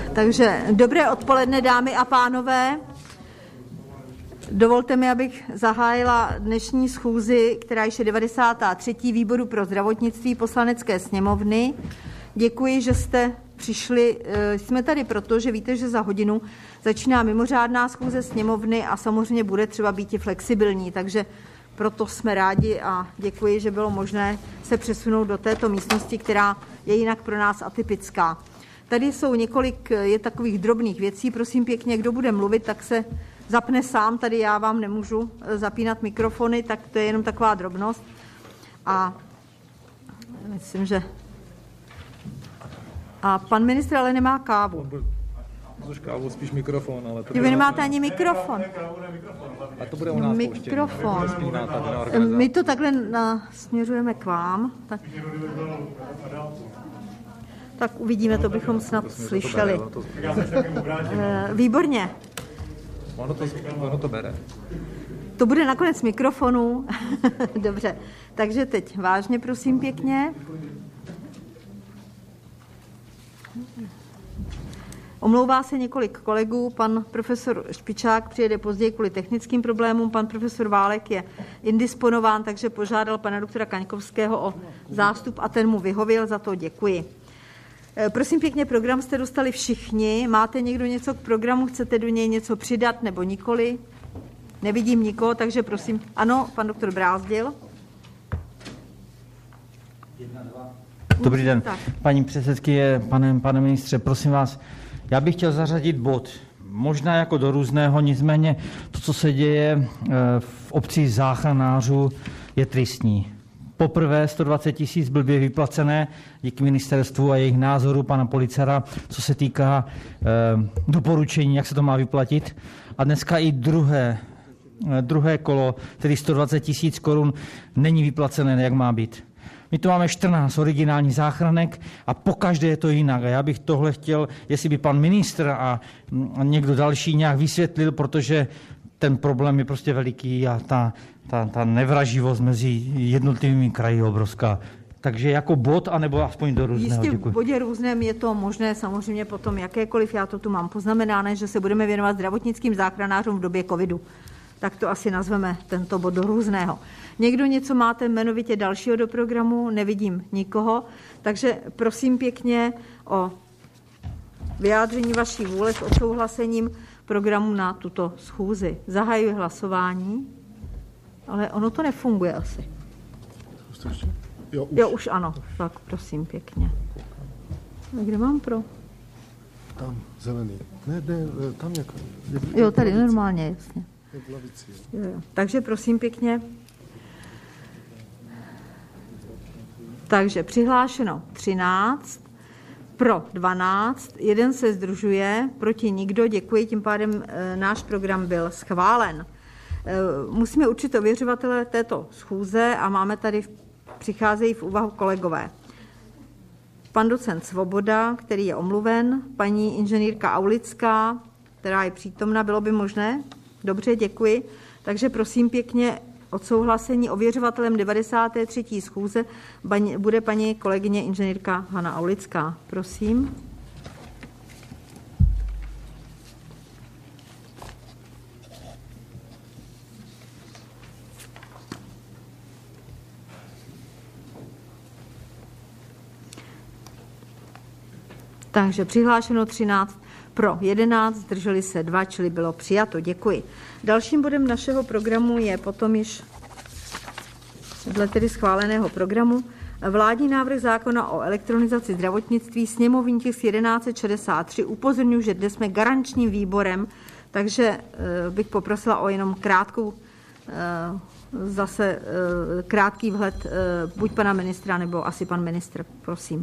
Takže dobré odpoledne, dámy a pánové. Dovolte mi, abych zahájila dnešní schůzi, která je 93. výboru pro zdravotnictví Poslanecké sněmovny. Děkuji, že jste přišli. Jsme tady proto, že víte, že za hodinu začíná mimořádná schůze sněmovny a samozřejmě bude třeba být i flexibilní, takže proto jsme rádi a děkuji, že bylo možné se přesunout do této místnosti, která je jinak pro nás atypická. Tady jsou několik takových drobných věcí. Prosím pěkně, kdo bude mluvit, tak se zapne sám. Tady já vám nemůžu zapínat mikrofony, tak to je jenom taková drobnost. A myslím, že... A pan ministr ale nemá kávu. Kávu, spíš mikrofon, ale... Vy nemáte ani mikrofon. A to bude u nás mikrofon. My to takhle směřujeme k vám. Tak uvidíme, to bychom snad slyšeli. Výborně. Ono to bere. To bude nakonec mikrofonu. Dobře, takže teď vážně, prosím pěkně. Omlouvá se několik kolegů, pan profesor Špičák přijede později kvůli technickým problémům, pan profesor Válek je indisponován, takže požádal pana doktora Kaňkovského o zástup a ten mu vyhověl, za to děkuji. Prosím pěkně, program jste dostali všichni. Máte někdo něco k programu? Chcete do něj něco přidat nebo nikoli? Nevidím nikoho, takže prosím. Ano, pan doktor Brázdil. Dobrý den, paní předsedkyně, pane ministře, prosím vás, já bych chtěl zařadit bod, možná jako do různého, nicméně to, co se děje v obci záchranářů, je tristní. Poprvé 120 000 blbě vyplacené díky ministerstvu a jejich názoru pana Policara, co se týká doporučení, jak se to má vyplatit. A dneska i druhé kolo, tedy 120 000 korun, není vyplacené, jak má být. My tu máme 14 originálních záchranek a pokaždé je to jinak. A já bych tohle chtěl, jestli by pan ministr a někdo další nějak vysvětlil, protože ten problém je prostě veliký a ta nevraživost mezi jednotlivými kraji je obrovská. Takže jako bod, anebo aspoň do různého. Jistě v bodě různém je to možné samozřejmě potom jakékoliv, já to tu mám poznamenané, že se budeme věnovat zdravotnickým záchranářům v době covidu. Tak to asi nazveme tento bod do různého. Někdo něco máte jmenovitě dalšího do programu? Nevidím nikoho. Takže prosím pěkně o vyjádření vaší vůle s odsouhlasením programu na tuto schůzi. Zahajuji hlasování, ale ono to nefunguje asi. Jo, už ano. Tak prosím pěkně. A kde mám pro? Tam, zelený. Ne, tam jak... Jo, tady normálně, jasně. Jo. Takže prosím pěkně. Takže přihlášeno 13, pro 12, jeden se zdržuje, proti nikdo, děkuji, tím pádem náš program byl schválen. Musíme určit ověřovatele této schůze a máme tady, přicházejí v úvahu kolegové. Pan docent Svoboda, který je omluven, paní inženýrka Aulická, která je přítomna, bylo by možné? Dobře, děkuji. Takže prosím pěkně, odsouhlasení ověřovatelem 93. schůze bude paní kolegyně inženýrka Hana Aulická. Prosím. Takže přihlášeno 13, pro 11, zdrželi se 2, čili bylo přijato. Děkuji. Dalším bodem našeho programu je potom již dle tedy schváleného programu vládní návrh zákona o elektronizaci zdravotnictví, sněmovní tisk 1163. Upozorňuji, že dnes jsme garančním výborem, takže bych poprosila o jenom krátký vhled buď pana ministra, nebo asi pan ministr. Prosím.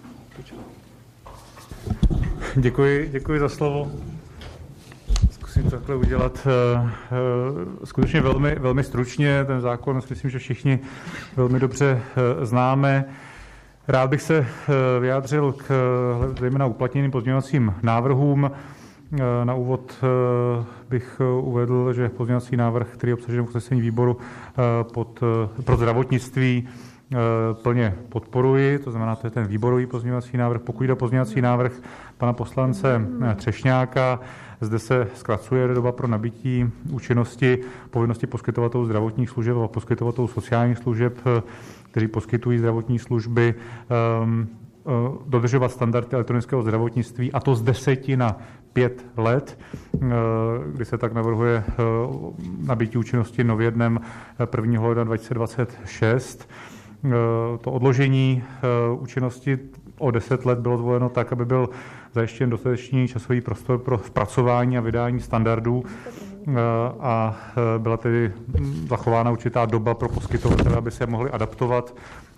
Děkuji za slovo. Zkusím to takhle udělat skutečně velmi, velmi stručně. Ten zákon, myslím, že všichni velmi dobře známe. Rád bych se vyjádřil k zejména uplatněným pozměňovacím návrhům. Na úvod bych uvedl, že pozměňovací návrh, který je obsažen v usnesení výboru pro zdravotnictví, plně podporuji, to znamená, to je ten výborový pozměňovací návrh. Pokud jde o pozměňovací návrh pana poslance Třešňáka. Zde se zkracuje doba pro nabití účinnosti povinnosti poskytovatelů zdravotních služeb a poskytovatelů sociálních služeb, kteří poskytují zdravotní služby, dodržovat standardy elektronického zdravotnictví, a to z 10 na 5 let, kdy se tak navrhuje nabití účinnosti nově dnem 1. ledna 2026. To odložení účinnosti o 10 let bylo zvoleno tak, aby byl zajištěn dostatečný časový prostor pro vpracování a vydání standardů a byla tedy zachována určitá doba pro poskytovatele, aby se mohli adaptovat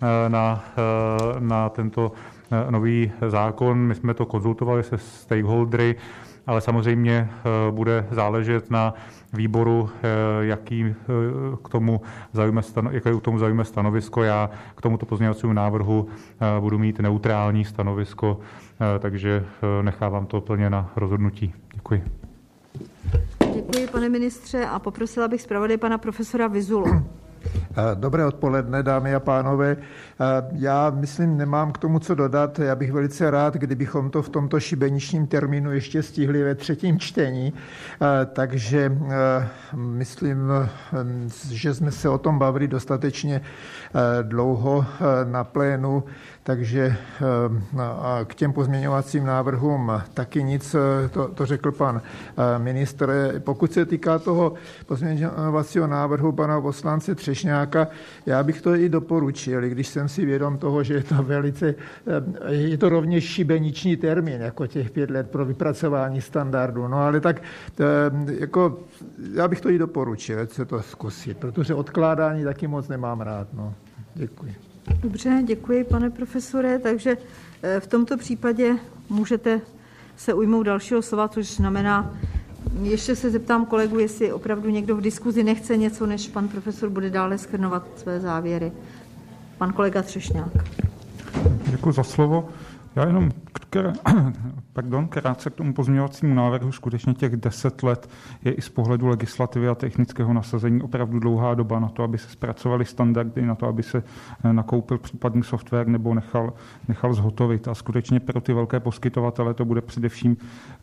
na tento nový zákon. My jsme to konzultovali se stakeholdery, ale samozřejmě bude záležet na výboru, jaké k tomu zaujme stanovisko. Já k tomuto pozměňovacímu návrhu budu mít neutrální stanovisko, takže nechávám to plně na rozhodnutí. Děkuji. Děkuji, pane ministře, a poprosila bych zpravodaje pana profesora Vyzulu. Dobré odpoledne, dámy a pánové. Já myslím, nemám k tomu co dodat. Já bych velice rád, kdybychom to v tomto šibeničním termínu ještě stihli ve 3. čtení. Takže myslím, že jsme se o tom bavili dostatečně dlouho na plénu, takže k těm pozměňovacím návrhům taky nic, to řekl pan ministr. Pokud se týká toho pozměňovacího návrhu pana poslance Třešňáka, já bych to i doporučil, i když jsem si vědom toho, že je to rovněž šibeniční termín, jako těch 5 let pro vypracování standardů. No ale tak jako já bych to i doporučil, ať se to zkusit, protože odkládání taky moc nemám rád. No. Děkuji. Dobře, děkuji, pane profesore. Takže v tomto případě můžete se ujmout dalšího slova, což znamená, ještě se zeptám kolegu, jestli opravdu někdo v diskuzi nechce něco, než pan profesor bude dále shrnovat své závěry. Pan kolega Třešňák. Děkuji za slovo. Já jenom krátce k tomu pozměňovacímu návrhu. Skutečně těch 10 let je i z pohledu legislativy a technického nasazení opravdu dlouhá doba na to, aby se zpracovaly standardy, na to, aby se nakoupil případný software nebo nechal zhotovit. A skutečně pro ty velké poskytovatele to bude především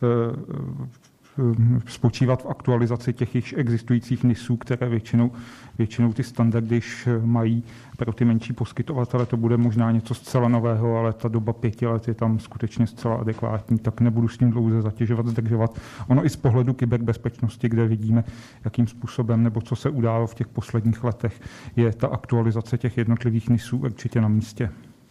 spočívat v aktualizaci těch již existujících NISů, které většinou ty standardy již mají. Pro ty menší poskytovatele to bude možná něco zcela nového, ale ta doba 5 let je tam skutečně zcela adekvátní, tak nebudu s tím dlouze zdržovat. Ono i z pohledu kyberbezpečnosti, kde vidíme, jakým způsobem nebo co se událo v těch posledních letech, je ta aktualizace těch jednotlivých NISů určitě na místě.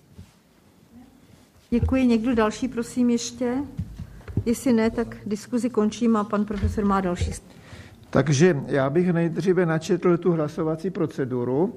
Děkuji. Někdo další, prosím, ještě? Jestli ne, tak diskuzi končím a pan profesor má další. Takže já bych nejdříve načetl tu hlasovací proceduru.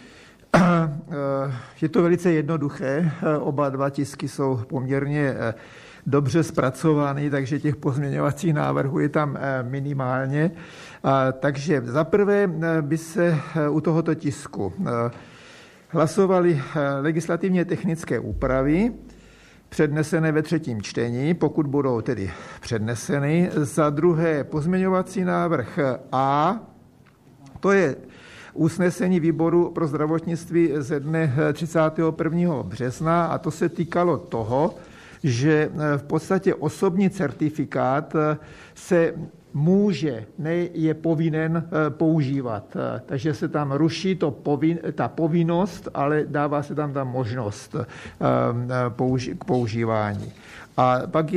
Je to velice jednoduché, oba dva tisky jsou poměrně dobře zpracovány, takže těch pozměňovacích návrhů je tam minimálně. Takže zaprvé by se u tohoto tisku hlasovaly legislativně technické úpravy, přednesené ve 3. čtení, pokud budou tedy předneseny. Za druhé pozměňovací návrh A, to je usnesení výboru pro zdravotnictví ze dne 31. března a to se týkalo toho, že v podstatě osobní certifikát se může, ne je povinen používat. Takže se tam ruší ta povinnost, ale dává se tam ta možnost k používání. A pak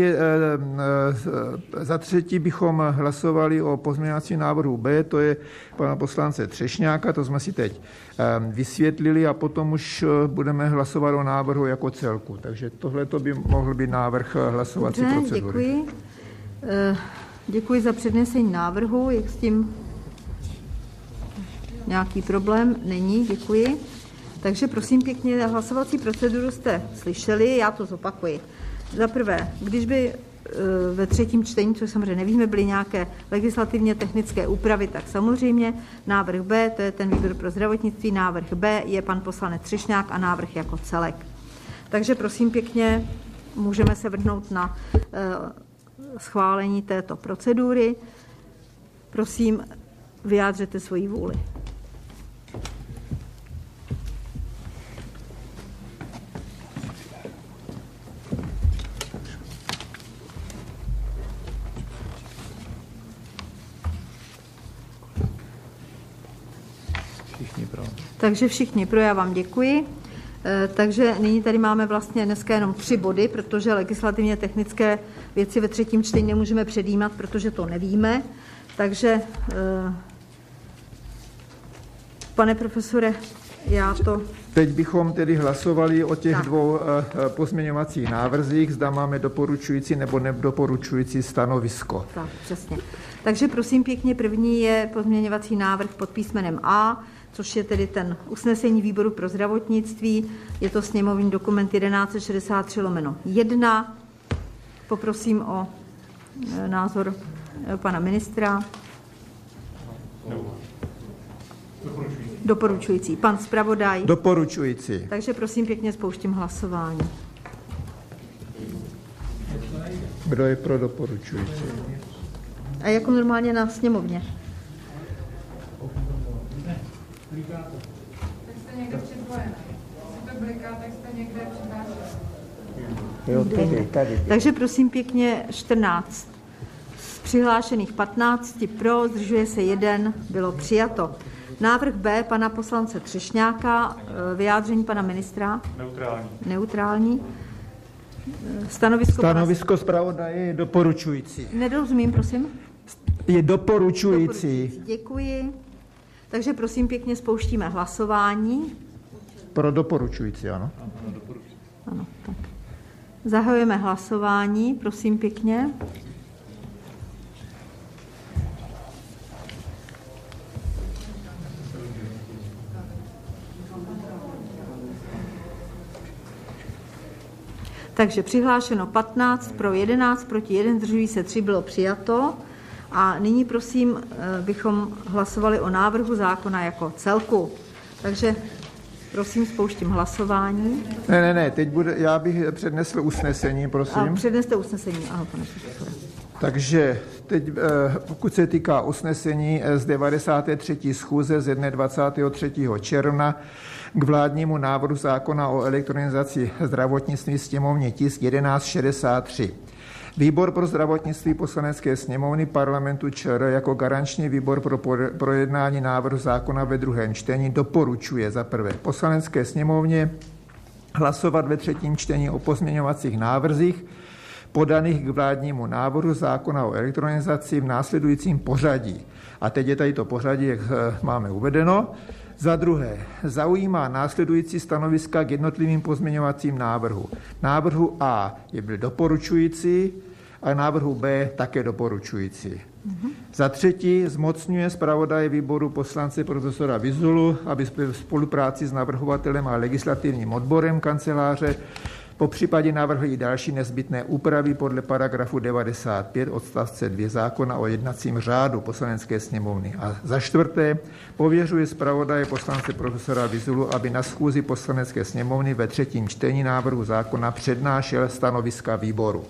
za třetí bychom hlasovali o pozměňovacím návrhu B, to je pana poslance Třešňáka, to jsme si teď vysvětlili a potom už budeme hlasovat o návrhu jako celku. Takže tohle by mohl být návrh hlasovací procedury. Děkuji. Děkuji za přednesení návrhu. Jak s tím nějaký problém? Není, děkuji. Takže prosím pěkně, hlasovací proceduru jste slyšeli, já to zopakuji. Za prvé, když by ve 3. čtení, což samozřejmě nevíme, byly nějaké legislativně technické úpravy, tak samozřejmě návrh B, to je ten výbor pro zdravotnictví, návrh B je pan poslanec Třešňák a návrh jako celek. Takže prosím pěkně, můžeme se vrhnout na schválení této procedury. Prosím, vyjádřete svoji vůli. všichni pro. Takže všichni pro, já vám děkuji. Takže nyní tady máme vlastně dneska jenom 3 body, protože legislativně technické věci ve třetím čtení nemůžeme předjímat, protože to nevíme. Takže, pane profesore, já to... Teď bychom tedy hlasovali o těch 2 pozměňovacích návrzích, zda máme doporučující nebo nedoporučující stanovisko. Tak, přesně. Takže prosím pěkně, první je pozměňovací návrh pod písmenem A, což je tedy ten usnesení výboru pro zdravotnictví. Je to sněmovní dokument 1163/1. Poprosím o názor pana ministra. Doporučující. Pan zpravodaj. Doporučující. Takže prosím pěkně, spouštím hlasování. Kdo je pro doporučující? A jako normálně na sněmovně. Tak jste někde připojený. Jestli to bliká, tak jste někde přihlášený. Tady. Takže prosím pěkně 14. Z přihlášených 15 pro, zdržuje se 1, bylo přijato. Návrh B pana poslance Třešňáka, vyjádření pana ministra. Neutrální. Stanovisko zpravodaje je doporučující. Nedorozumím, prosím. Je doporučující. Děkuji. Takže prosím pěkně spouštíme hlasování. Pro doporučující, ano. Ano, tak. Zahajujeme hlasování, prosím pěkně. Takže přihlášeno 15, pro 11, proti 1, zdržují se 3, bylo přijato. A nyní prosím, bychom hlasovali o návrhu zákona jako celku. Takže prosím, spouštím hlasování. Ne, teď já bych přednesl usnesení, prosím. A předneste usnesení, ano, pane profesore. Takže teď, pokud se týká usnesení z 93. schůze ze dne 23. června k vládnímu návrhu zákona o elektronizaci zdravotnictví, sněmovní tisk 1163. Výbor pro zdravotnictví Poslanecké sněmovny Parlamentu ČR jako garanční výbor pro projednání návrhu zákona ve druhém čtení doporučuje za prvé Poslanecké sněmovně hlasovat ve třetím čtení o pozměňovacích návrzích podaných k vládnímu návrhu zákona o elektronizaci v následujícím pořadí. A teď je tady to pořadí, jak máme uvedeno. Za druhé, zaujímá následující stanoviska k jednotlivým pozměňovacím návrhu. Návrhu A je byl doporučující a návrhu B také doporučující. Za třetí, zmocňuje zpravodaje výboru poslance profesora Vyzulu, aby v spolupráci s navrhovatelem a legislativním odborem kanceláře po případě navrhl i další nezbytné úpravy podle paragrafu 95 odstavce 2 zákona o jednacím řádu Poslanecké sněmovny. A za čtvrté, pověřuje zpravodaje poslance profesora Vyzulu, aby na schůzi Poslanecké sněmovny ve třetím čtení návrhu zákona přednášel stanoviska výboru.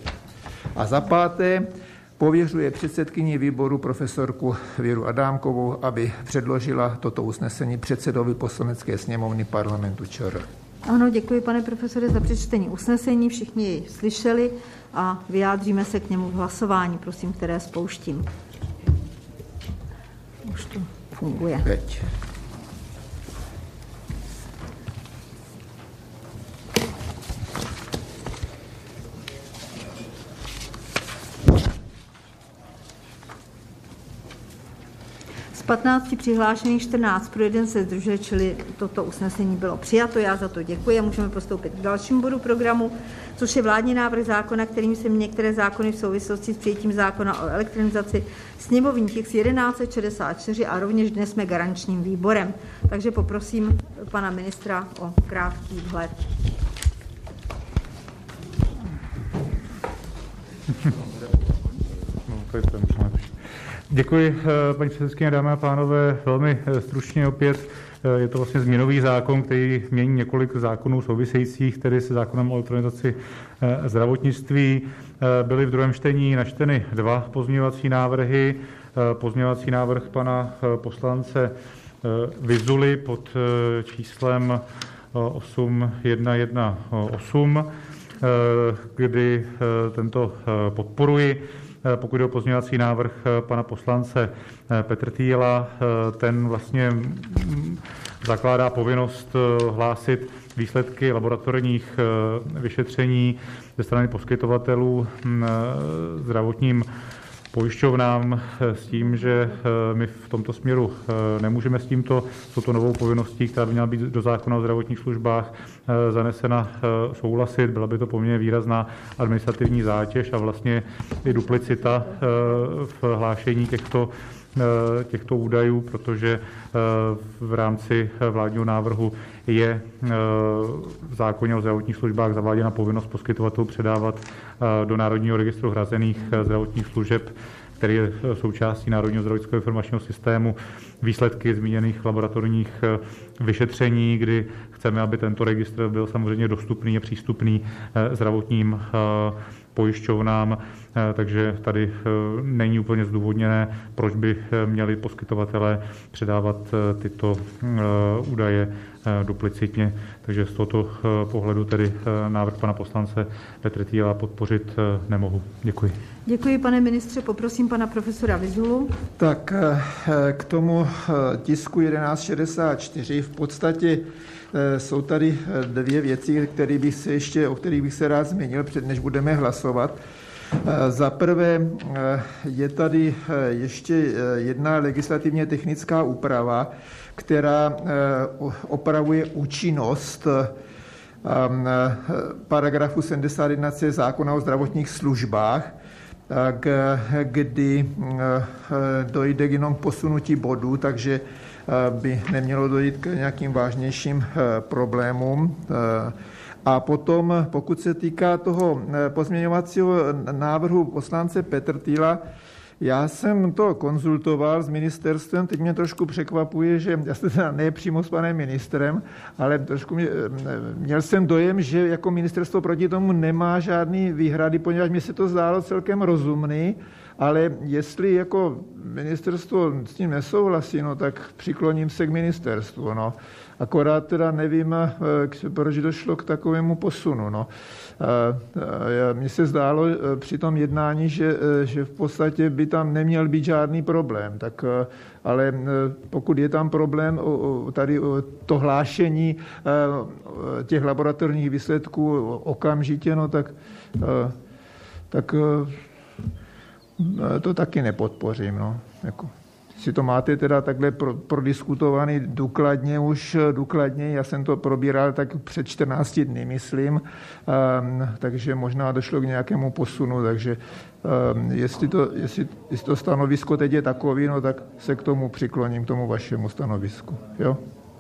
A za páté, pověřuje předsedkyni výboru profesorku Věru Adámkovou, aby předložila toto usnesení předsedovi Poslanecké sněmovny Parlamentu ČR. Ano, děkuji, pane profesore, za přečtení usnesení. Všichni ji slyšeli a vyjádříme se k němu v hlasování, prosím, které spouštím. Už to funguje. Teď. Z 15 přihlášených 14 pro 1 se zdržuje, čili toto usnesení bylo přijato. Já za to děkuji a můžeme postoupit k dalšímu bodu programu, což je vládní návrh zákona, kterým se některé zákony v souvislosti s přijetím zákona o elektronizaci, sněmovní tisk 1164 a rovněž dnes jsme garančním výborem. Takže poprosím pana ministra o krátký vhled. Děkuji, paní předsedkyně, dámy a pánové. Velmi stručně opět, je to vlastně změnový zákon, který mění několik zákonů souvisejících, tedy se zákonem o elektronizaci zdravotnictví. Byly v druhém čtení načteny 2 pozměňovací návrhy. Pozměňovací návrh pana poslance Vyzuly pod číslem 8118, kdy tento podporuji. Pokud jde o pozměňovací návrh pana poslance Petrtýla, ten vlastně zakládá povinnost hlásit výsledky laboratorních vyšetření ze strany poskytovatelů zdravotním pojišťovnám s tím, že my v tomto směru nemůžeme s touto novou povinností, která by měla být do zákona o zdravotních službách zanesena, souhlasit. Byla by to poměrně výrazná administrativní zátěž a vlastně i duplicita v hlášení těchto údajů, protože v rámci vládního návrhu je v zákoně o zdravotních službách zaváděna povinnost poskytovatelů předávat do Národního registru hrazených zdravotních služeb, který je součástí Národního zdravotnického informačního systému, výsledky zmíněných laboratorních vyšetření, kdy chceme, aby tento registr byl samozřejmě dostupný a přístupný zdravotním pojišťovnám, takže tady není úplně zdůvodněné, proč by měli poskytovatelé předávat tyto údaje duplicitně. Takže z tohoto pohledu tedy návrh pana poslance Petrtýla podpořit nemohu. Děkuji. Děkuji, pane ministře. Poprosím pana profesora Vyzulu. Tak k tomu tisku 1164 v podstatě jsou tady dvě věci, o kterých bych se rád zmínil, než budeme hlasovat. Za prvé je tady ještě jedna legislativně technická úprava, která opravuje účinnost paragrafu 71c zákona o zdravotních službách, kdy dojde jenom k posunutí bodů, takže by nemělo dojít k nějakým vážnějším problémům. A potom, pokud se týká toho pozměňovacího návrhu poslance Petrtýla, já jsem to konzultoval s ministerstvem, teď mě trošku překvapuje, že já jsem teda ne přímo s panem ministrem, ale trošku měl jsem dojem, že jako ministerstvo proti tomu nemá žádný výhrady, poněvadž mi se to zdálo celkem rozumný, ale jestli jako ministerstvo s tím nesouhlasí, no, tak přikloním se k ministerstvu. No. Akorát teda nevím, proč došlo k takovému posunu. No. Mně se zdálo při tom jednání, že v podstatě by tam neměl být žádný problém. Tak, ale pokud je tam problém tady to hlášení těch laboratorních výsledků okamžitě, no, tak to taky nepodpořím. No. Jako, si to máte teda takhle prodiskutovaný důkladně, já jsem to probíral tak před 14 dny, myslím, takže možná došlo k nějakému posunu, takže jestli to stanovisko teď je takový, no, tak se k tomu přikloním, k tomu vašemu stanovisku. Jo?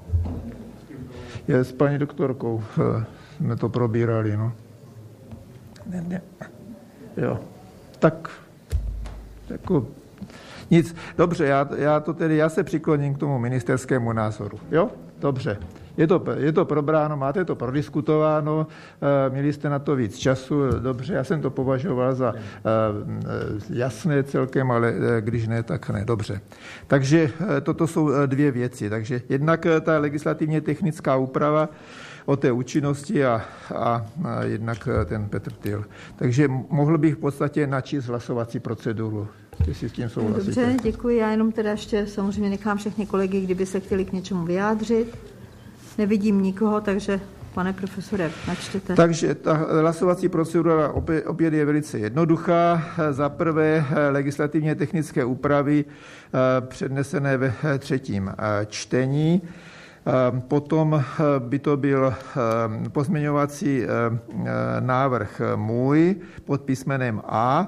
S paní doktorkou jsme to probírali. No. Ne. Jo. Tak jako nic. Dobře, já se přikloním k tomu ministerskému názoru. Jo? Dobře. Je to probráno, máte to prodiskutováno, měli jste na to víc času, dobře, já jsem to považoval za jasné celkem, ale když ne, tak ne, dobře. Takže toto jsou dvě věci. Takže jednak ta legislativně technická úprava o té účinnosti a jednak ten Petrtýl. Takže mohl bych v podstatě načíst hlasovací proceduru, jestli s tím souhlasíte. Dobře, děkuji. Já jenom teda ještě samozřejmě nechám všechny kolegy, kdyby se chtěli k něčemu vyjádřit. Nevidím nikoho, takže pane profesore, načtěte. Takže ta hlasovací procedura opět je velice jednoduchá. Za prvé legislativně technické úpravy přednesené ve třetím čtení. Potom by to byl pozměňovací návrh můj pod písmenem A,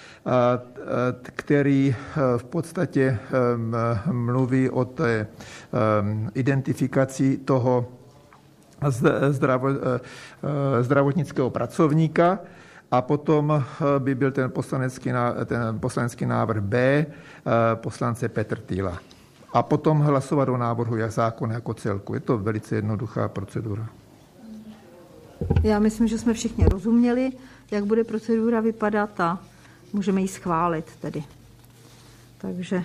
který v podstatě mluví o té identifikaci toho zdravotnického pracovníka, a potom by byl ten poslanecký návrh B poslance Petrtýla. A potom hlasovat o návrhu zákona jako celku. Je to velice jednoduchá procedura. Já myslím, že jsme všichni rozuměli, jak bude procedura vypadat a můžeme ji schválit tedy. Takže...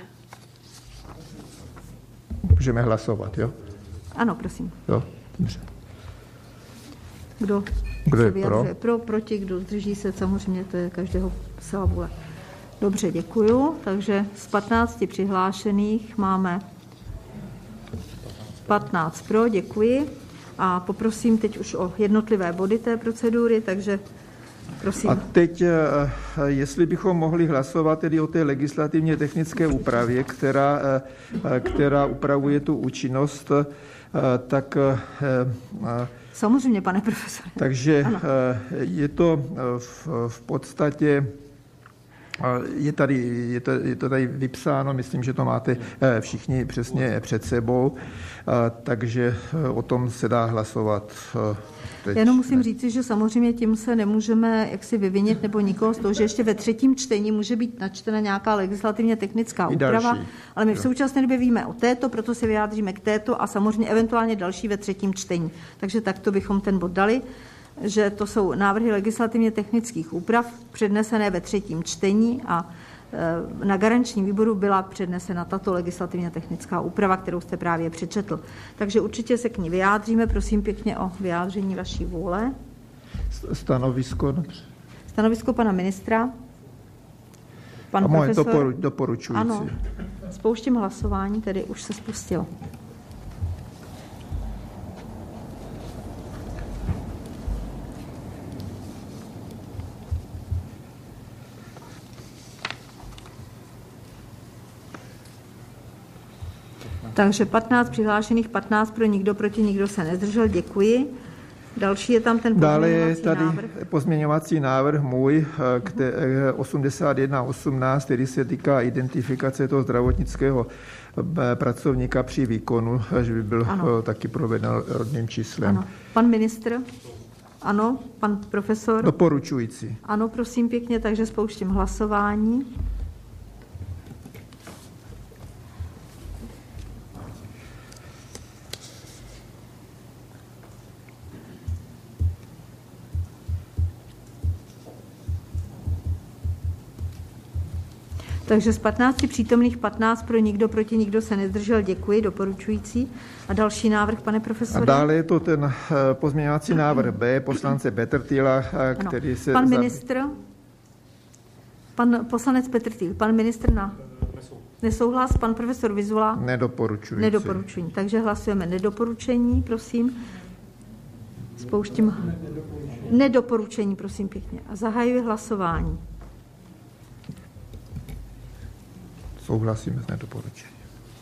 Můžeme hlasovat, jo? Ano, prosím. Jo, dobře. Kdo je vyjadřuje pro, proti, kdo zdrží se, samozřejmě to je každého svá vůle. Dobře, děkuju. Takže z 15 přihlášených máme 15 pro, děkuji. A poprosím teď už o jednotlivé body té procedury, takže prosím. A teď, jestli bychom mohli hlasovat tedy o té legislativně technické úpravě, která upravuje tu účinnost, tak... Samozřejmě, pane profesore. Takže je to v podstatě... Je to tady vypsáno, myslím, že to máte všichni přesně před sebou, takže o tom se dá hlasovat teď. Jenom musím říci, že samozřejmě tím se nemůžeme jaksi vyvinit nebo nikoho z toho, že ještě ve třetím čtení může být načtena nějaká legislativně technická úprava, ale my v současné době víme o této, proto se vyjádříme k této a samozřejmě eventuálně další ve třetím čtení. Takže takto bychom ten bod dali, že to jsou návrhy legislativně technických úprav přednesené ve třetím čtení a na garančním výboru byla přednesena tato legislativně technická úprava, kterou jste právě přečetl. Takže určitě se k ní vyjádříme. Prosím pěkně o vyjádření vaší vůle. Stanovisko pana ministra. Pan profesor. Doporučující. Ano, spouštím hlasování, tedy už se spustilo. Takže 15 přihlášených, 15 pro, nikdo proti, nikdo se nezdržel. Děkuji. Další je tam ten pozměňovací návrh. Dále je tady pozměňovací návrh můj, 8118, který se týká identifikace toho zdravotnického pracovníka při výkonu, že by byl taky proveden rodným číslem. Ano. Pan ministr? Ano. Pan profesor? Doporučující. Ano, prosím pěkně, takže spouštím hlasování. Takže z 15 přítomných 15 pro, nikdo proti, nikdo se nezdržel. Děkuji, doporučující. A další návrh, pane profesore? A dále je to ten pozměňovací návrh B poslance Petrtýla, který se... Pan ministr? Pan poslanec Petrtýl. Pan ministr na... Nesouhlas. Pan profesor Vyzula? Nedoporučující. Nedoporučení. Takže hlasujeme nedoporučení, prosím. Spouštím... Nedoporučení, prosím pěkně. A zahajuji hlasování. Souhlasíme s nedoporučením.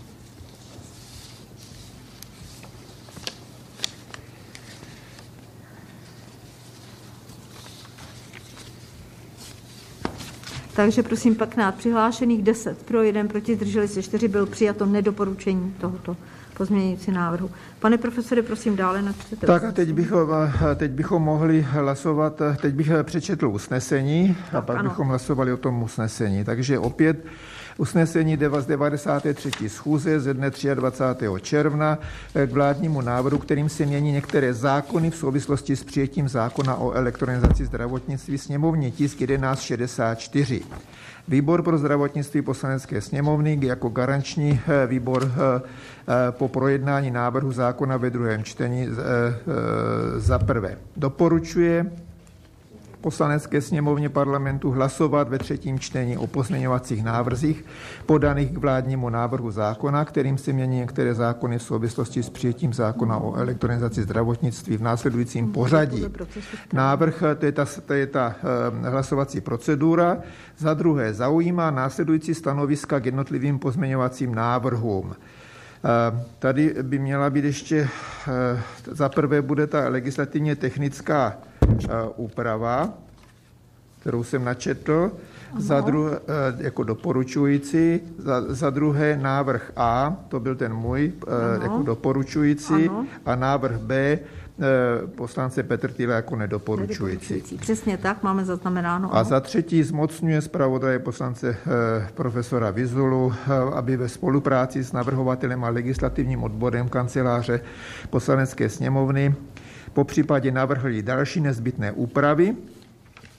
Takže prosím 15 přihlášených, 10 pro, 1 proti, zdrželi se 4, byl přijato nedoporučení tohoto pozměňující návrhu. Pane profesore, prosím, dále načtěte. Tak a teď bychom mohli hlasovat, teď bych přečetl usnesení a pak bychom hlasovali o tom usnesení. Takže opět usnesení z 93. schůze ze dne 23. června k vládnímu návrhu, kterým se mění některé zákony v souvislosti s přijetím zákona o elektronizaci zdravotnictví, sněmovní tisk 1164. Výbor pro zdravotnictví Poslanecké sněmovny jako garanční výbor po projednání návrhu zákona ve druhém čtení za prvé doporučuje Poslanecké sněmovně parlamentu hlasovat ve třetím čtení o pozměňovacích návrzích podaných k vládnímu návrhu zákona, kterým se mění některé zákony v souvislosti s přijetím zákona o elektronizaci zdravotnictví v následujícím pořadí. Návrh, to je ta hlasovací procedura. Za druhé, zaujímá následující stanoviska k jednotlivým pozměňovacím návrhům. Tady by měla být ještě, za prvé bude ta legislativně technická úprava, kterou jsem načetl, za druhé, jako doporučující, za druhé návrh A, to byl ten můj, jako doporučující, a návrh B, poslance Petrtýla jako nedoporučující. Přesně tak, máme zaznamenáno. A za třetí zmocňuje zpravodaje poslance profesora Vyzulu, aby ve spolupráci s navrhovatelem a legislativním odborem kanceláře Poslanecké sněmovny popřípadě navrhli další nezbytné úpravy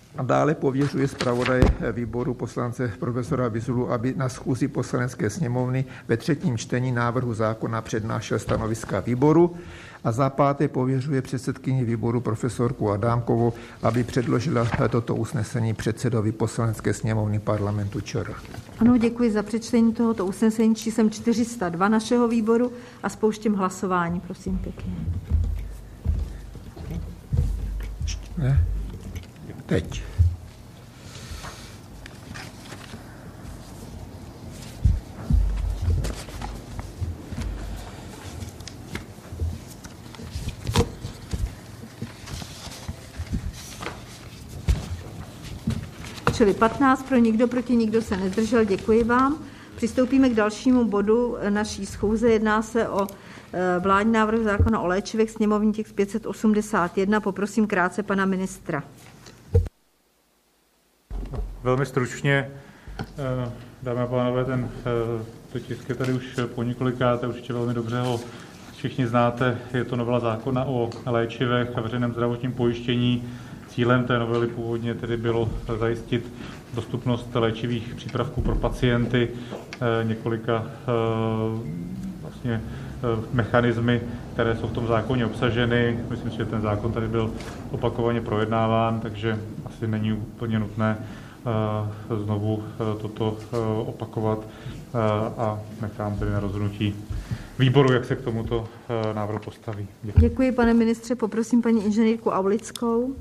A dále pověřuje zpravodaje výboru poslance profesora Vyzulu, aby na schůzi Poslanecké sněmovny ve třetím čtení návrhu zákona přednášel stanoviska výboru. A za páté pověřuje předsedkyni výboru profesorku Adámkovou, aby předložila toto usnesení předsedovi Poslanecké sněmovny Parlamentu ČR. Ano, děkuji za přečtení tohoto usnesení číslem 402 našeho výboru a spouštím hlasování, prosím pěkně. Ne? Teď. Čili 15 pro, nikdo proti, nikdo se nezdržel, děkuji vám. Přistoupíme k dalšímu bodu naší schůze. Jedná se o vládní návrh zákona o léčivech, sněmovní tisk 581. Poprosím krátce pana ministra. Velmi stručně, dámy a pánové, to tisk je tady už po několikáté, určitě velmi dobře ho všichni znáte. Je to novela zákona o léčivech a veřejném zdravotním pojištění. Cílem té novely původně tedy bylo zajistit dostupnost léčivých přípravků pro pacienty, několika vlastně mechanismy, které jsou v tom zákoně obsaženy. Myslím si, že ten zákon tady byl opakovaně projednáván, takže asi není úplně nutné znovu toto opakovat a nechám tedy na rozhodnutí výboru, jak se k tomuto návrhu postaví. Děkuji, pane ministře. Poprosím paní inženýrku Aulickou.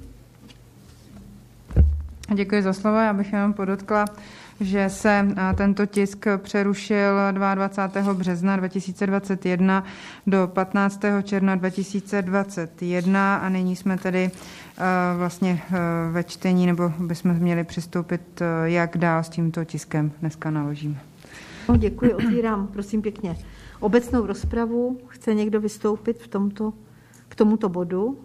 Děkuji za slovo. Já bych jenom podotkla, že se tento tisk přerušil 22. března 2021 do 15. června 2021 a nyní jsme tedy vlastně ve čtení, nebo bychom měli přistoupit, jak dál s tímto tiskem dneska naložíme. Děkuji, otvírám, prosím pěkně, obecnou rozpravu. Chce někdo vystoupit k tomuto bodu?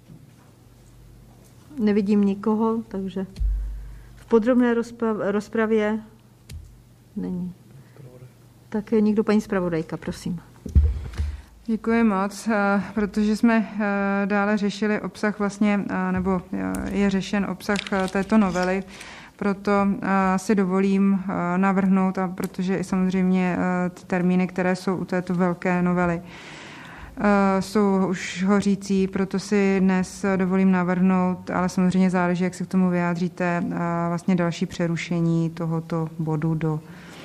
Nevidím nikoho, takže v podrobné rozpravě není. Tak je někdo, paní zpravodajka, prosím. Děkuji moc, protože jsme dále řešili obsah vlastně, nebo je řešen obsah této novely, proto si dovolím navrhnout, a protože i samozřejmě ty termíny, které jsou u této velké novely, jsou už hořící, proto si dnes dovolím navrhnout, ale samozřejmě záleží, jak se k tomu vyjádříte, vlastně další přerušení tohoto bodu do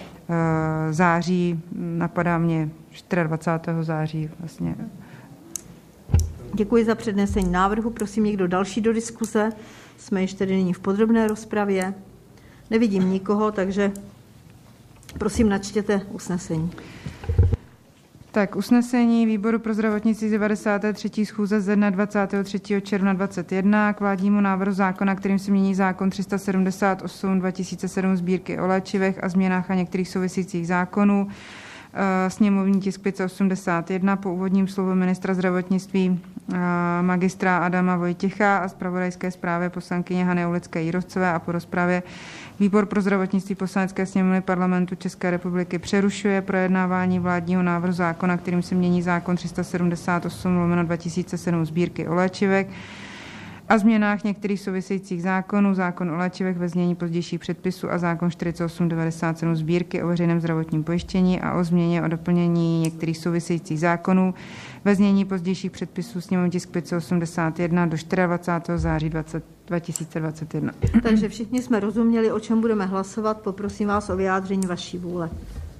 září. Napadá mě 24. září vlastně. Děkuji za přednesení návrhu. Prosím někdo další do diskuze. Jsme ještě tedy nyní v podrobné rozpravě. Nevidím nikoho, takže prosím načtěte usnesení. Tak usnesení výboru pro zdravotnictví z 93. schůze ze dne 23. června 2021 k vládnímu návrhu zákona, kterým se mění zákon 378/2007 sbírky o léčivech a změnách a některých souvisejících zákonů. Sněmovní tisk 581 po úvodním slovu ministra zdravotnictví magistra Adama Vojtěcha a zpravodajské zprávě poslankyně Hany Aulické Jírovcové a po rozpravě výbor pro zdravotnictví Poslanecké sněmovny Parlamentu České republiky přerušuje projednávání vládního návrhu zákona, kterým se mění zákon 378/2007 sbírky o léčivech a změnách některých souvisejících zákonů, zákon o léčivech ve znění pozdějších předpisů a zákon 4897 sbírky o veřejném zdravotním pojištění a o změně o doplnění některých souvisejících zákonů ve znění pozdějších předpisů sněmovní tisk 581 do 24. září 2021. Takže všichni jsme rozuměli, o čem budeme hlasovat. Poprosím vás o vyjádření vaší vůle.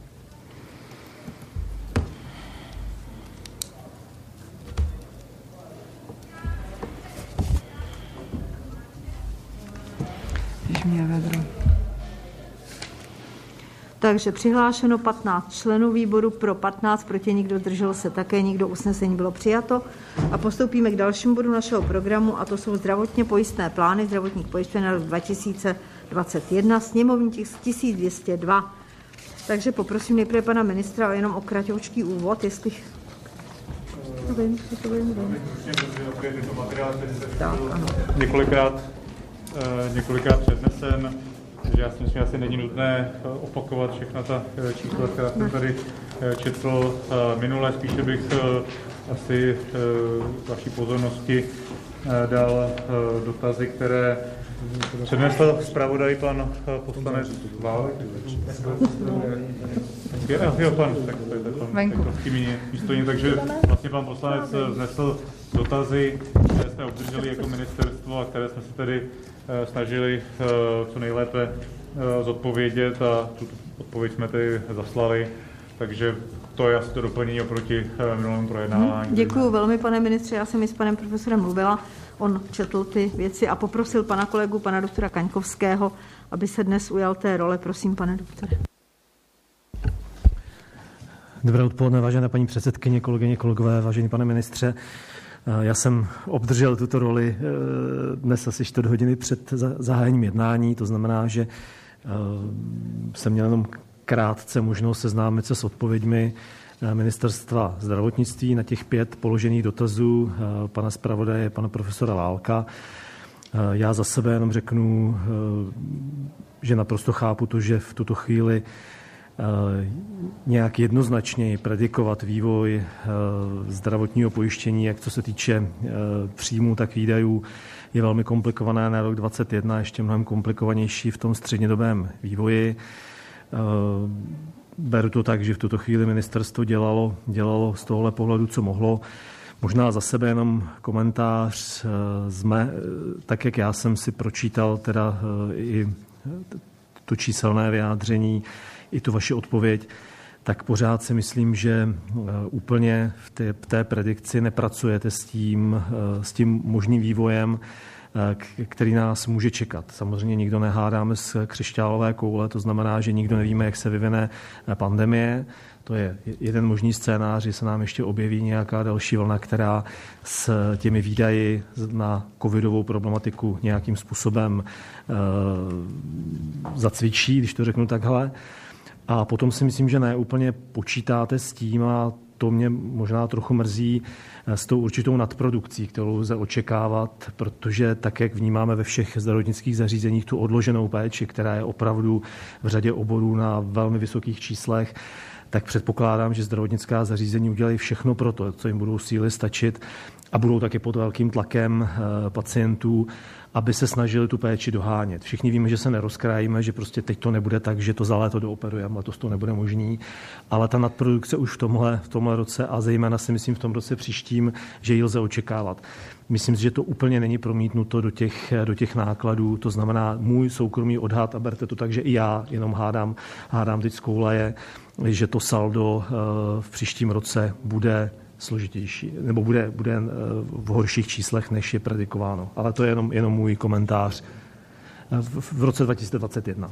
Takže přihlášeno 15 členů výboru, pro 15, proti nikdo, zdržel se také nikdo, usnesení bylo přijato. A postoupíme k dalšímu bodu našeho programu, a to jsou zdravotně pojistné plány zdravotních pojišťoven na rok 2021, sněmovní tisk 1202. Takže poprosím nejprve pana ministra jenom o kratoučký úvod, jestli... Několikrát přednesen, takže já si myslím, že asi není nutné opakovat všechna ta čísla, která jsem tady četl minule. Spíše bych asi vaší pozornosti dal dotazy, které Přednesl zpravodaj pan poslanec Válek. Jo, pan místojní, takže vlastně pan poslanec vznesl dotazy, které jsme obdrželi jako ministerstvo a které jsme se tedy snažili co nejlépe zodpovědět a tu odpověď jsme tedy zaslali, takže to je asi to doplnění oproti minulému projednávání. Děkuji velmi, pane ministře, já jsem i s panem profesorem mluvila, on četl ty věci a poprosil pana kolegu, pana doktora Kaňkovského, aby se dnes ujal té role. Prosím, pane doktore. Dobré odpoledne, vážená paní předsedkyně, kolegyně, kolegové, vážený pane ministře. Já jsem obdržel tuto roli dnes asi 4 hodiny před zahájením jednání, to znamená, že jsem měl jenom krátce možnost seznámit se s odpověďmi Ministerstva zdravotnictví na těch 5 položených dotazů pana zpravodaje, pana profesora Válka. Já za sebe jenom řeknu, že naprosto chápu to, že v tuto chvíli nějak jednoznačněji predikovat vývoj zdravotního pojištění, jak co se týče příjmů, tak výdajů, je velmi komplikované na rok 2021, ještě mnohem komplikovanější v tom střednědobém vývoji. Beru to tak, že v tuto chvíli ministerstvo dělalo z tohohle pohledu, co mohlo. Možná za sebe jenom komentář tak jak já jsem si pročítal teda i to číselné vyjádření, i tu vaši odpověď, tak pořád si myslím, že úplně v té predikci nepracujete s tím možným vývojem, který nás může čekat. Samozřejmě nikdo nehádáme z křišťálové koule, to znamená, že nikdo nevíme, jak se vyvine pandemie. To je jeden možný scénář, že se nám ještě objeví nějaká další vlna, která s těmi výdaji na covidovou problematiku nějakým způsobem zacvičí, když to řeknu takhle. A potom si myslím, že ne úplně počítáte s tím, a to mě možná trochu mrzí, s tou určitou nadprodukcí, kterou lze očekávat, protože tak, jak vnímáme ve všech zdravotnických zařízeních tu odloženou péči, která je opravdu v řadě oborů na velmi vysokých číslech, tak předpokládám, že zdravotnická zařízení udělají všechno pro to, co jim budou síly stačit a budou taky pod velkým tlakem pacientů, aby se snažili tu péči dohánět. Všichni víme, že se nerozkrájíme, že prostě teď to nebude tak, že to za léto dooperujeme, letos to nebude možný, ale ta nadprodukce už v tomhle roce a zejména si myslím v tom roce příštím, že ji lze očekávat. Myslím si, že to úplně není promítnuto do těch nákladů, to znamená můj soukromý odhad, a berte to tak, že i já jenom hádám teď z koule, je, že to saldo v příštím roce bude složitější, nebo bude v horších číslech, než je predikováno. Ale to je jenom můj komentář. V roce 2021,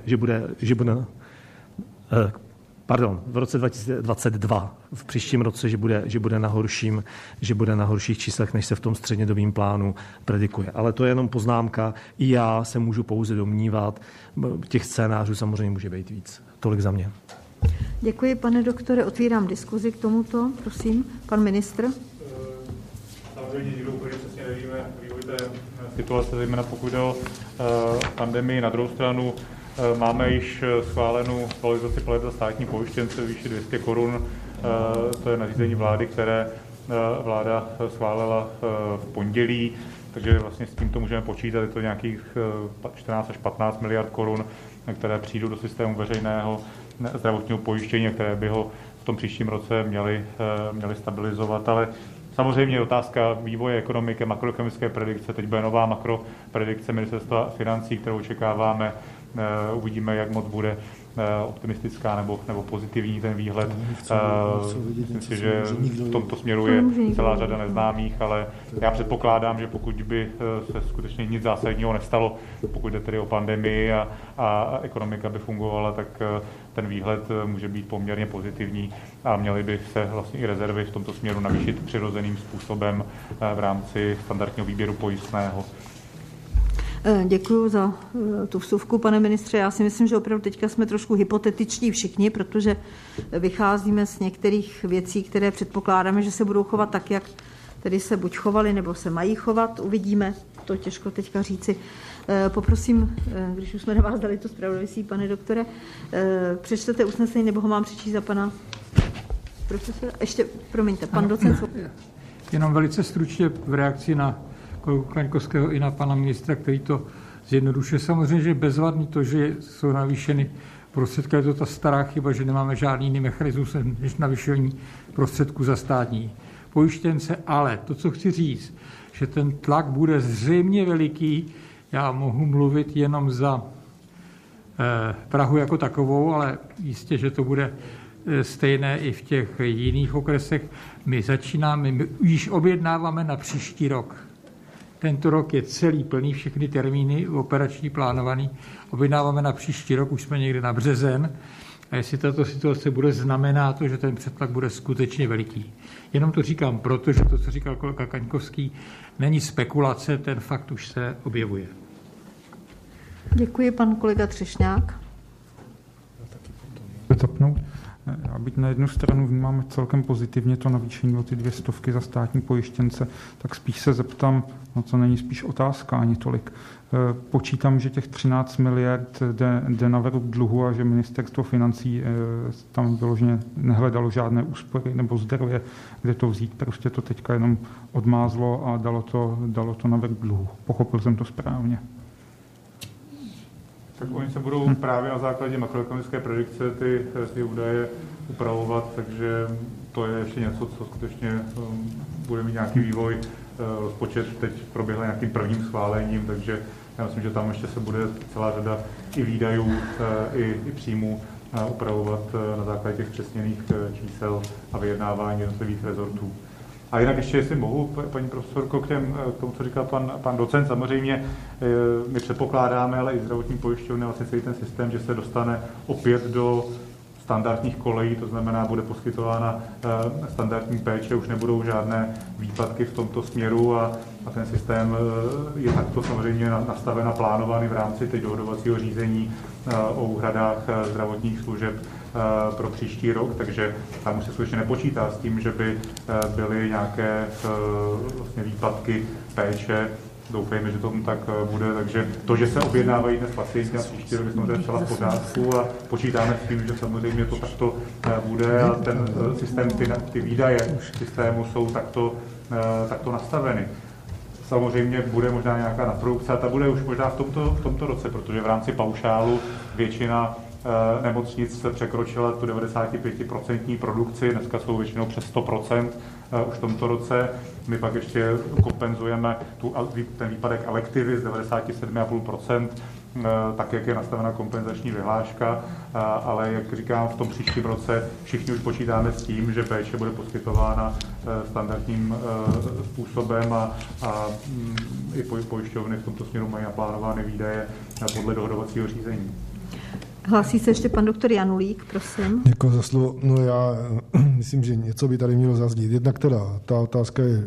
v roce 2022, v příštím roce, že bude na horších číslech, než se v tom střednědobém plánu predikuje. Ale to je jenom poznámka. I já se můžu pouze domnívat, těch scénářů samozřejmě může být víc. Tolik za mě. Děkuji, pane doktore. Otvírám diskuzi k tomuto. Prosím, pan ministr. Samozřejmě nikdo úplně přesně nevíme vývoj té situace, zejména pokud jde o pandemii. Na druhou stranu máme již schválenou valorizaci plateb za státní pojištěnce výši 200 korun. To je nařízení vlády, které vláda schválila v pondělí, takže vlastně s tímto můžeme počítat. Je to nějakých 14 až 15 miliard korun, které přijdou do systému veřejného zdravotního pojištění, které by ho v tom příštím roce měly stabilizovat. Ale samozřejmě otázka vývoje ekonomiky, makroekonomické predikce, teď bude nová makropredikce Ministerstva financí, kterou očekáváme. Uvidíme, jak moc bude optimistická nebo pozitivní ten výhled. Myslím si, že v tomto směru je celá řada neznámých, ale já předpokládám, že pokud by se skutečně nic zásadního nestalo, pokud jde tedy o pandemii a ekonomika by fungovala, tak ten výhled může být poměrně pozitivní a měly by se vlastně i rezervy v tomto směru navýšit přirozeným způsobem v rámci standardního výběru pojistného. Děkuji za tu vsuvku, pane ministře. Já si myslím, že opravdu teďka jsme trošku hypotetiční všichni, protože vycházíme z některých věcí, které předpokládáme, že se budou chovat tak, jak tedy se buď chovali, nebo se mají chovat. Uvidíme, to těžko teďka říci. Poprosím, když už jsme na vás dali to zpravodajství, pane doktore, přečtete usnesení, nebo ho mám přečíst za pana profesora? Ještě, promiňte, pan docent. Jenom velice stručně v reakci na kolegu Kaňkovského i na pana ministra, který to zjednodušuje. Samozřejmě, že bezvadný to, že jsou navýšeny prostředky, je to ta stará chyba, že nemáme žádný jiný mechanismus než navýšení prostředků za státní pojištěnce, ale to, co chci říct, že ten tlak bude zřejmě veliký. Já mohu mluvit jenom za Prahu jako takovou, ale jistě, že to bude stejné i v těch jiných okresech. My již objednáváme na příští rok. Tento rok je celý plný, všechny termíny operační plánovaný. Objednáváme na příští rok, už jsme někde na březen. A jestli tato situace bude, znamená to, že ten přetlak bude skutečně veliký. Jenom to říkám, protože to, co říkal kolega Kaňkovský, není spekulace, ten fakt už se objevuje. Děkuji, pan kolega Třešňák. Já byť na jednu stranu vnímáme celkem pozitivně to navýšení o ty 200 za státní pojištěnce, tak spíš se zeptám, no co není spíš otázka ani tolik. Počítám, že těch 13 miliard jde na vrub dluhu a že ministerstvo financí tam vyloženě nehledalo žádné úspory nebo zdroje, kde to vzít. Prostě to teďka jenom odmázlo a dalo to na vrub dluhu. Pochopil jsem to správně. Tak oni se budou právě na základě makroekonomické predikce ty údaje upravovat, takže to je ještě něco, co skutečně bude mít nějaký vývoj. Rozpočet teď proběhl nějakým prvním schválením, takže já myslím, že tam ještě se bude celá řada i výdajů, i příjmů upravovat na základě těch zpřesněných čísel a vyjednávání jednotlivých rezortů. A jinak ještě, jestli mohu, paní profesorko, k tomu, co říkal pan docent, samozřejmě my předpokládáme, ale i zdravotní pojišťovny, vlastně celý ten systém, že se dostane opět do standardních kolejí, to znamená, bude poskytována standardní péče, už nebudou žádné výpadky v tomto směru a ten systém je takto samozřejmě nastaven a plánovaný v rámci teď dohodovacího řízení o úhradách zdravotních služeb pro příští rok, takže tam už se skutečně nepočítá s tím, že by byly nějaké vlastně výpadky péče. Doufejme, že tomu tak bude, takže to, že se objednávají dnes pacienti na příští rok, je samozřejmě celá v pořádku a počítáme s tím, že samozřejmě to takto bude a ten systém, ty výdaje systému jsou takto nastaveny. Samozřejmě bude možná nějaká nadprodukce a ta bude už možná v tomto roce, protože v rámci paušálu většina nemocnic překročila tu 95% produkci, dneska jsou většinou přes 100% už v tomto roce. My pak ještě kompenzujeme ten výpadek elektivy z 97,5%, tak, jak je nastavena kompenzační vyhláška, ale jak říkám, v tom příštím roce všichni už počítáme s tím, že péče bude poskytována standardním způsobem a i pojišťovny v tomto směru mají naplánovány výdaje podle dohodovacího řízení. Hlásí se ještě pan doktor Janulík, prosím. Děkuji za slovo. No já myslím, že něco by tady mělo zaznít. Jednak teda ta otázka je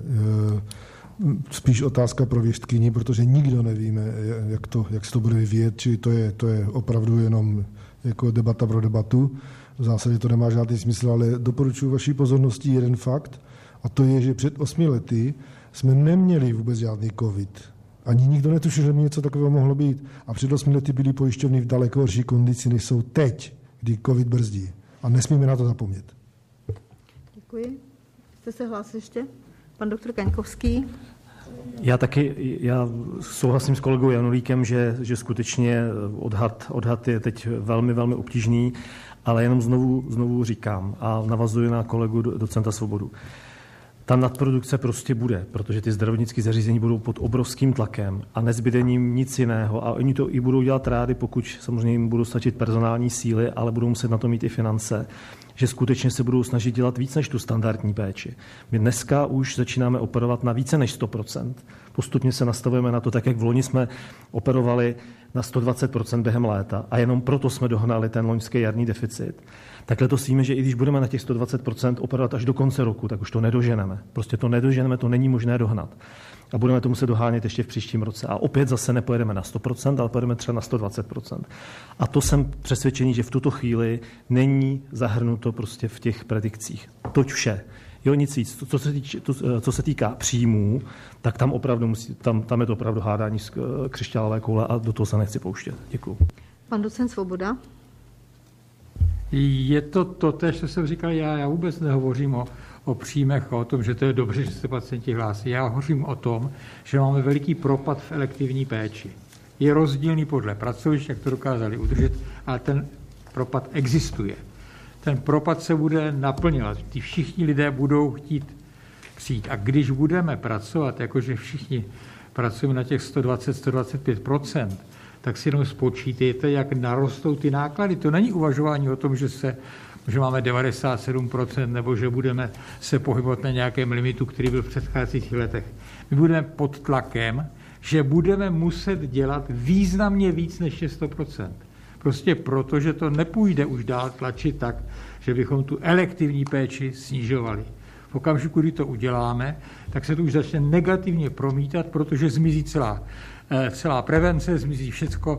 spíš otázka pro věštkyni, protože nikdo nevíme, jak se to bude vyvíjet, čili to je opravdu jenom jako debata pro debatu. V zásadě to nemá žádný smysl, ale doporučuji vaší pozornosti jeden fakt, a to je, že před 8 lety jsme neměli vůbec žádný covid. Ani nikdo netušil, že by něco takového mohlo být. A před 8 lety byly pojišťovny v daleko horší kondici, než jsou teď, kdy covid brzdí. A nesmíme na to zapomnět. Děkuji. Jste se hlásil ještě? Pan doktor Kaňkovský. Já souhlasím s kolegou Janulíkem, že skutečně odhad je teď velmi, velmi obtížný, ale jenom znovu říkám a navazuji na kolegu docenta Svobodu. Ta nadprodukce prostě bude, protože ty zdravotnické zařízení budou pod obrovským tlakem a nezbyde jim nic jiného. A oni to i budou dělat rádi, pokud samozřejmě jim budou stačit personální síly, ale budou muset na to mít i finance, že skutečně se budou snažit dělat víc než tu standardní péči. My dneska už začínáme operovat na více než 100%. Postupně se nastavujeme na to, tak jak v loni jsme operovali na 120% během léta a jenom proto jsme dohnali ten loňský jarní deficit. Tak letos víme, že i když budeme na těch 120% operovat až do konce roku, tak už to nedoženeme. Prostě to nedoženeme, to není možné dohnat. A budeme to muset dohánět ještě v příštím roce. A opět zase nepojedeme na 100%, ale pojedeme třeba na 120%. A to jsem přesvědčený, že v tuto chvíli není zahrnuto prostě v těch predikcích. Toť vše. Jo, nic víc. Co se týká příjmů, tak tam opravdu tam je to opravdu hádání z křišťálové koule a do toho se nechci pouštět. Děkuju. Pan docent Svoboda. Je to totéž, co jsem říkal já vůbec nehovořím o příjmech, o tom, že to je dobře, že se pacienti hlásí. Já hovořím o tom, že máme veliký propad v elektivní péči. je rozdílný podle pracovišť, jak to dokázali udržet, ale ten propad existuje. Ten propad se bude naplňovat. Ty všichni lidé budou chtít přijít. A když budeme pracovat, jakože všichni pracujeme na těch 120-125%, tak si jenom spočítejte, jak narostou ty náklady. To není uvažování o tom, že máme 97%, nebo že budeme se pohybovat na nějakém limitu, který byl v předcházejících letech. My budeme pod tlakem, že budeme muset dělat významně víc než je 100%. Prostě proto, že to nepůjde už dál tlačit tak, že bychom tu elektivní péči snižovali. V okamžiku, kdy to uděláme, tak se to už začne negativně promítat, protože zmizí celá prevence, zmizí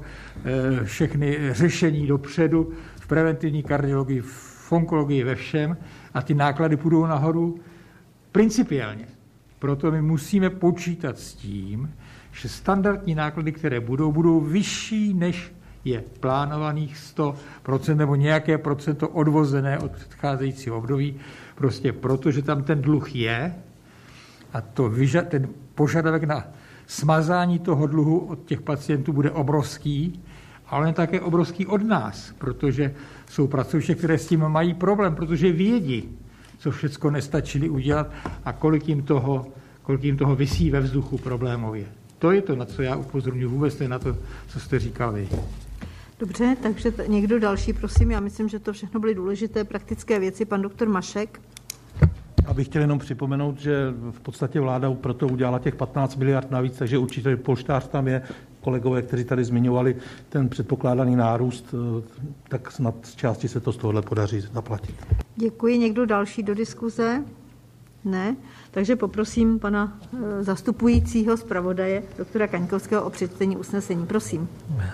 všechny řešení dopředu, v preventivní kardiologii, v onkologii, ve všem, a ty náklady půjdou nahoru principiálně. Proto my musíme počítat s tím, že standardní náklady, které budou vyšší, než je plánovaných 100% nebo nějaké procento odvozené od předcházejícího období, prostě proto, že tam ten dluh je a ten požadavek na smazání toho dluhu od těch pacientů bude obrovský, ale také obrovský od nás, protože jsou pracoviště, které s tím mají problém, protože vědí, co všechno nestačili udělat a kolik jim toho visí ve vzduchu problémově. To je to, na co já upozorňuji, vůbec ne na to, co jste říkal vy. Dobře, takže někdo další, prosím. Já myslím, že to všechno byly důležité praktické věci. Pan doktor Mašek. Abych chtěl jenom připomenout, že v podstatě vláda proto udělala těch 15 miliard navíc, takže určitě polštář tam je. Kolegové, kteří tady zmiňovali ten předpokládaný nárůst, tak snad z části se to z tohohle podaří zaplatit. Děkuji. Někdo další do diskuze? Ne? Takže poprosím pana zastupujícího zpravodaje, doktora Kaňkovského, o přečtení usnesení. Prosím.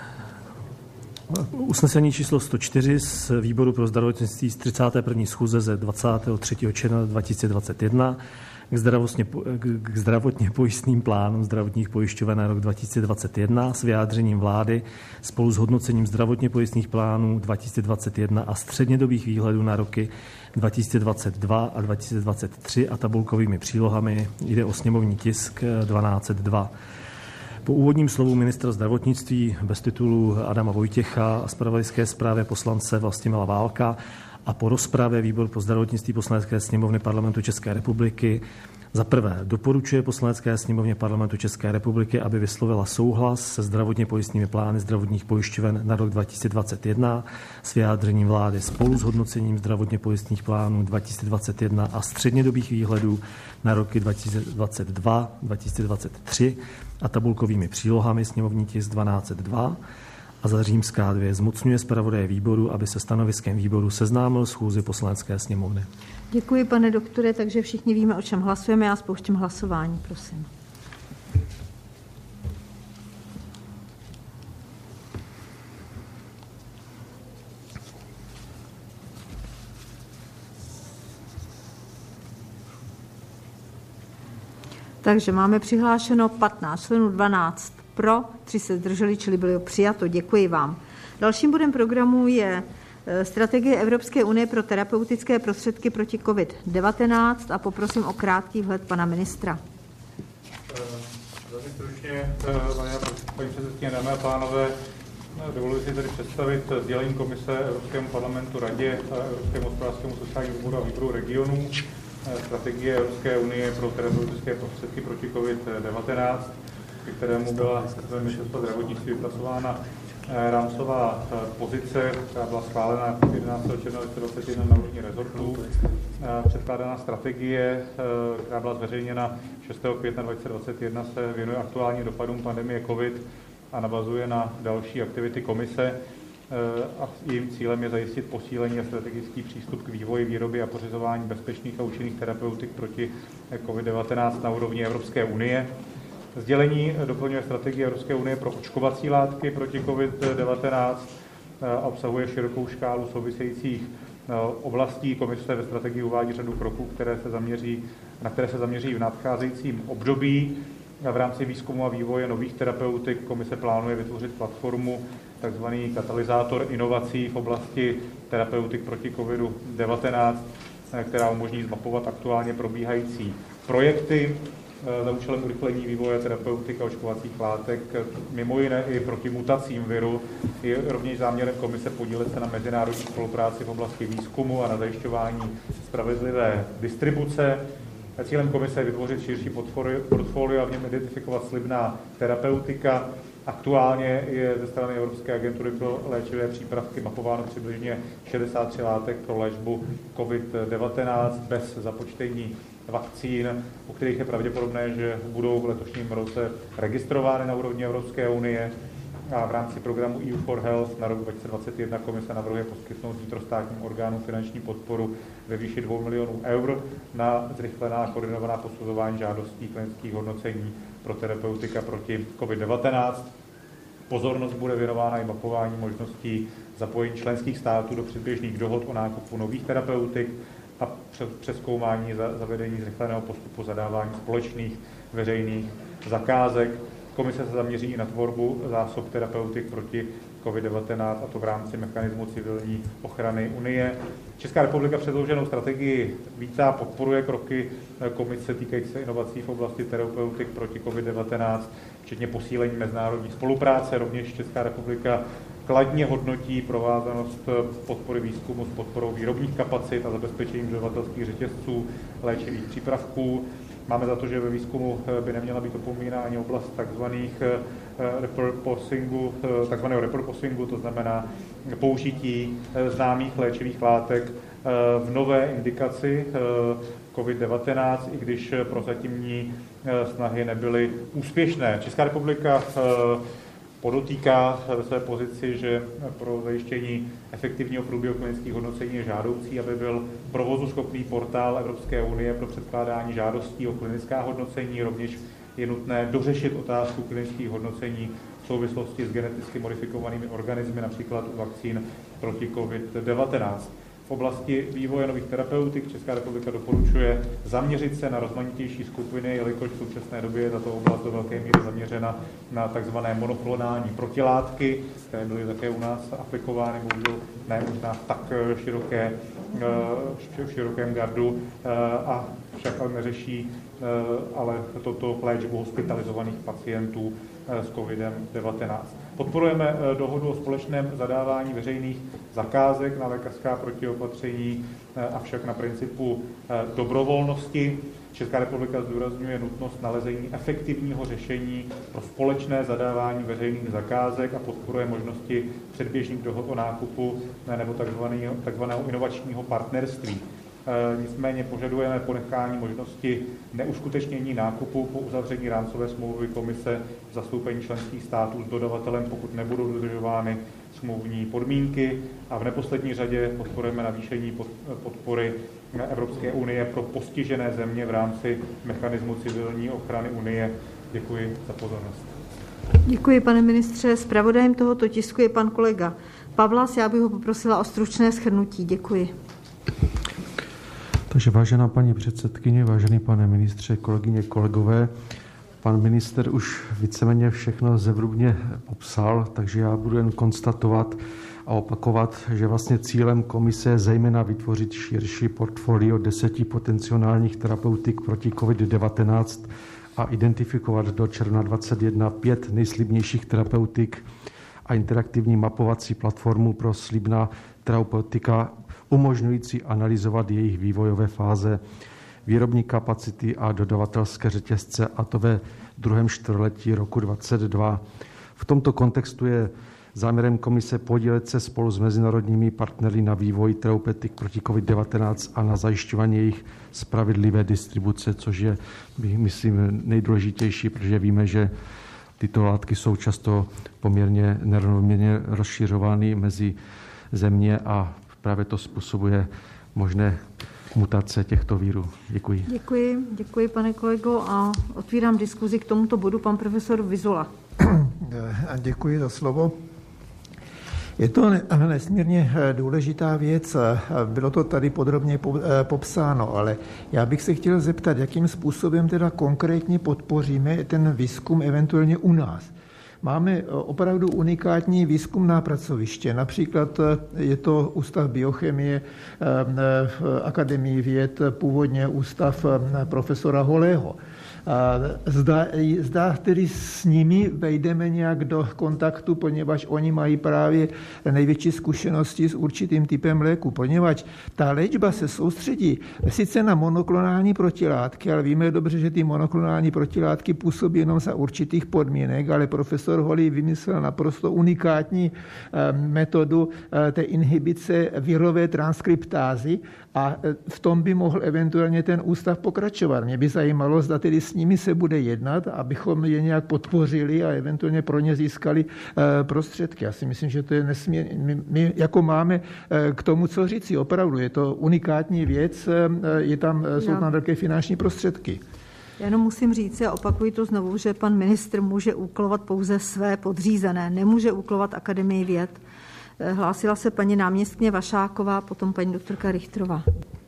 Usnesení číslo 104 z výboru pro zdravotnictví z 31. schůze ze 23. června 2021 k zdravotně pojistným plánům zdravotních pojišťoven na rok 2021 s vyjádřením vlády spolu s hodnocením zdravotně pojistných plánů 2021 a střednědobých výhledů na roky 2022 a 2023 a tabulkovými přílohami. Jde o sněmovní tisk 1202. Po úvodním slovu ministra zdravotnictví bez titulu Adama Vojtěcha a zpravodajské zprávě poslance Vlastimila Válka a po rozpravě výbor pro zdravotnictví Poslanecké sněmovny Parlamentu České republiky za prvé doporučuje Poslanecké sněmovně Parlamentu České republiky, aby vyslovila souhlas se zdravotně pojistnými plány zdravotních pojišťoven na rok 2021 s vyjádřením vlády spolu s hodnocením zdravotně pojistných plánů 2021 a střednědobých výhledů na roky 2022, 2023 a tabulkovými přílohami sněmovní tisk 1202 a za římská 2 zmocňuje zpravodaje výboru, aby se stanoviskem výboru seznámil schůzi Poslanecké sněmovny. Děkuji, pane doktore, takže všichni víme, o čem hlasujeme. Já spouštím hlasování, prosím. Takže máme přihlášeno 15 členů, 12 pro, 3 se zdrželi, čili bylo přijato. Děkuji vám. Dalším bodem programu je strategie Evropské unie pro terapeutické prostředky proti COVID-19 a poprosím o krátký vhled pana ministra. Velmi stručně, paní předsedkyně, dámy a pánové, dovoluji si tady představit sdělení Komise Evropskému parlamentu, Radě a Evropskému hospodářskému sociálnímu výboru a výboru regionů strategie Evropské unie pro terapeutické prostředky proti COVID-19, ke kterému byla ministerstva zdravotnictví vypracována rámcová pozice, která byla schválena 11. června 2021 na úrovni rezortů. Předkládaná strategie, která byla zveřejněna 6. května 2021, se věnuje aktuálním dopadům pandemie COVID a navazuje na další aktivity komise. A jejím cílem je zajistit posílení a strategický přístup k vývoji, výrobě a pořizování bezpečných a účinných terapeutik proti COVID-19 na úrovni Evropské unie. Sdělení doplňuje strategii Evropské unie pro očkovací látky proti COVID-19 a obsahuje širokou škálu souvisejících oblastí. Komise ve strategii uvádí řadu kroků, na které se zaměří v nadcházejícím období. V rámci výzkumu a vývoje nových terapeutik komise plánuje vytvořit platformu, takzvaný katalyzátor inovací v oblasti terapeutik proti COVID-19, která umožní zmapovat aktuálně probíhající projekty. za účelem urychlení vývoje terapeutik a očkovacích látek, mimo jiné i proti mutacím viru. Je rovněž záměrem komise podílet se na mezinárodní spolupráci v oblasti výzkumu a na zajišťování spravedlivé distribuce. Cílem komise je vytvořit širší portfolio a v něm identifikovat slibná terapeutika. Aktuálně je ze strany Evropské agentury pro léčivé přípravky mapováno přibližně 63 látek pro léčbu COVID-19 bez započtení vakcín, u kterých je pravděpodobné, že budou v letošním roce registrovány na úrovni Evropské unie. A v rámci programu EU for Health na rok 2021 komise navrhuje poskytnout vnitrostátním orgánům finanční podporu ve výši 2 milionů eur na zrychlená a koordinovaná posuzování žádostí klinických hodnocení pro terapeutika proti COVID-19. Pozornost bude věnována i mapování možností zapojení členských států do předběžných dohod o nákupu nových terapeutik a přezkoumání zavedení zrychleného postupu zadávání společných veřejných zakázek. Komise se zaměří i na tvorbu zásob terapeutik proti COVID-19, a to v rámci mechanismu civilní ochrany Unie. Česká republika předloženou strategii vítá, podporuje kroky komise týkající se inovací v oblasti terapeutik proti COVID-19, včetně posílení mezinárodní spolupráce. Rovněž Česká republika kladně hodnotí provázanost podpory výzkumu s podporou výrobních kapacit a zabezpečením dodavatelských řetězců léčivých přípravků. Máme za to, že ve výzkumu by neměla být opomínána ani oblast takzvaného repurposingu, to znamená použití známých léčivých látek v nové indikaci COVID-19, i když prozatímní snahy nebyly úspěšné. Česká republika podotýká ve své pozici, že pro zajištění efektivního průběhu klinických hodnocení je žádoucí, aby byl provozuschopný portál Evropské unie pro předkládání žádostí o klinická hodnocení. Rovněž je nutné dořešit otázku klinických hodnocení v souvislosti s geneticky modifikovanými organismy, například u vakcín proti COVID-19. V oblasti vývoje nových terapeutik Česká republika doporučuje zaměřit se na rozmanitější skupiny, jelikož v současné době je tato oblast do velké míry zaměřena na tzv. Monoklonální protilátky, které byly také u nás aplikovány, bohužel ne možná v tak širokém gardu, a však ale neřeší ale toto léčbu hospitalizovaných pacientů s COVID-19. Podporujeme dohodu o společném zadávání veřejných zakázek na lékařská protiopatření, avšak na principu dobrovolnosti. Česká republika zdůrazňuje nutnost nalezení efektivního řešení pro společné zadávání veřejných zakázek a podporuje možnosti předběžných dohod o nákupu nebo takzvaného inovačního partnerství. Nicméně požadujeme ponechání možnosti neuskutečnění nákupu po uzavření rámcové smlouvy komise v zastoupení členských států s dodavatelem, pokud nebudou dodržovány smluvní podmínky, a v neposlední řadě podporujeme navýšení podpory Evropské unie pro postižené země v rámci mechanismu civilní ochrany Unie. Děkuji za pozornost. Děkuji, pane ministře. Zpravodajem tohoto tisku je pan kolega Pavlas. Já bych ho poprosila o stručné shrnutí. Děkuji. Takže vážená paní předsedkyně, vážený pane ministře, kolegyně, kolegové, pan minister už víceméně všechno zevrubně popsal, takže já budu jen konstatovat a opakovat, že vlastně cílem komise je zejména vytvořit širší portfolio 10 potenciálních terapeutik proti COVID-19 a identifikovat do června 2021 5 nejslibnějších terapeutik a interaktivní mapovací platformu pro slibná terapeutika, umožňující analyzovat jejich vývojové fáze, výrobní kapacity a dodavatelské řetězce, a to ve druhém čtvrtletí roku 2022. V tomto kontextu je záměrem komise podílet se spolu s mezinárodními partnery na vývoji terapeutik proti COVID-19 a na zajišťování jejich spravedlivé distribuce, což je, myslím, nejdůležitější, protože víme, že tyto látky jsou často poměrně nerovnoměrně rozšiřovány mezi země a právě to způsobuje možné mutace těchto vírů. Děkuji. Děkuji, pane kolego, a otvírám diskuzi k tomuto bodu. Pan profesor Vyzula. Děkuji za slovo. Je to nesmírně důležitá věc, bylo to tady podrobně popsáno, ale já bych se chtěl zeptat, jakým způsobem teda konkrétně podpoříme ten výzkum eventuálně u nás. máme opravdu unikátní výzkumná pracoviště. Například je to Ústav biochemie Akademii věd, původně ústav profesora Holého. Zda tedy s nimi vejdeme nějak do kontaktu, poněvadž oni mají právě největší zkušenosti s určitým typem léku, poněvadž ta léčba se soustředí sice na monoklonální protilátky, ale víme dobře, že ty monoklonální protilátky působí jenom za určitých podmínek, ale profesor Holý vymyslel naprosto unikátní metodu té inhibice virové transkriptázy a v tom by mohl eventuálně ten ústav pokračovat. Mě by zajímalo, zda tedy s nimi se bude jednat, abychom je nějak podpořili a eventuálně pro ně získali prostředky. Já si myslím, že to je nesmírně. My jako máme k tomu co říci. Opravdu je to unikátní věc, jsou tam velké finanční prostředky. Já jenom musím říct, a opakuji to znovu, že pan ministr může úkolovat pouze své podřízené, nemůže úkolovat Akademii věd. Hlásila se paní náměstkyně Vašáková, potom paní doktorka Richtrová.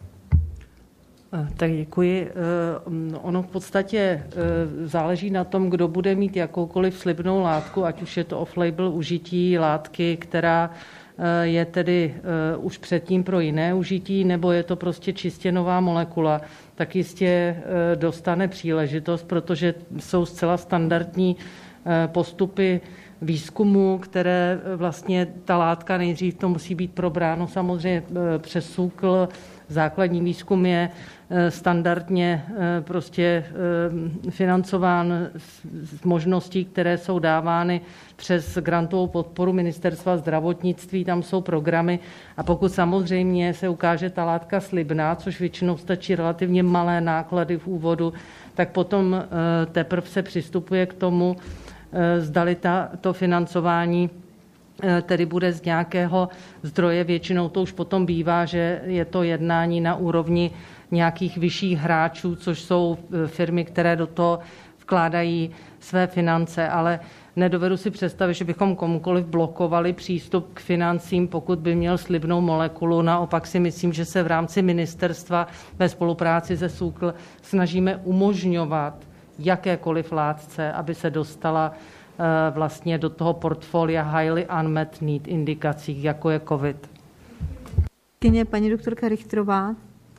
Tak děkuji. Ono v podstatě záleží na tom, kdo bude mít jakoukoliv slibnou látku, ať už je to off-label užití látky, která je tedy už předtím pro jiné užití, nebo je to prostě čistě nová molekula, tak jistě dostane příležitost, protože jsou zcela standardní postupy výzkumu, které vlastně ta látka nejdřív to musí být probráno samozřejmě přes SÚKL. Základní výzkum je standardně prostě financován z možností, které jsou dávány přes grantovou podporu Ministerstva zdravotnictví, tam jsou programy a pokud samozřejmě se ukáže ta látka slibná, což většinou stačí relativně malé náklady v úvodu, tak potom teprve se přistupuje k tomu, zdali to financování tedy bude z nějakého zdroje. Většinou to už potom bývá, že je to jednání na úrovni nějakých vyšších hráčů, což jsou firmy, které do toho vkládají své finance, ale nedovedu si představit, že bychom komukoliv blokovali přístup k financím, pokud by měl slibnou molekulu. Naopak si myslím, že se v rámci ministerstva ve spolupráci se SÚKL snažíme umožňovat jakékoliv látce, aby se dostala vlastně do toho portfolia highly unmet need indikací, jako je COVID. Paní doktorka Richtrová.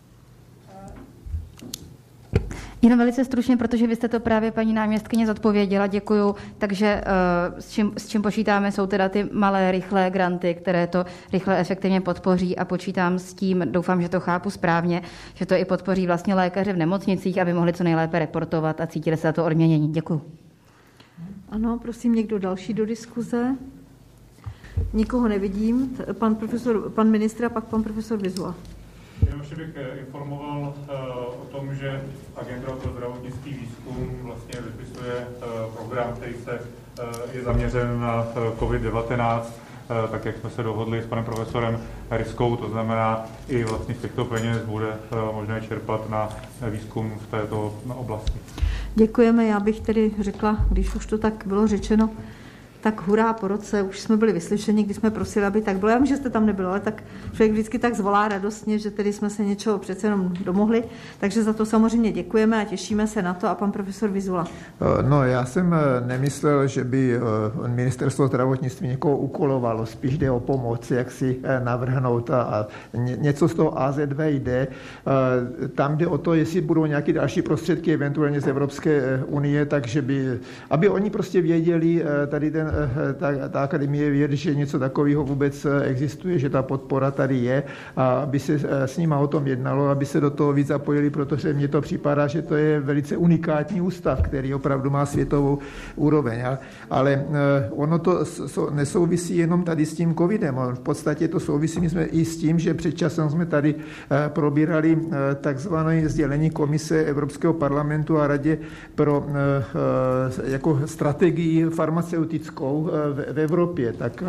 Jenom velice stručně, protože vy jste to právě paní náměstkyně zodpověděla, děkuju. Takže s čím počítáme, jsou teda ty malé, rychlé granty, které to rychle efektivně podpoří a počítám s tím, doufám, že to chápu správně, že to i podpoří vlastně lékaře v nemocnicích, aby mohli co nejlépe reportovat a cítili se za to odměnění. Děkuju. Ano, prosím, někdo další do diskuze? Nikoho nevidím. Pan ministr a pak pan profesor Vyzula. Jenom bych informoval o tom, že Agentura pro zdravotnický výzkum vlastně vypisuje program, který je zaměřen na COVID-19, tak jak jsme se dohodli s panem profesorem Ryskou, to znamená i vlastně z těchto peněz bude možné čerpat na výzkum v této oblasti. Děkujeme, já bych tedy řekla, když už to tak bylo řečeno, tak hurá po roce, už jsme byli vyslyšeni, když jsme prosili, aby tak bylo. Já vím, že jste tam nebyl, ale tak člověk vždycky tak zvolá radostně, že tedy jsme se něčeho přece jenom domohli. Takže za to samozřejmě děkujeme a těšíme se na to. A pan profesor Vyzula. No, já jsem nemyslel, že by ministerstvo zdravotnictví někoho úkolovalo. Spíš jde o pomoc, jak si navrhnout a něco z toho AZV jde. Tam jde o to, jestli budou nějaké další prostředky, eventuálně z Evropské unie, takže aby oni prostě věděli, tady ta akademie věd, že něco takového vůbec existuje, že ta podpora tady je a aby se s nima o tom jednalo, aby se do toho víc zapojili, protože mně to připadá, že to je velice unikátní ústav, který opravdu má světovou úroveň. Ale ono to nesouvisí jenom tady s tím covidem. V podstatě to souvisí jsme i s tím, že před časem jsme tady probírali takzvané sdělení Komise Evropského parlamentu a Radě pro jako strategii farmaceutickou v Evropě, tak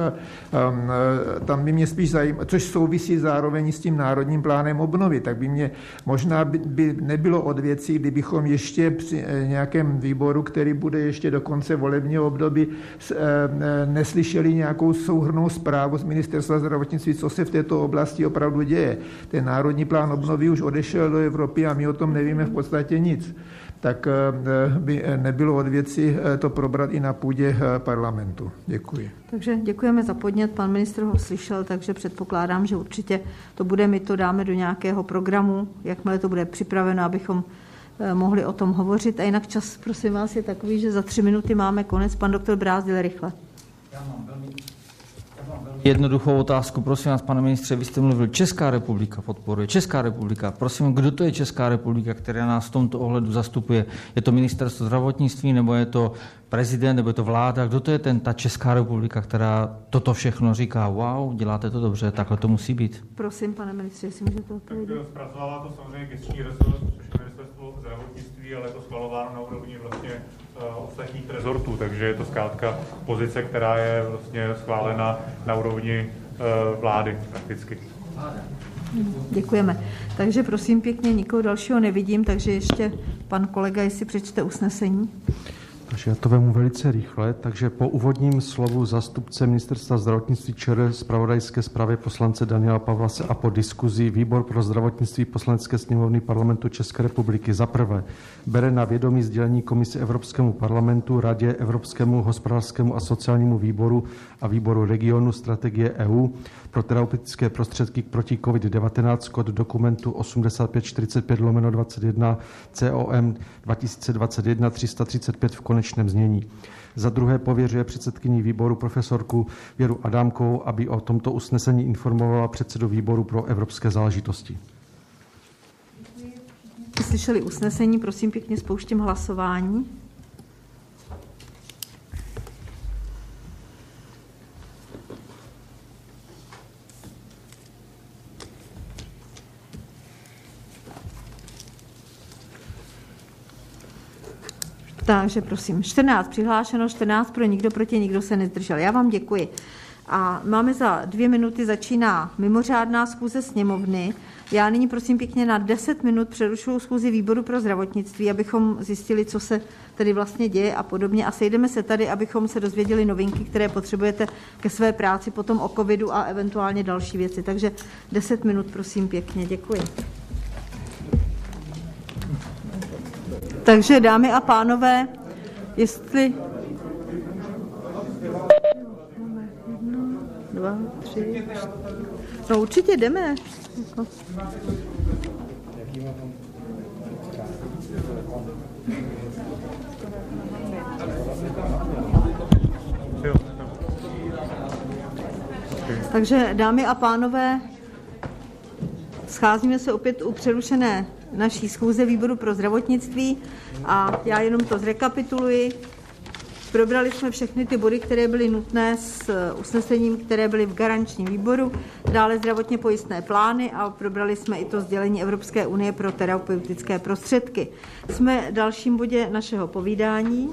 tam by mě spíš zajímalo, což souvisí zároveň s tím národním plánem obnovy, tak by mě možná by nebylo od věcí, kdybychom ještě při nějakém výboru, který bude ještě do konce volebního období, neslyšeli nějakou souhrnnou zprávu z Ministerstva zdravotnictví, co se v této oblasti opravdu děje. Ten národní plán obnovy už odešel do Evropy a my o tom nevíme v podstatě nic. tak by nebylo od věci to probrat i na půdě parlamentu. Děkuji. Takže děkujeme za podnět, pan ministr ho slyšel, takže předpokládám, že určitě to bude, my to dáme do nějakého programu, jakmile to bude připraveno, abychom mohli o tom hovořit. A jinak čas, prosím vás, je takový, že za 3 minuty máme konec. Pan doktor Brázdil, rychle. Já mám velmi jednoduchou otázku. Prosím vás, pane ministře, vy jste mluvil, Česká republika podporuje. Česká republika. Prosím, kdo to je Česká republika, která nás v tomto ohledu zastupuje? Je to ministerstvo zdravotnictví, nebo je to prezident, nebo je to vláda? Kdo to je ta Česká republika, která toto všechno říká? Wow, děláte to dobře, takhle to musí být. Prosím, pane ministře, jestli můžete odpovědět. Zpracovala to samozřejmě gesční rezort, což je ministerstvo zdravotnictví, ale je to schvalováno na úrovni vlastně ostatních rezortů, takže je to zkrátka pozice, která je vlastně schválena na úrovni vlády prakticky. Děkujeme. Takže prosím pěkně, nikoho dalšího nevidím, takže ještě pan kolega, jestli přečte usnesení. Takže já to vemu velice rychle. Takže po úvodním slovu zástupce Ministerstva zdravotnictví ČR, zpravodajské zprávě poslance Daniela Pawlase a po diskuzi Výbor pro zdravotnictví Poslanecké sněmovny Parlamentu České republiky za prvé bere na vědomí sdělení Komise Evropskému parlamentu, Radě, Evropskému hospodářskému a sociálnímu výboru a výboru regionu strategie EU pro terapeutické prostředky proti COVID-19 kód dokumentu 8545/21 COM 2021 335 v konečném znění. Za druhé pověřuje předsedkyni výboru profesorku Věru Adámkovou, aby o tomto usnesení informovala předsedu výboru pro evropské záležitosti. Slyšeli usnesení, prosím pěkně, spouštím hlasování. Takže prosím, 14 přihlášeno, 14 pro, nikdo proti, nikdo se nezdržel. Já vám děkuji. A máme za 2 minuty, začíná mimořádná schůze sněmovny. Já nyní prosím pěkně na 10 minut přerušuju schůzi výboru pro zdravotnictví, abychom zjistili, co se tady vlastně děje a podobně. A sejdeme se tady, abychom se dozvěděli novinky, které potřebujete ke své práci, potom o covidu a eventuálně další věci. Takže 10 minut, prosím pěkně. Děkuji. Takže dámy a pánové, jestli... 2, 3, 4. No určitě jdeme. Takže dámy a pánové, scházíme se opět u přerušené naší schůze výboru pro zdravotnictví a já jenom to zrekapituluji. Probrali jsme všechny ty body, které byly nutné s usnesením, které byly v garančním výboru, dále zdravotně pojistné plány a probrali jsme i to sdělení Evropské unie pro terapeutické prostředky. Jsme v dalším bodě našeho povídání.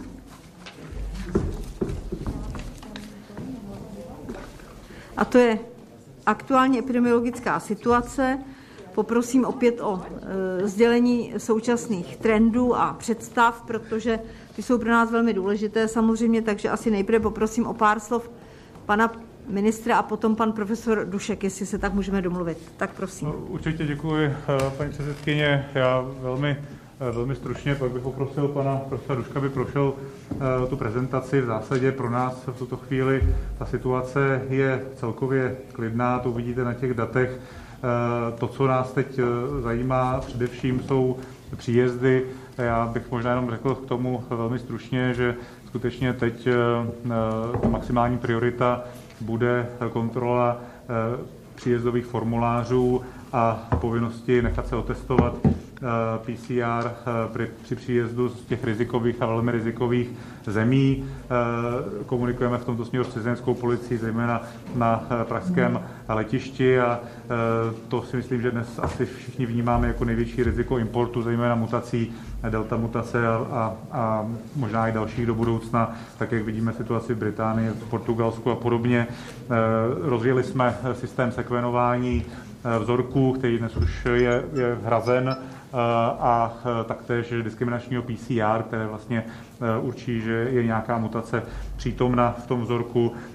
A to je aktuální epidemiologická situace. Poprosím opět o sdělení současných trendů a představ, protože ty jsou pro nás velmi důležité samozřejmě, takže asi nejprve poprosím o pár slov pana ministra a potom pan profesor Dušek, jestli se tak můžeme domluvit. Tak prosím. No, určitě děkuji, paní předsedkyně. Já velmi stručně, pak bych poprosil pana profesora Duška, aby prošel tu prezentaci. V zásadě pro nás v tuto chvíli ta situace je celkově klidná, to vidíte na těch datech. To, co nás teď zajímá, především jsou příjezdy. Já bych možná jenom řekl k tomu velmi stručně, že skutečně teď maximální priorita bude kontrola příjezdových formulářů a povinnosti nechat se otestovat PCR při příjezdu z těch rizikových a velmi rizikových zemí. Komunikujeme v tomto směru s cizineckou policií, zejména na pražském letišti a to si myslím, že dnes asi všichni vnímáme jako největší riziko importu, zejména mutací delta mutace a možná i dalších do budoucna, tak jak vidíme situaci v Británii, v Portugalsku a podobně. Rozjeli jsme systém sekvenování vzorků, který dnes už je hrazen, a taktéž diskriminačního PCR, které vlastně určí, že je nějaká mutace přítomna v tom vzorku.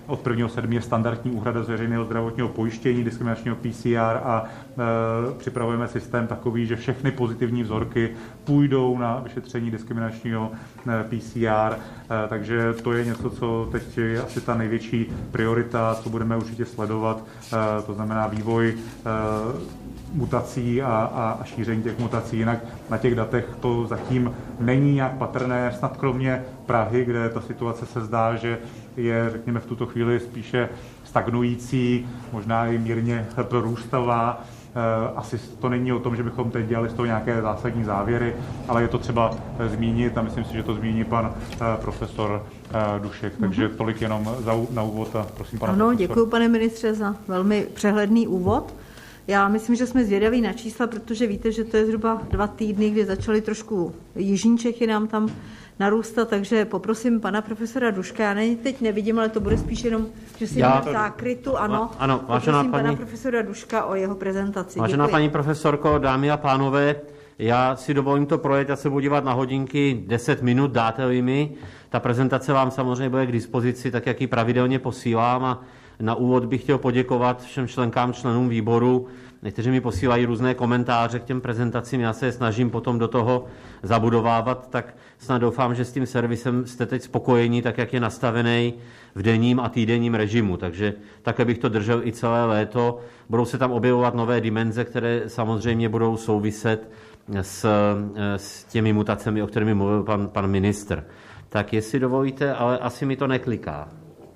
od 1.7. je standardní úhrada z veřejného zdravotního pojištění, diskriminačního PCR a připravujeme systém takový, že všechny pozitivní vzorky půjdou na vyšetření diskriminačního PCR, takže to je něco, co teď je asi ta největší priorita, co budeme určitě sledovat, to znamená vývoj mutací a šíření těch mutací. Jinak na těch datech to zatím není nějak patrné, snad kromě Prahy, kde ta situace se zdá, že je, řekněme, v tuto chvíli spíše stagnující, možná i mírně prorůstavá. Asi to není o tom, že bychom teď dělali z toho nějaké zásadní závěry, ale je to třeba zmínit a myslím si, že to zmíní pan profesor Dušek. Takže tolik jenom na úvod a prosím pana profesora. Děkuji, pane ministře, za velmi přehledný úvod. Já myslím, že jsme zvědaví na čísla, protože víte, že to je zhruba 2 týdny, kdy začaly trošku jižní Čechy nám tam narůstat, takže poprosím pana profesora Duška. Já teď nevidím, ale to bude spíš jenom, že si v zákrytu. Ano, poprosím pana profesora Duška o jeho prezentaci. Vážená paní profesorko, dámy a pánové, já si dovolím to projet, já se budu dívat na hodinky 10 minut, dáte-li mi. Ta prezentace vám samozřejmě bude k dispozici, tak jak ji pravidelně posílám, a na úvod bych chtěl poděkovat všem členům výboru, kteří mi posílají různé komentáře k těm prezentacím. Já se je snažím potom do toho zabudovávat, tak snad doufám, že s tím servisem jste teď spokojení, tak jak je nastavený v denním a týdenním režimu. Takže také bych to držel i celé léto. Budou se tam objevovat nové dimenze, které samozřejmě budou souviset s těmi mutacemi, o kterými mluvil pan ministr. Tak jestli dovolíte, ale asi mi to nekliká.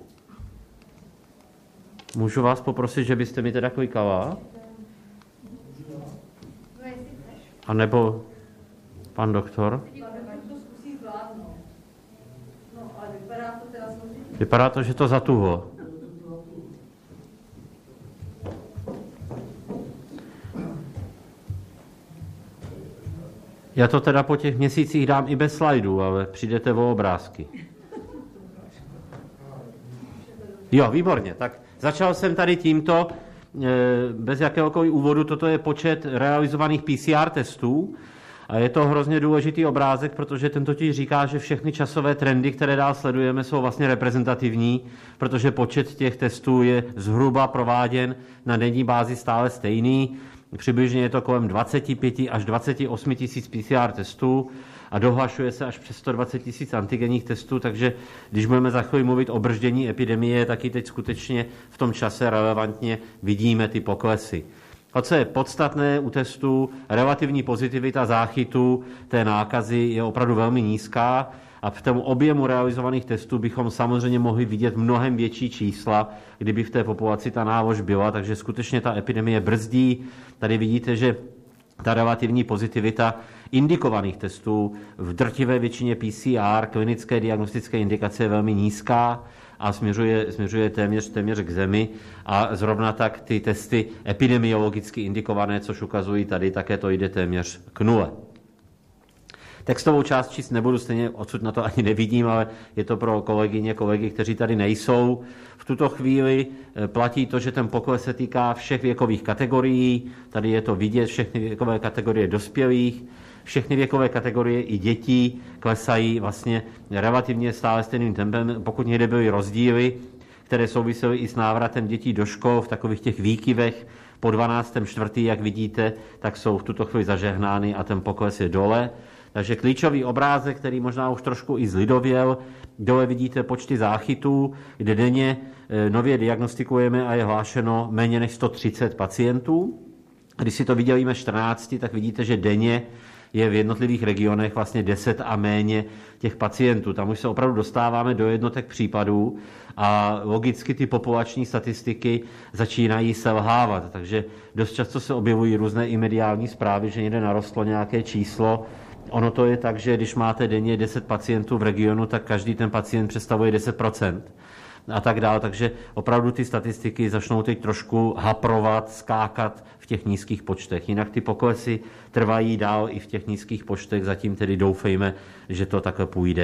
Můžu vás poprosit, že byste mi teda klikala? A nebo pan doktor? Vypadá to, že to zatuhlo. Já to teda po těch měsících dám i bez slajdů, ale přijdete o obrázky. Jo, výborně. Tak začal jsem tady tímto, bez jakéhokoliv úvodu. Toto je počet realizovaných PCR testů a je to hrozně důležitý obrázek, protože ten totiž říká, že všechny časové trendy, které dál sledujeme, jsou vlastně reprezentativní, protože počet těch testů je zhruba prováděn na denní bázi stále stejný. Přibližně je to kolem 25 až 28 tisíc PCR testů a dohlašuje se až přes 120 tisíc antigenních testů, takže když budeme za chvíli mluvit o brždění epidemie, taky teď skutečně v tom čase relevantně vidíme ty poklesy. A co je podstatné u testů, relativní pozitivita záchytu té nákazy je opravdu velmi nízká a v tom objemu realizovaných testů bychom samozřejmě mohli vidět mnohem větší čísla, kdyby v té populaci ta nálož byla, takže skutečně ta epidemie brzdí. Tady vidíte, že ta relativní pozitivita indikovaných testů v drtivé většině PCR, klinické diagnostické indikace, je velmi nízká a směřuje téměř k zemi. A zrovna tak ty testy epidemiologicky indikované, což ukazují tady, také to jde téměř k nule. Textovou část číst nebudu, stejně odsud na to ani nevidím, ale je to pro kolegy, kteří tady nejsou. V tuto chvíli platí to, že ten pokles se týká všech věkových kategorií. Tady je to vidět, všechny věkové kategorie dospělých, všechny věkové kategorie i dětí klesají vlastně relativně stále stejným tempem, pokud někde byly rozdíly, které souvisely i s návratem dětí do škol v takových těch výkyvech po 12.4., jak vidíte, tak jsou v tuto chvíli zažehnány a ten pokles je dole. Takže klíčový obrázek, který možná už trošku i zlidověl, dole vidíte počty záchytů, kde denně nově diagnostikujeme a je hlášeno méně než 130 pacientů. Když si to vydělíme 14, tak vidíte, že denně je v jednotlivých regionech vlastně 10 a méně těch pacientů. Tam už se opravdu dostáváme do jednotek případů a logicky ty populační statistiky začínají selhávat. Takže dost často se objevují různé i mediální zprávy, že někde narostlo nějaké číslo. Ono to je tak, že když máte denně 10 pacientů v regionu, tak každý ten pacient představuje 10% a tak dále. Takže opravdu ty statistiky začnou teď trošku haprovat, skákat v těch nízkých počtech. Jinak ty poklesy trvají dál i v těch nízkých počtech, zatím tedy doufejme, že to takhle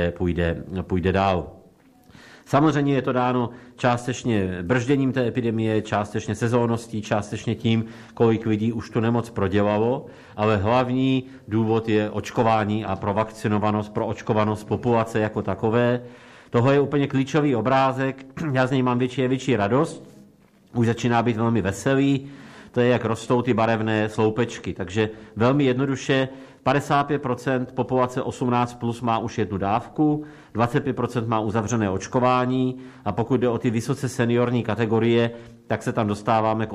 půjde dál. Samozřejmě je to dáno částečně bržděním té epidemie, částečně sezónností, částečně tím, kolik lidí už tu nemoc prodělalo, ale hlavní důvod je očkování a provakcinovanost, proočkovanost populace jako takové. Toho je úplně klíčový obrázek, já z něj mám větší a větší radost, už začíná být velmi veselý, to je, jak rostou ty barevné sloupečky. Takže velmi jednoduše 55% populace 18 plus má už jednu dávku, 25% má uzavřené očkování a pokud jde o ty vysoce seniorní kategorie, tak se tam dostáváme k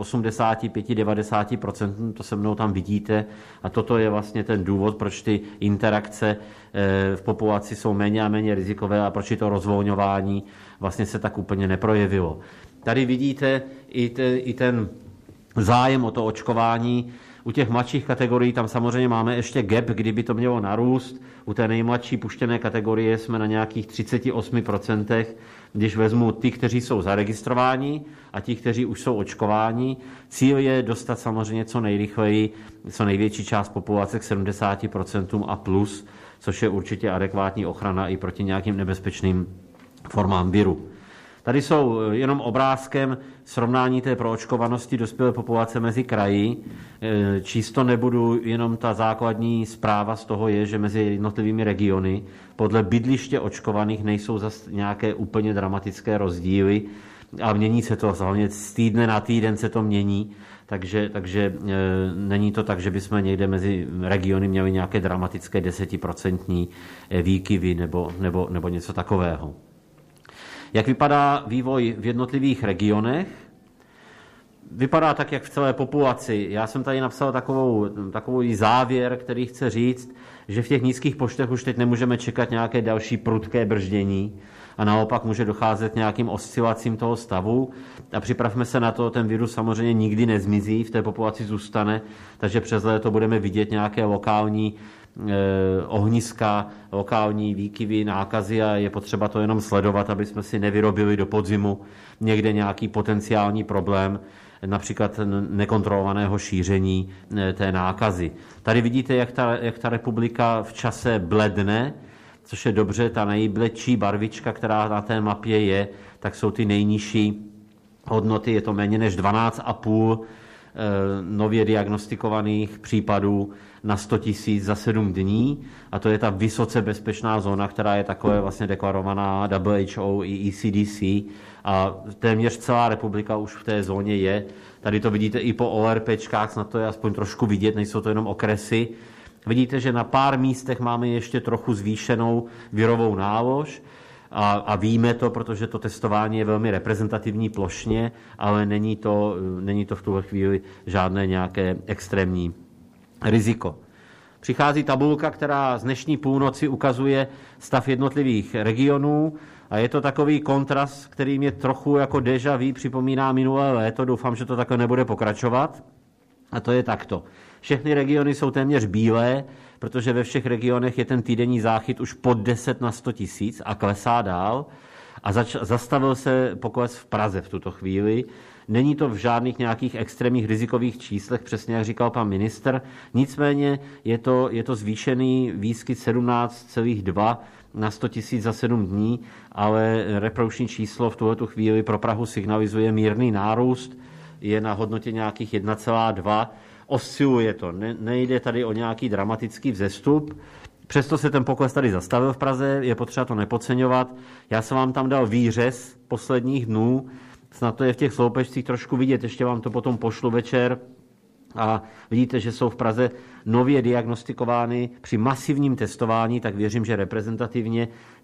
85-90%, to se mnou tam vidíte a toto je vlastně ten důvod, proč ty interakce v populaci jsou méně a méně rizikové a proč to rozvolňování vlastně se tak úplně neprojevilo. Tady vidíte i ten zájem o to očkování. U těch mladších kategorií tam samozřejmě máme ještě gap, kdyby to mělo narůst. U té nejmladší puštěné kategorie jsme na nějakých 38%, když vezmu ty, kteří jsou zaregistrováni a ti, kteří už jsou očkováni. Cíl je dostat samozřejmě co nejrychleji, co největší část populace k 70% a plus, což je určitě adekvátní ochrana i proti nějakým nebezpečným formám viru. Tady jsou jenom obrázkem srovnání té proočkovanosti dospělé populace mezi kraji. Číst to nebudu, jenom ta základní zpráva z toho je, že mezi jednotlivými regiony podle bydliště očkovaných nejsou zase nějaké úplně dramatické rozdíly a mění se to, hlavně z týdne na týden se to mění, takže není to tak, že bychom někde mezi regiony měli nějaké dramatické 10% výkyvy nebo něco takového. Jak vypadá vývoj v jednotlivých regionech? Vypadá tak, jak v celé populaci. Já jsem tady napsal takový závěr, který chce říct, že v těch nízkých počtech už teď nemůžeme čekat nějaké další prudké brždění a naopak může docházet k nějakým oscilacím toho stavu. A připravme se na to, ten virus samozřejmě nikdy nezmizí, v té populaci zůstane, takže přes léto budeme vidět nějaké lokální ohniska, lokální výkyvy nákazy a je potřeba to jenom sledovat, aby jsme si nevyrobili do podzimu někde nějaký potenciální problém, například nekontrolovaného šíření té nákazy. Tady vidíte, jak ta republika v čase bledne, což je dobře, ta nejbledší barvička, která na té mapě je, tak jsou ty nejnižší hodnoty, je to méně než 12,5 nově diagnostikovaných případů na 100 000 za 7 dní a to je ta vysoce bezpečná zóna, která je takové vlastně deklarovaná WHO i ECDC a téměř celá republika už v té zóně je. Tady to vidíte i po ORPčkách, snad to je aspoň trošku vidět, nejsou to jenom okresy. Vidíte, že na pár místech máme ještě trochu zvýšenou virovou nálož a víme to, protože to testování je velmi reprezentativní plošně, ale není to v tuhle chvíli žádné nějaké extrémní riziko. Přichází tabulka, která z dnešní půlnoci ukazuje stav jednotlivých regionů a je to takový kontrast, který mě trochu jako déjà vu připomíná minulé léto. Doufám, že to takhle nebude pokračovat. A to je takto. Všechny regiony jsou téměř bílé, protože ve všech regionech je ten týdenní záchyt už pod 10 na 100 000 a klesá dál. A zastavil se pokles v Praze v tuto chvíli. Není to v žádných nějakých extrémních rizikových číslech, přesně jak říkal pan ministr. Nicméně je to zvýšený výskyt 17,2 na 100 000 za 7 dní, ale reprodukční číslo v tuhletu chvíli pro Prahu signalizuje mírný nárůst, je na hodnotě nějakých 1,2. Osciluje to, nejde tady o nějaký dramatický vzestup. Přesto se ten pokles tady zastavil v Praze, je potřeba to nepodceňovat. Já jsem vám tam dal výřez posledních dnů, snad to je v těch sloupečcích trošku vidět, ještě vám to potom pošlu večer. A vidíte, že jsou v Praze nově diagnostikovány při masivním testování, tak věřím, že reprezentativně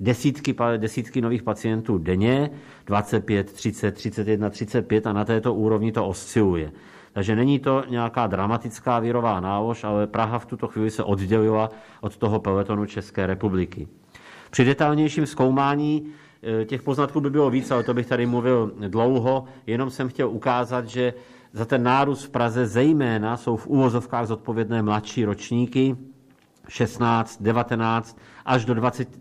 desítky nových pacientů denně, 25, 30, 31, 35 a na této úrovni to osciluje. Takže není to nějaká dramatická virová nálož, ale Praha v tuto chvíli se oddělila od toho peletonu České republiky. Při detailnějším zkoumání těch poznatků by bylo víc, ale to bych tady mluvil dlouho, jenom jsem chtěl ukázat, že za ten nárůst v Praze zejména jsou v uvozovkách zodpovědné mladší ročníky, 16, 19 až do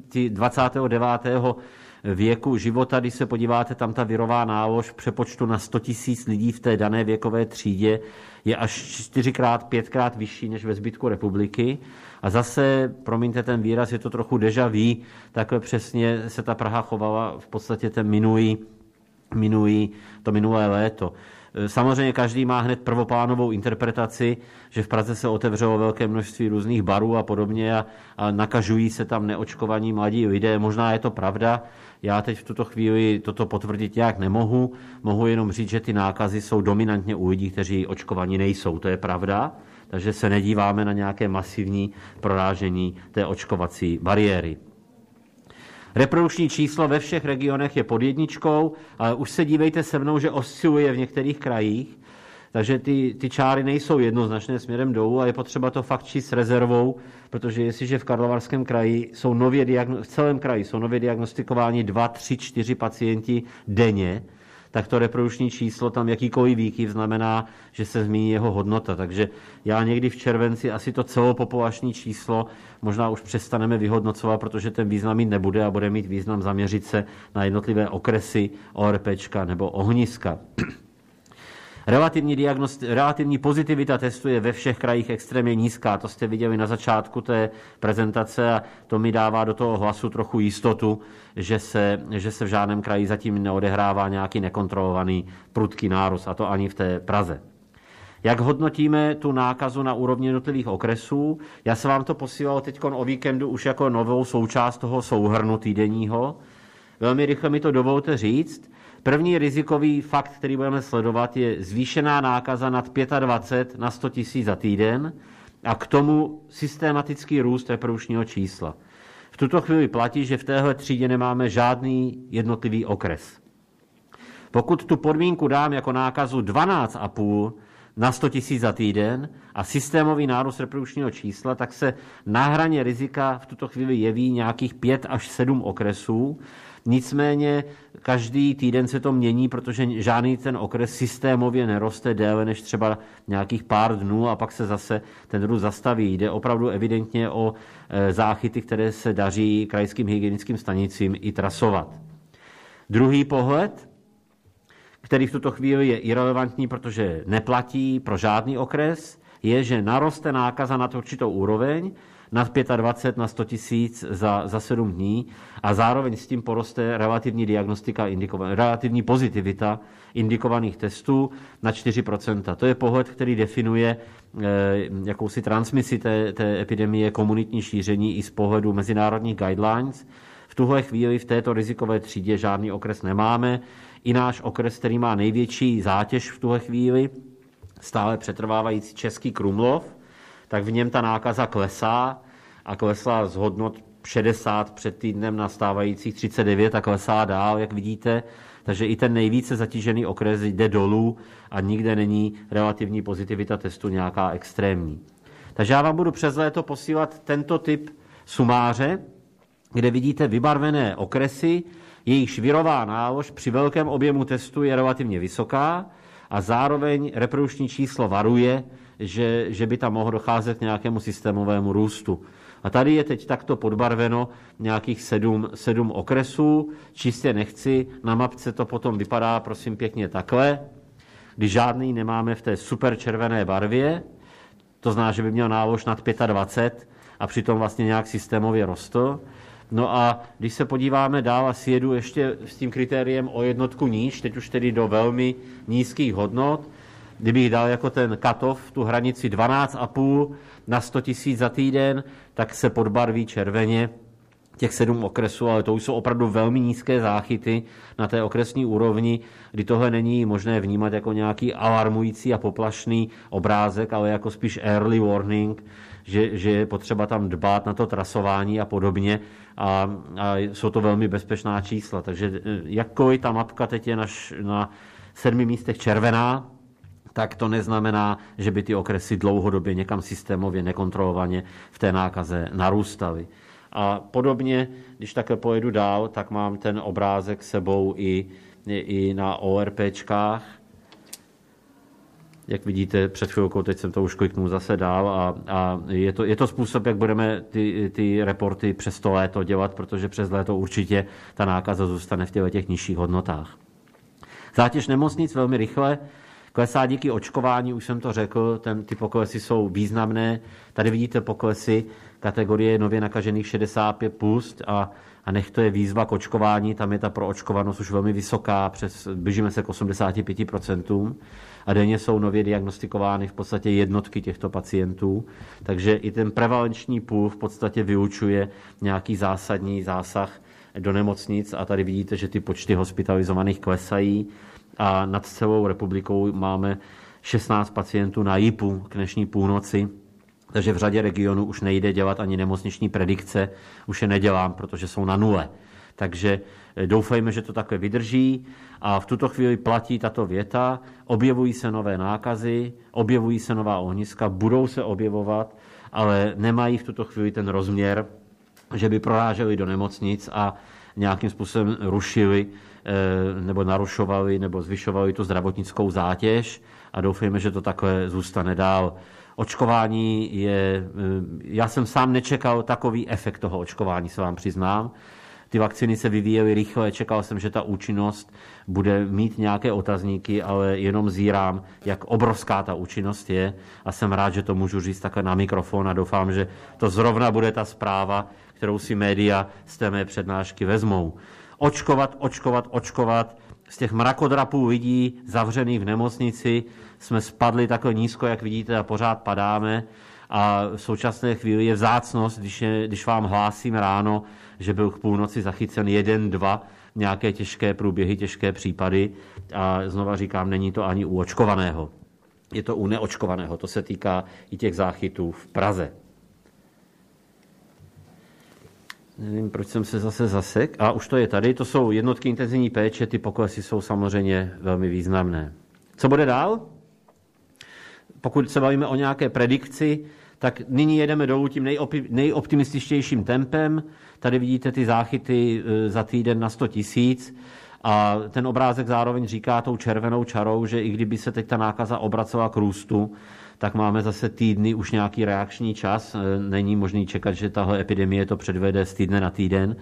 29. věku života. Když se podíváte, tam ta virová nálož v přepočtu na 100 000 lidí v té dané věkové třídě je až 4x, 5x vyšší než ve zbytku republiky. A zase, promiňte ten výraz, je to trochu déjà vu, takhle přesně se ta Praha chovala v podstatě ten minulé léto. Samozřejmě každý má hned prvoplánovou interpretaci, že v Praze se otevřelo velké množství různých barů a podobně a nakažují se tam neočkovaní mladí lidé. Možná je to pravda, já teď v tuto chvíli toto potvrdit nějak nemohu. Mohu jenom říct, že ty nákazy jsou dominantně u lidí, kteří očkovaní nejsou. To je pravda, takže se nedíváme na nějaké masivní prorážení té očkovací bariéry. Reprodukční číslo ve všech regionech je pod 1, ale už se dívejte se mnou, že osciluje v některých krajích, takže ty čáry nejsou jednoznačné směrem dolů a je potřeba to fakt číst s rezervou, protože jestliže v Karlovarském kraji v celém kraji jsou nově diagnostikováni 2, 3, 4 pacienti denně, tak to reprodukční číslo, tam jakýkoliv výkyv znamená, že se změní jeho hodnota. Takže já někdy v červenci asi to celopopulační číslo možná už přestaneme vyhodnocovat, protože ten význam mít nebude a bude mít význam zaměřit se na jednotlivé okresy, ORPčka nebo ohniska. Relativní pozitivita testu je ve všech krajích extrémně nízká. To jste viděli na začátku té prezentace a to mi dává do toho hlasu trochu jistotu, že se v žádném kraji zatím neodehrává nějaký nekontrolovaný prudký nárůst, a to ani v té Praze. Jak hodnotíme tu nákazu na úrovni jednotlivých okresů? Já jsem vám to posílal teď o víkendu už jako novou součást toho souhrnu týdenního. Velmi rychle mi to dovolte říct. První rizikový fakt, který budeme sledovat, je zvýšená nákaza nad 25 na 100 000 za týden a k tomu systematický růst reprodukčního čísla. V tuto chvíli platí, že v téhle třídě nemáme žádný jednotlivý okres. Pokud tu podmínku dám jako nákazu 12,5 na 100 000 za týden a systémový nárůst reprodukčního čísla, tak se na hraně rizika v tuto chvíli jeví nějakých 5 až 7 okresů. Nicméně každý týden se to mění, protože žádný ten okres systémově neroste déle než třeba nějakých pár dnů a pak se zase ten růst zastaví. Jde opravdu evidentně o záchyty, které se daří krajským hygienickým stanicím i trasovat. Druhý pohled, který v tuto chvíli je irelevantní, protože neplatí pro žádný okres, je, že naroste nákaza nad určitou úroveň, nad 25 na 100 000 za 7 dní a zároveň s tím poroste relativní pozitivita indikovaných testů na 4%. To je pohled, který definuje jakousi transmisi té epidemie, komunitní šíření i z pohledu mezinárodních guidelines. V tuhle chvíli v této rizikové třídě žádný okres nemáme. I náš okres, který má největší zátěž v tuhle chvíli, stále přetrvávající Český Krumlov, tak v něm ta nákaza klesá a klesla z hodnot 60 před týdnem na stávajících 39 a klesá dál, jak vidíte. Takže i ten nejvíce zatížený okres jde dolů a nikde není relativní pozitivita testu nějaká extrémní. Takže já vám budu přes léto posílat tento typ sumáře, kde vidíte vybarvené okresy, jejichž virová nálož při velkém objemu testu je relativně vysoká a zároveň reprodukční číslo varuje, že by tam mohlo docházet k nějakému systémovému růstu. A tady je teď takto podbarveno nějakých 7 okresů. Čistě nechci, na mapce to potom vypadá, prosím pěkně, takhle, když žádný nemáme v té super červené barvě, to znamená, že by měl nálož nad 25 a přitom vlastně nějak systémově rostl. No a když se podíváme dál a sjedu ještě s tím kritériem o jednotku níž, teď už tedy do velmi nízkých hodnot, kdybych dal jako ten cut-off tu hranici 12,5 na 100 000 za týden, tak se podbarví červeně těch 7 okresů, ale to už jsou opravdu velmi nízké záchyty na té okresní úrovni, kdy tohle není možné vnímat jako nějaký alarmující a poplašný obrázek, ale jako spíš early warning, že je potřeba tam dbát na to trasování a podobně a jsou to velmi bezpečná čísla. Takže jakkoliv ta mapka teď je na 7 místech červená, tak to neznamená, že by ty okresy dlouhodobě někam systémově nekontrolovaně v té nákaze narůstaly. A podobně, když také pojedu dál, tak mám ten obrázek sebou i na ORPčkách. Jak vidíte, před chvilkou, teď jsem to už kliknul zase dál a je to způsob, jak budeme ty reporty přes to léto dělat, protože přes léto určitě ta nákaza zůstane v těch nižších hodnotách. Zátěž nemocnic velmi rychle. Klesá díky očkování, už jsem to řekl, ty poklesy jsou významné. Tady vidíte poklesy kategorie nově nakažených 65+, a nech to je výzva k očkování, tam je ta proočkovanost už velmi vysoká, blížíme se k 85%, a denně jsou nově diagnostikovány v podstatě jednotky těchto pacientů, takže i ten prevalenční půl v podstatě vylučuje nějaký zásadní zásah do nemocnic, a tady vidíte, že ty počty hospitalizovaných klesají a nad celou republikou máme 16 pacientů na JIPu k dnešní půlnoci. Takže v řadě regionů už nejde dělat ani nemocniční predikce, už je nedělám, protože jsou na nule. Takže doufejme, že to takhle vydrží, a v tuto chvíli platí tato věta: objevují se nové nákazy, objevují se nová ohniska, budou se objevovat, ale nemají v tuto chvíli ten rozměr, že by proráželi do nemocnic a nějakým způsobem rušili nebo narušovali nebo zvyšovali tu zdravotnickou zátěž, a doufejme, že to takhle zůstane dál. Očkování já jsem sám nečekal takový efekt toho očkování, se vám přiznám. Ty vakcíny se vyvíjely rychle, čekal jsem, že ta účinnost bude mít nějaké otazníky, ale jenom zírám, jak obrovská ta účinnost je, a jsem rád, že to můžu říct takhle na mikrofon, a doufám, že to zrovna bude ta zpráva, kterou si média z té mé přednášky vezmou. Očkovat, očkovat, očkovat. Z těch mrakodrapů lidí zavřených v nemocnici jsme spadli takhle nízko, jak vidíte, a pořád padáme. A v současné chvíli je vzácnost, když vám hlásím ráno, že byl k půlnoci zachycen 1-2 nějaké těžké průběhy, těžké případy. A znova říkám, není to ani u očkovaného. Je to u neočkovaného. To se týká i těch záchytů v Praze. Nevím, proč jsem se zase zasek. A už to je tady. To jsou jednotky intenzivní péče. Ty poklesy jsou samozřejmě velmi významné. Co bude dál? Pokud se bavíme o nějaké predikci, tak nyní jedeme dolů tím nejoptimističtějším tempem. Tady vidíte ty záchyty za týden na 100 000. A ten obrázek zároveň říká tou červenou čarou, že i kdyby se teď ta nákaza obracela k růstu, tak máme zase týdny už nějaký reakční čas. Není možný čekat, že tahle epidemie to předvede z týdne na týden.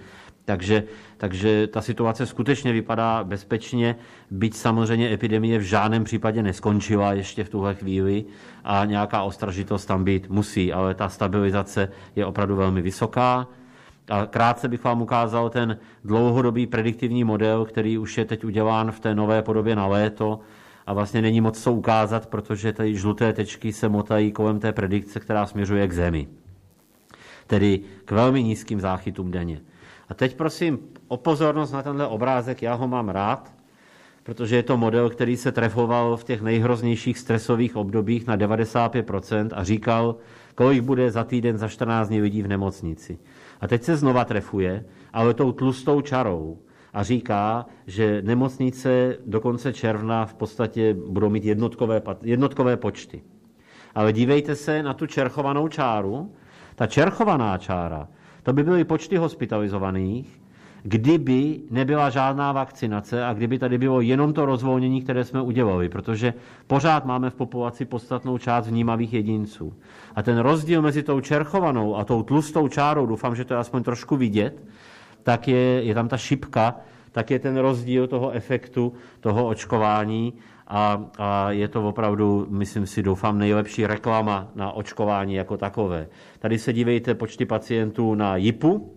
Takže ta situace skutečně vypadá bezpečně, byť samozřejmě epidemie v žádném případě neskončila ještě v tuhle chvíli a nějaká ostražitost tam být musí, ale ta stabilizace je opravdu velmi vysoká. A krátce bych vám ukázal ten dlouhodobý prediktivní model, který už je teď udělán v té nové podobě na léto, a vlastně není moc co ukázat, protože ty žluté tečky se motají kolem té predikce, která směřuje k Zemi. Tedy k velmi nízkým záchytům denně. A teď prosím o pozornost na tenhle obrázek, já ho mám rád, protože je to model, který se trefoval v těch nejhroznějších stresových obdobích na 95% a říkal, kolik bude za týden, za 14 dní lidí v nemocnici. A teď se znova trefuje, ale tou tlustou čarou, a říká, že nemocnice do konce června v podstatě budou mít jednotkové počty. Ale dívejte se na tu čerchovanou čáru. Ta čerchovaná čára, to by byly počty hospitalizovaných, kdyby nebyla žádná vakcinace a kdyby tady bylo jenom to rozvolnění, které jsme udělali, protože pořád máme v populaci podstatnou část vnímavých jedinců. A ten rozdíl mezi tou čerchovanou a tou tlustou čárou, doufám, že to je aspoň trošku vidět, tak je tam ta šipka, tak je ten rozdíl toho efektu, toho očkování, a je to opravdu, myslím si, doufám, nejlepší reklama na očkování jako takové. Tady se dívejte počty pacientů na JIPu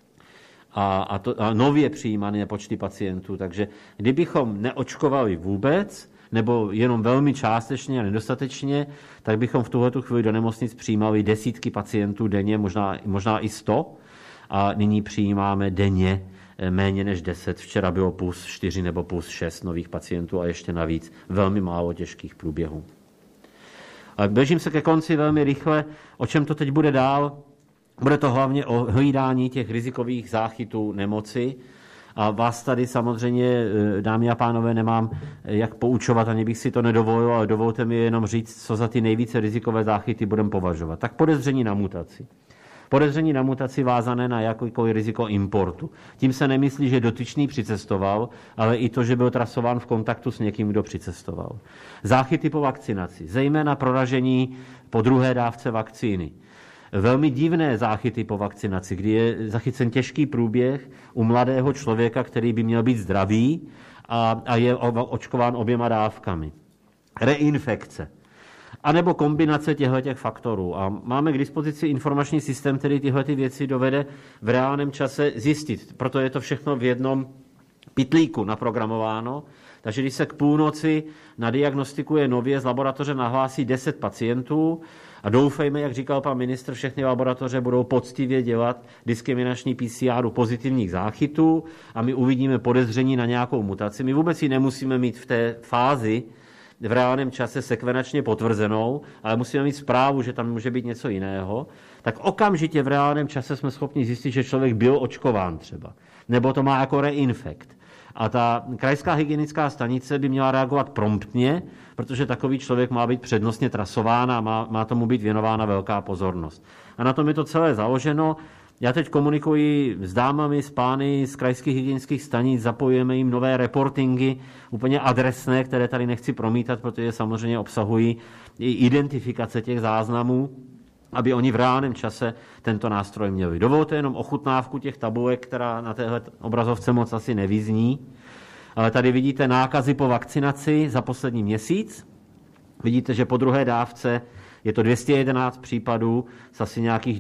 a nově přijímané počty pacientů. Takže kdybychom neočkovali vůbec, nebo jenom velmi částečně a nedostatečně, tak bychom v tuhletu chvíli do nemocnic přijímali desítky pacientů denně, možná i 100, a nyní přijímáme denně méně než 10. Včera bylo plus 4 nebo plus 6 nových pacientů a ještě navíc velmi málo těžkých průběhů. A běžím se ke konci velmi rychle. O čem to teď bude dál? Bude to hlavně o hlídání těch rizikových záchytů nemoci. A vás tady samozřejmě, dámy a pánové, nemám jak poučovat, ani bych si to nedovolil, ale dovolte mi jenom říct, co za ty nejvíce rizikové záchyty budeme považovat. Tak podezření na mutaci. Podezření na mutaci vázané na jakýkoliv riziko importu. Tím se nemyslí, že dotyčný přicestoval, ale i to, že byl trasován v kontaktu s někým, kdo přicestoval. Záchyty po vakcinaci, zejména proražení po druhé dávce vakcíny. Velmi divné záchyty po vakcinaci, kdy je zachycen těžký průběh u mladého člověka, který by měl být zdravý a je očkován oběma dávkami. reinfekce. A nebo kombinace těchto faktorů. A máme k dispozici informační systém, který tyhle věci dovede v reálném čase zjistit. Proto je to všechno v jednom pytlíku naprogramováno. Takže když se k půlnoci nadiagnostikuje nově, z laboratoře nahlásí 10 pacientů a doufejme, jak říkal pan ministr, všechny laboratoře budou poctivě dělat diskriminační PCR u pozitivních záchytů a my uvidíme podezření na nějakou mutaci. My vůbec ji nemusíme mít v té fázi v reálném čase sekvenačně potvrzenou, ale musíme mít zprávu, že tam může být něco jiného, tak okamžitě v reálném čase jsme schopni zjistit, že člověk byl očkován třeba, nebo to má jako reinfekt. A ta krajská hygienická stanice by měla reagovat promptně, protože takový člověk má být přednostně trasován a má tomu být věnována velká pozornost. A na tom je to celé založeno. Já teď komunikuji s dámami, s pány z krajských hygienických stanic, zapojujeme jim nové reportingy, úplně adresné, které tady nechci promítat, protože samozřejmě obsahují i identifikace těch záznamů, aby oni v reálném čase tento nástroj měli. Dovolte jenom ochutnávku těch tabulek, která na téhle obrazovce moc asi nevyzní. Ale tady vidíte nákazy po vakcinaci za poslední měsíc. Vidíte, že po druhé dávce je to 211 případů z asi nějakých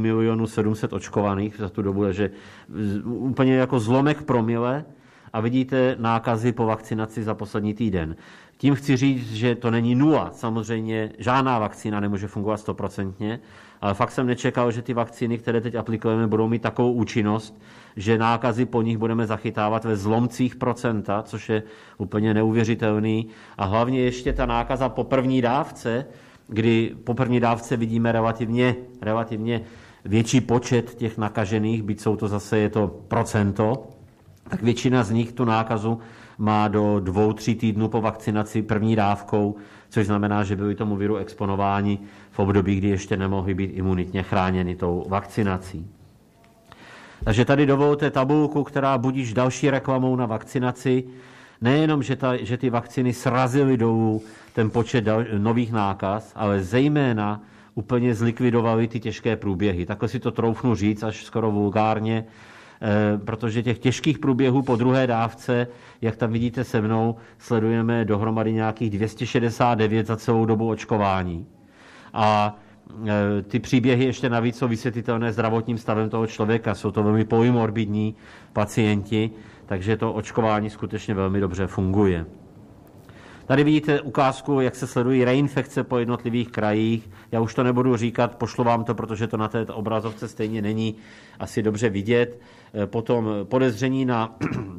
2 700 000 očkovaných za tu dobu, takže úplně jako zlomek promile. A vidíte nákazy po vakcinaci za poslední týden. Tím chci říct, že to není nula. Samozřejmě žádná vakcína nemůže fungovat 100%, ale fakt jsem nečekal, že ty vakcíny, které teď aplikujeme, budou mít takovou účinnost, že nákazy po nich budeme zachytávat ve zlomcích procenta, což je úplně neuvěřitelný. A hlavně ještě ta nákaza po první dávce, kdy po první dávce vidíme relativně větší počet těch nakažených, byť jsou to zase je to procento, tak většina z nich tu nákazu má do 2-3 týdnů po vakcinaci první dávkou, což znamená, že byli tomu viru exponováni v období, kdy ještě nemohli být imunitně chráněni tou vakcinací. Takže tady dovolte tabulku, která budíš další reklamou na vakcinaci. Nejenom, že ty vakcíny srazily dolů ten počet nových nákaz, ale zejména úplně zlikvidovaly ty těžké průběhy. Takhle si to troufnu říct, až skoro vulgárně, protože těch těžkých průběhů po druhé dávce, jak tam vidíte se mnou, sledujeme dohromady nějakých 269 za celou dobu očkování. A ty příběhy ještě navíc jsou vysvětlitelné zdravotním stavem toho člověka. Jsou to velmi polymorbidní pacienti, takže to očkování skutečně velmi dobře funguje. Tady vidíte ukázku, jak se sledují reinfekce po jednotlivých krajích. Já už to nebudu říkat, pošlu vám to, protože to na té obrazovce stejně není asi dobře vidět. Potom podezření na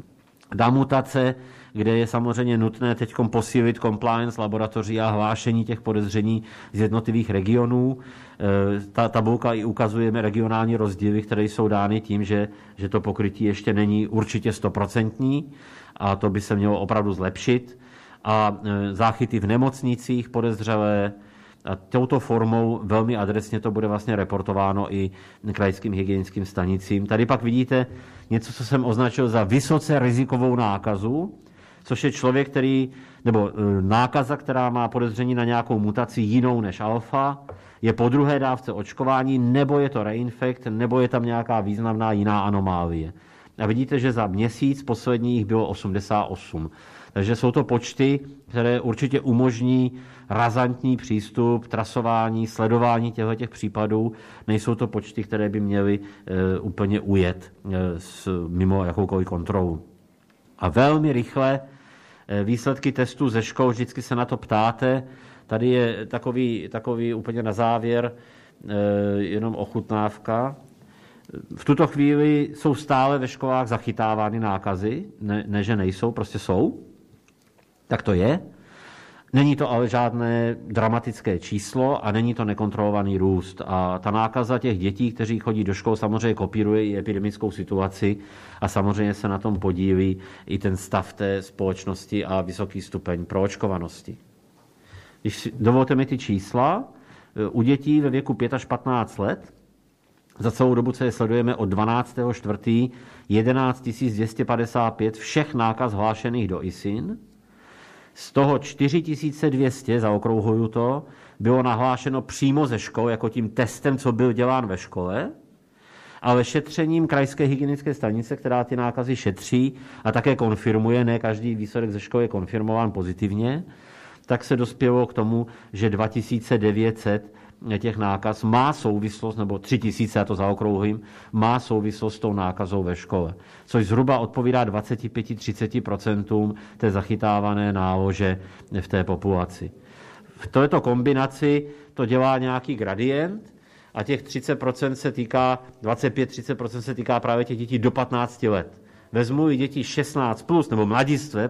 mutace, kde je samozřejmě nutné teď posílit compliance laboratoří a hlášení těch podezření z jednotlivých regionů. Ta tabulka i ukazujeme regionální rozdíly, které jsou dány tím, že to pokrytí ještě není určitě 100% a to by se mělo opravdu zlepšit. A záchyty v nemocnicích podezřelé. A touto formou velmi adresně to bude vlastně reportováno i krajským hygienickým stanicím. Tady pak vidíte něco, co jsem označil za vysoce rizikovou nákazu, což je člověk, nebo nákaza, která má podezření na nějakou mutaci jinou než alfa, je po druhé dávce očkování, nebo je to reinfekt, nebo je tam nějaká významná jiná anomálie. A vidíte, že za měsíc poslední jich bylo 88. Takže jsou to počty, které určitě umožní razantní přístup, trasování, sledování těchto případů. Nejsou to počty, které by měly úplně ujet mimo jakoukoliv kontrolu. A velmi rychle výsledky testů ze škol, vždycky se na to ptáte. Tady je takový úplně na závěr jenom ochutnávka. V tuto chvíli jsou stále ve školách zachytávány nákazy, ne že nejsou, prostě jsou. Tak to je. Není to ale žádné dramatické číslo a není to nekontrolovaný růst. A ta nákaza těch dětí, kteří chodí do škol, samozřejmě kopíruje i epidemickou situaci a samozřejmě se na tom podílí i ten stav té společnosti a vysoký stupeň proočkovanosti. Když dovolte mi ty čísla, u dětí ve věku 5 až 15 let, za celou dobu, co je sledujeme od 12.4. 11 255 všech nákaz hlášených do ISIN. Z toho 4200, zaokrouhuju to, bylo nahlášeno přímo ze škol, jako tím testem, co byl dělán ve škole, ale šetřením krajské hygienické stanice, která ty nákazy šetří a také konfirmuje, ne každý výsledek ze školy je konfirmován pozitivně, tak se dospělo k tomu, že 2900 těch nákaz má souvislost, nebo 3000, já to zaokrouhlím, má souvislost s tou nákazou ve škole, což zhruba odpovídá 25-30% té zachytávané nálože v té populaci. V této kombinaci to dělá nějaký gradient a těch 30% se týká, 25-30% se týká právě těch dětí do 15 let. Vezmu i děti 16+, nebo mladistvé,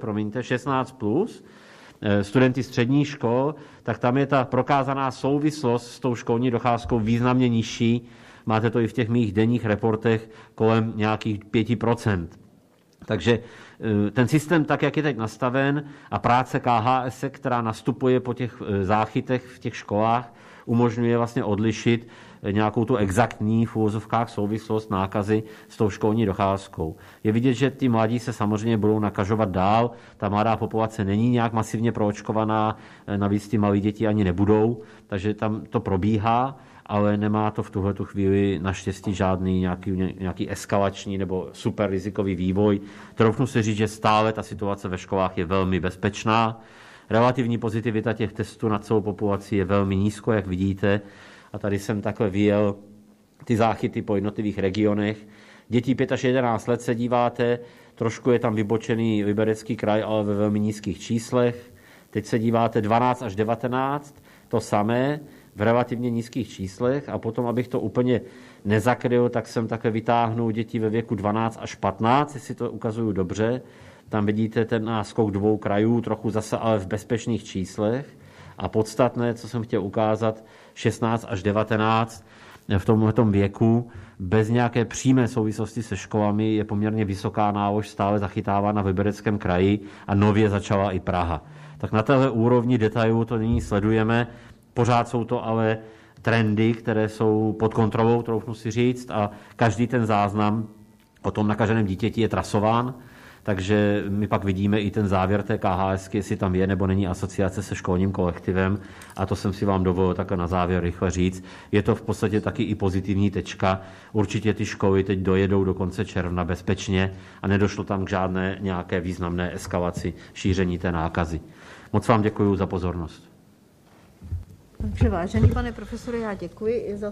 16+, studenty středních škol, tak tam je ta prokázaná souvislost s tou školní docházkou významně nižší. Máte to i v těch mých denních reportech kolem nějakých 5%. Takže ten systém, tak jak je teď nastaven, a práce KHS, která nastupuje po těch záchytech v těch školách, umožňuje vlastně odlišit nějakou tu exaktní v uvozovkách souvislost nákazy s tou školní docházkou. Je vidět, že ty mladí se samozřejmě budou nakažovat dál, ta mladá populace není nějak masivně proočkovaná, navíc ty malí děti ani nebudou, takže tam to probíhá, ale nemá to v tuhletu chvíli naštěstí žádný nějaký eskalační nebo super rizikový vývoj. Troufnu si říct, že stále ta situace ve školách je velmi bezpečná. Relativní pozitivita těch testů na celou populaci je velmi nízko, jak vidíte. A tady jsem takhle vyjel ty záchyty po jednotlivých regionech. Dětí 5 až 11 let se díváte, trošku je tam vybočený Liberecký kraj, ale ve velmi nízkých číslech. Teď se díváte 12 až 19, to samé, v relativně nízkých číslech. A potom, abych to úplně nezakryl, tak jsem takhle vytáhnul děti ve věku 12 až 15, jestli to ukazuju dobře. Tam vidíte ten náskok 2 krajů, trochu zase ale v bezpečných číslech. A podstatné, co jsem chtěl ukázat, 16 až 19 v tomhletom věku, bez nějaké přímé souvislosti se školami, je poměrně vysoká nálož stále zachytávána v Libereckém kraji a nově začala i Praha. Tak na téhle úrovni detailů to nyní sledujeme. Pořád jsou to ale trendy, které jsou pod kontrolou, troufnu si říct, a každý ten záznam o tom nakaženém dítěti je trasován. Takže my pak vidíme i ten závěr té KHS, jestli tam je nebo není asociace se školním kolektivem. A to jsem si vám dovolil takhle na závěr rychle říct. Je to v podstatě taky i pozitivní tečka. Určitě ty školy teď dojedou do konce června bezpečně a nedošlo tam k žádné nějaké významné eskalaci šíření té nákazy. Moc vám děkuji za pozornost. Takže vážený pane profesore, já děkuji i za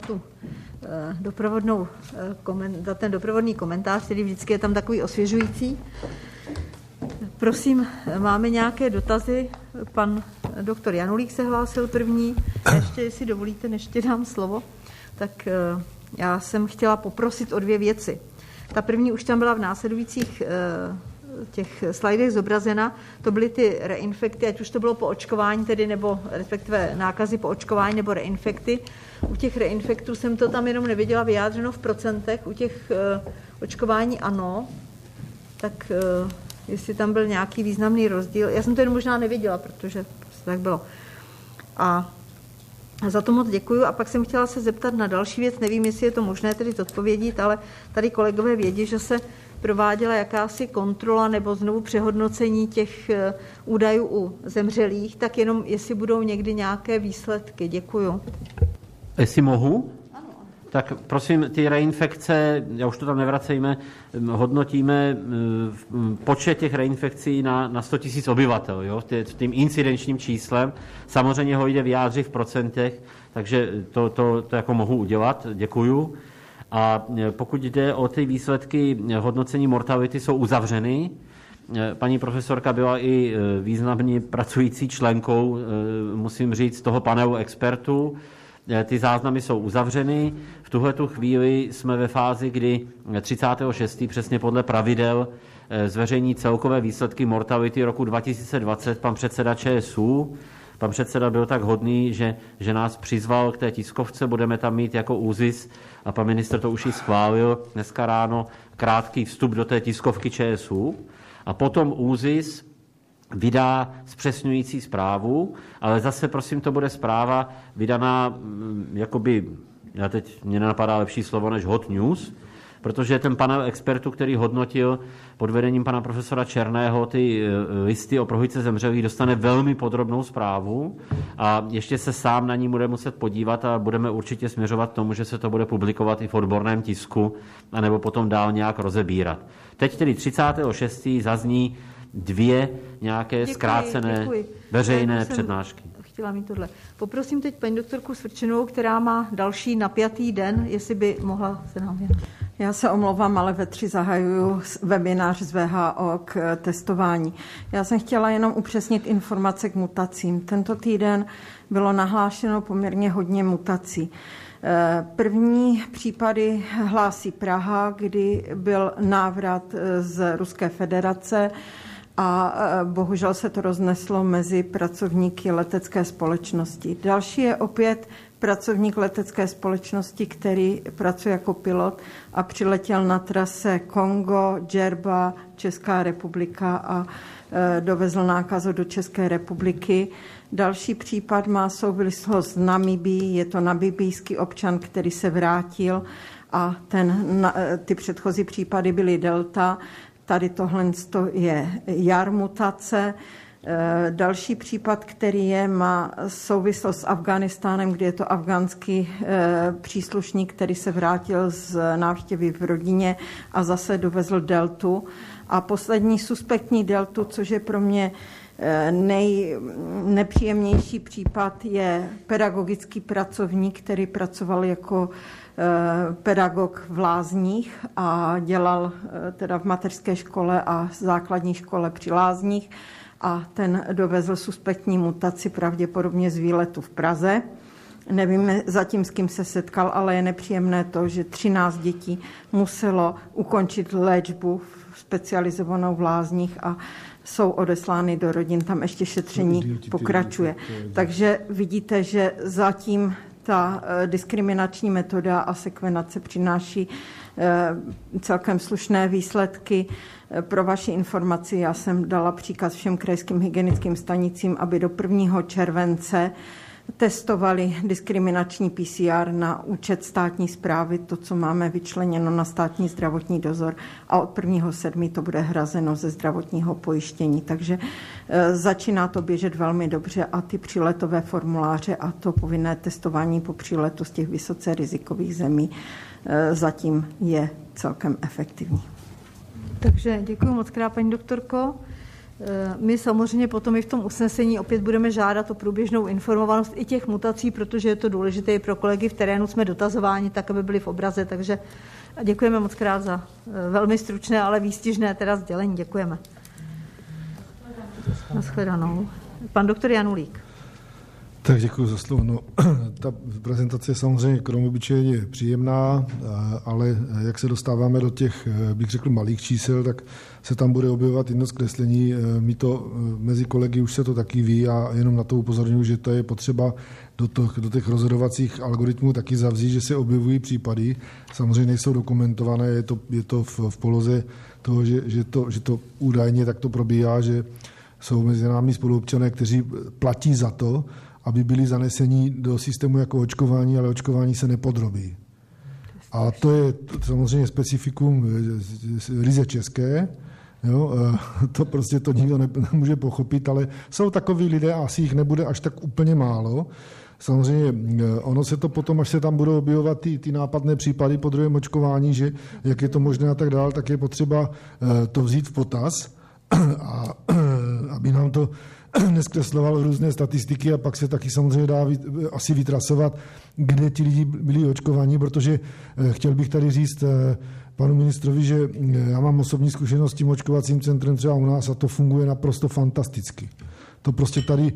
ten doprovodný komentář, který vždycky je tam takový osvěžující. Prosím, máme nějaké dotazy? Pan doktor Janulík se hlásil první. Ještě, jestli dovolíte, než ti dám slovo, tak já jsem chtěla poprosit o 2 věci. Ta první už tam byla v následujících těch slajdech zobrazena, to byly ty reinfekty, ať už to bylo po očkování tedy, nebo respektive nákazy po očkování nebo reinfekty. U těch reinfektů jsem to tam jenom neviděla vyjádřeno v procentech, u těch očkování ano, tak jestli tam byl nějaký významný rozdíl. Já jsem to jen možná neviděla, protože prostě tak bylo. A za to moc děkuju. A pak jsem chtěla se zeptat na další věc, nevím, jestli je to možné tedy odpovědět, ale tady kolegové vědí, že se prováděla jakási kontrola nebo znovu přehodnocení těch údajů u zemřelých, tak jenom jestli budou někdy nějaké výsledky. Děkuju. Jestli mohu? Ano. Tak prosím, ty reinfekce, já už to tam nevracejme, hodnotíme počet těch reinfekcí na 100 000 obyvatel, jo, tím incidenčním číslem. Samozřejmě ho jde vyjádřit v procentech, takže to jako mohu udělat. Děkuju. A pokud jde o ty výsledky hodnocení mortality, jsou uzavřeny. Paní profesorka byla i významně pracující členkou, musím říct, toho panelu expertů. Ty záznamy jsou uzavřeny. V tuhletu chvíli jsme ve fázi, kdy 36. přesně podle pravidel zveřejní celkové výsledky mortality roku 2020 pan předseda ČSÚ. Pan předseda byl tak hodný, že nás přizval k té tiskovce, budeme tam mít jako ÚZIS a pan ministr to už i schválil dneska ráno krátký vstup do té tiskovky ČSÚ a potom ÚZIS vydá zpřesňující zprávu, ale zase prosím, to bude zpráva vydaná jakoby, mě nenapadá lepší slovo než hot news, protože ten panel expertů, který hodnotil pod vedením pana profesora Černého ty listy o prohlídce zemřelých, dostane velmi podrobnou zprávu a ještě se sám na ní bude muset podívat a budeme určitě směřovat k tomu, že se to bude publikovat i v odborném tisku anebo potom dál nějak rozebírat. Teď tedy 36. zazní 2 nějaké zkrácené veřejné přednášky. Chtěla mít tohle. Poprosím teď paní doktorku Svrčinovou, která má další napjatý den, jestli by mohla se nám věnovat. Já se omlouvám, ale ve 3 zahajuju webinář z VHO k testování. Já jsem chtěla jenom upřesnit informace k mutacím. Tento týden bylo nahlášeno poměrně hodně mutací. První případy hlásí Praha, kdy byl návrat z Ruské federace a bohužel se to rozneslo mezi pracovníky letecké společnosti. Další je opět pracovník letecké společnosti, který pracuje jako pilot a přiletěl na trase Kongo, Džerba, Česká republika a dovezl nákazu do České republiky. Další případ má souvislost s Namibií, je to namibijský občan, který se vrátil a ty předchozí případy byly delta. Tady tohle je jar mutace. Další případ, který má souvislost s Afghánistánem, kde je to afgánský příslušník, který se vrátil z návštěvy v rodině a zase dovezl deltu. A poslední suspektní deltu, což je pro mě nejnepříjemnější případ, je pedagogický pracovník, který pracoval jako pedagog v Lázních a dělal teda v mateřské škole a základní škole při Lázních a ten dovezl suspektní mutaci pravděpodobně z výletu v Praze. Nevíme zatím, s kým se setkal, ale je nepříjemné to, že 13 dětí muselo ukončit léčbu specializovanou v Lázních a jsou odeslány do rodin, tam ještě šetření pokračuje. Takže vidíte, že zatím ta diskriminační metoda a sekvenace přináší celkem slušné výsledky. Pro vaši informaci, já jsem dala příkaz všem krajským hygienickým stanicím, aby do 1. července testovali diskriminační PCR na účet státní správy, to, co máme vyčleněno na státní zdravotní dozor a od 1.7. to bude hrazeno ze zdravotního pojištění. Takže začíná to běžet velmi dobře a ty příletové formuláře a to povinné testování po příletu z těch vysoce rizikových zemí zatím je celkem efektivní. Takže děkuji moc krát, paní doktorko. My samozřejmě potom i v tom usnesení opět budeme žádat o průběžnou informovanost i těch mutací, protože je to důležité i pro kolegy v terénu, jsme dotazováni tak, aby byli v obraze, takže děkujeme moc krát za velmi stručné, ale výstižné teda sdělení. Děkujeme. Nashledanou. Pan doktor Janulík. Tak děkuji za slovo. No, ta prezentace je samozřejmě krom obyčejně příjemná, ale jak se dostáváme do těch, bych řekl, malých čísel, tak se tam bude objevovat jedno zkreslení. My to mezi kolegy už se to taky ví a jenom na to upozorňuji, že to je potřeba do těch rozhodovacích algoritmů taky zavzít, že se objevují případy. Samozřejmě nejsou dokumentované, je to v poloze toho, že to údajně takto probíhá, že jsou mezi námi spoluobčané, kteří platí za to, aby byli zaneseni do systému jako očkování, ale očkování se nepodrobí. A to je samozřejmě specifikum ryze české. Jo, to prostě to nikdo nemůže pochopit, ale jsou takoví lidé a asi jich nebude až tak úplně málo. Samozřejmě ono se to potom, až se tam budou objevovat ty nápadné případy po druhém očkování, že jak je to možné a tak dále, tak je potřeba to vzít v potaz a aby nám to neskresloval různé statistiky a pak se taky samozřejmě dá asi vytrasovat, kde ti lidi byli očkovaní, protože chtěl bych tady říct panu ministrovi, že já mám osobní zkušenost s tím očkovacím centrem třeba u nás a to funguje naprosto fantasticky. To prostě tady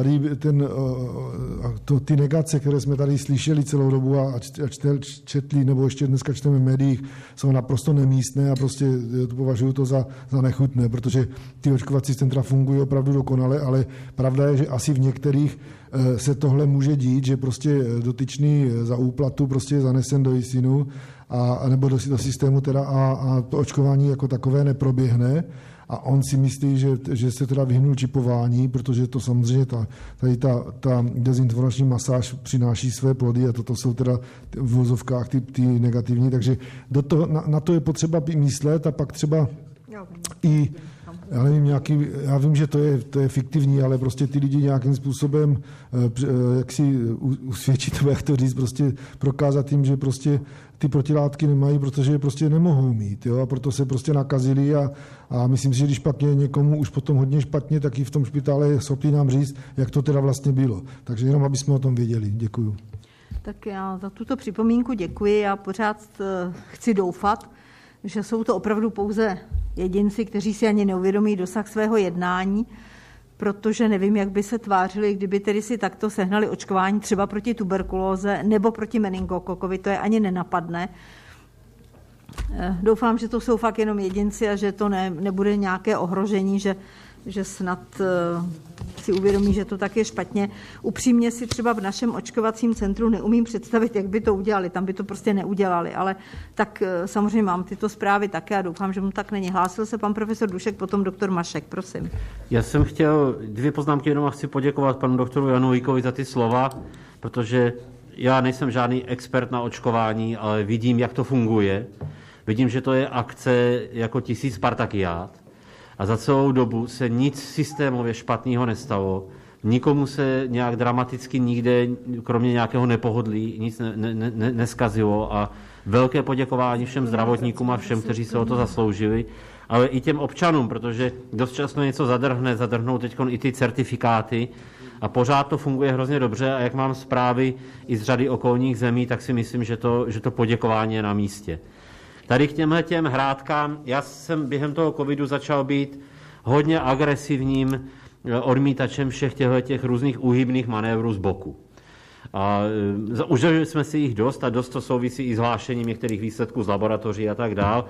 ty negace, které jsme tady slyšeli celou dobu a četli, nebo ještě dneska čteme v médiích, jsou naprosto nemístné a prostě považuji to za nechutné, protože ty očkovací centra fungují opravdu dokonale, ale pravda je, že asi v některých se tohle může dít, že prostě dotyčný za úplatu prostě je zanesen do ISINu nebo do systému teda a to očkování jako takové neproběhne. A on si myslí, že se teda vyhnul čipování, protože to samozřejmě ta dezinformační masáž přináší své plody a toto jsou teda v vozovkách ty negativní, takže na to je potřeba myslet a pak třeba i já nevím, já vím, že to je fiktivní, ale prostě ty lidi nějakým způsobem jak si usvědčit, jak to říct, prostě prokázat jim, že prostě ty protilátky nemají, protože je prostě nemohou mít, jo, a proto se prostě nakazili a myslím si, že když pak je někomu už potom hodně špatně, tak i v tom špitále je schopný nám říct, jak to teda vlastně bylo. Takže jenom, aby jsme o tom věděli. Děkuju. Tak já za tuto připomínku děkuji. Já pořád chci doufat, že jsou to opravdu pouze jedinci, kteří si ani neuvědomí dosah svého jednání, protože nevím, jak by se tvářili, kdyby tedy si takto sehnali očkování třeba proti tuberkulóze nebo proti meningokokovi, to je ani nenapadne. Doufám, že to jsou fakt jenom jedinci a že to nebude nějaké ohrožení, že snad si uvědomí, že to tak je špatně. Upřímně si třeba v našem očkovacím centru neumím představit, jak by to udělali. Tam by to prostě neudělali, ale tak samozřejmě mám tyto zprávy také a doufám, že mu tak není. Hlásil se pan profesor Dušek, potom doktor Mašek, prosím. Já jsem chtěl 2 poznámky, jenom a chci poděkovat panu doktoru Janulíkovi za ty slova, protože já nejsem žádný expert na očkování, ale vidím, jak to funguje. Vidím, že to je akce jako 1000 Spartakiád. A za celou dobu se nic systémově špatného nestalo. Nikomu se nějak dramaticky nikde, kromě nějakého nepohodlí, nic neskazilo. A velké poděkování všem zdravotníkům a všem, kteří se o to zasloužili, ale i těm občanům, protože dost často něco zadrhnou teď i ty certifikáty a pořád to funguje hrozně dobře. A jak mám zprávy i z řady okolních zemí, tak si myslím, že to poděkování je na místě. Tady k těm hrádkám, já jsem během toho covidu začal být hodně agresivním odmítačem všech těch různých úhybných manévrů z boku. A užili jsme si jich dost a dost to souvisí i s hlášením některých výsledků z laboratoří a tak dál.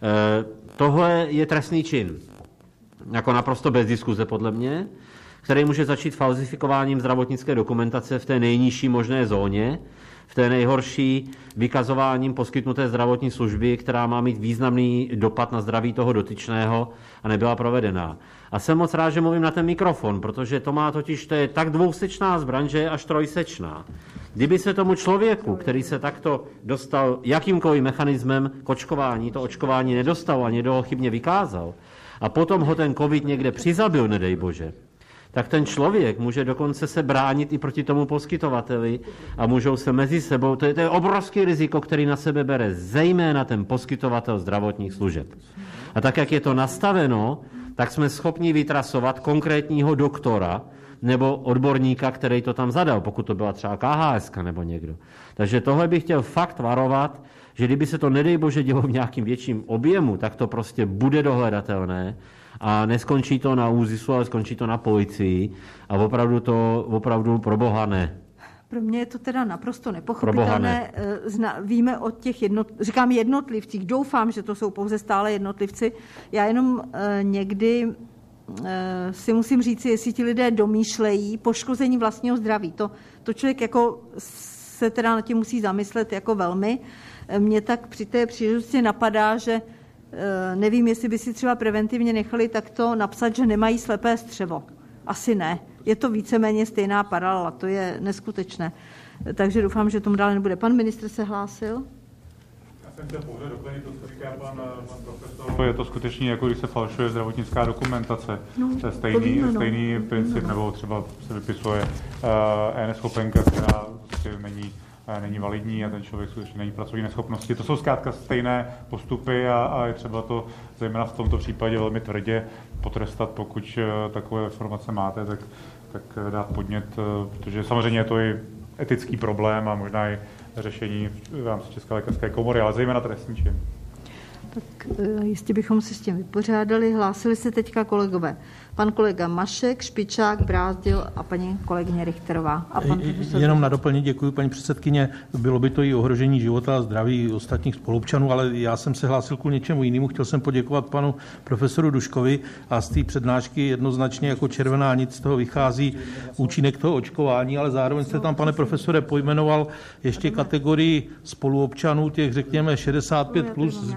Tohle je trestný čin, jako naprosto bez diskuze podle mě, který může začít falzifikováním zdravotnické dokumentace v té nejnižší možné zóně, v té nejhorší vykazováním poskytnuté zdravotní služby, která má mít významný dopad na zdraví toho dotyčného a nebyla provedená. A jsem moc rád, že mluvím na ten mikrofon, protože to je tak dvousečná zbraň, že je až trojsečná. Kdyby se tomu člověku, který se takto dostal jakýmkoliv mechanismem k očkování, to očkování nedostal a někdo ho chybně vykázal, a potom ho ten covid někde přizabil, nedej bože, tak ten člověk může dokonce se bránit i proti tomu poskytovateli a můžou se mezi sebou, to je obrovský riziko, který na sebe bere zejména ten poskytovatel zdravotních služeb. A tak, jak je to nastaveno, tak jsme schopni vytrasovat konkrétního doktora nebo odborníka, který to tam zadal, pokud to byla třeba KHS nebo někdo. Takže tohle bych chtěl fakt varovat, že kdyby se to, nedej bože, dělo v nějakým větším objemu, tak to prostě bude dohledatelné a neskončí to na ÚZISu, ale skončí to na policii a opravdu pro boha ne. Pro mě je to teda naprosto nepochopitelné. Víme o těch jednotlivcích, doufám, že to jsou pouze stále jednotlivci. Já jenom někdy si musím říct, jestli ti lidé domýšlejí poškození vlastního zdraví. To člověk jako se teda na tím musí zamyslet jako velmi. Mě tak při té příležitosti napadá, že nevím, jestli by si třeba preventivně nechali takto napsat, že nemají slepé střevo. Asi ne. Je to víceméně stejná paralela, to je neskutečné. Takže doufám, že tomu dále nebude. Pan ministr se hlásil? Já jsem chtěl pouze doplnit to, co říká pan profesor. Je to skutečně, jako když se falšuje zdravotnická dokumentace. To je stejný princip, nebo třeba se vypisuje eNeschopenka, která není validní a ten člověk skutečně není pracovní neschopnosti. To jsou zkrátka stejné postupy a je třeba to zejména v tomto případě velmi tvrdě potrestat, pokud takové informace máte, tak dát podnět, protože samozřejmě je to i etický problém a možná i řešení v rámci České lékařské komory, ale zejména trestný čin. Tak jistě bychom se s tím vypořádali. Hlásili se teďka kolegové. Pan kolega Mašek, Špičák, Brázdil a paní kolegyně Richterová. A pan jenom na doplnění, děkuji paní předsedkyně. Bylo by to i ohrožení života a zdraví ostatních spoluobčanů, ale já jsem se hlásil k něčemu jinému. Chtěl jsem poděkovat panu profesoru Duškovi a z té přednášky jednoznačně jako červená nit z toho vychází účinek toho očkování, ale zároveň jste tam, pane profesore, pojmenoval ještě kategorii spoluobčanů, těch řekněme 65+, z nich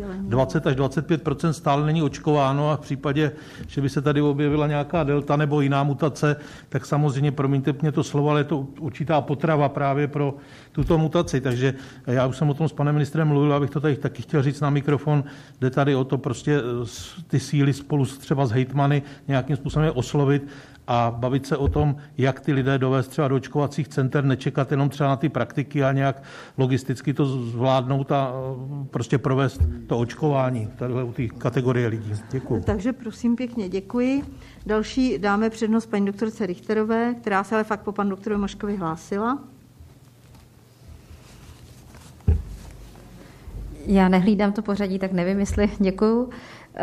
20 až 25% stále není očkováno a v případě, že by se tady objevila nějaká delta nebo jiná mutace, tak samozřejmě, promiňte mě to slovo, ale je to určitá potrava právě pro tuto mutaci. Takže já už jsem o tom s panem ministrem mluvil, abych to tady taky chtěl říct na mikrofon. Jde tady o to prostě ty síly spolu třeba s hejtmany nějakým způsobem oslovit a bavit se o tom, jak ty lidé dovést třeba do očkovacích center, nečekat jenom třeba na ty praktiky a nějak logisticky to zvládnout a prostě provést to očkování tady u té kategorie lidí. Děkuji. Takže prosím pěkně, děkuji. Další dáme přednost paní doktorce Richterové, která se ale fakt po panu doktorovi Maškovi hlásila. Já nehlídám to pořadí, tak nevím, jestli děkuju.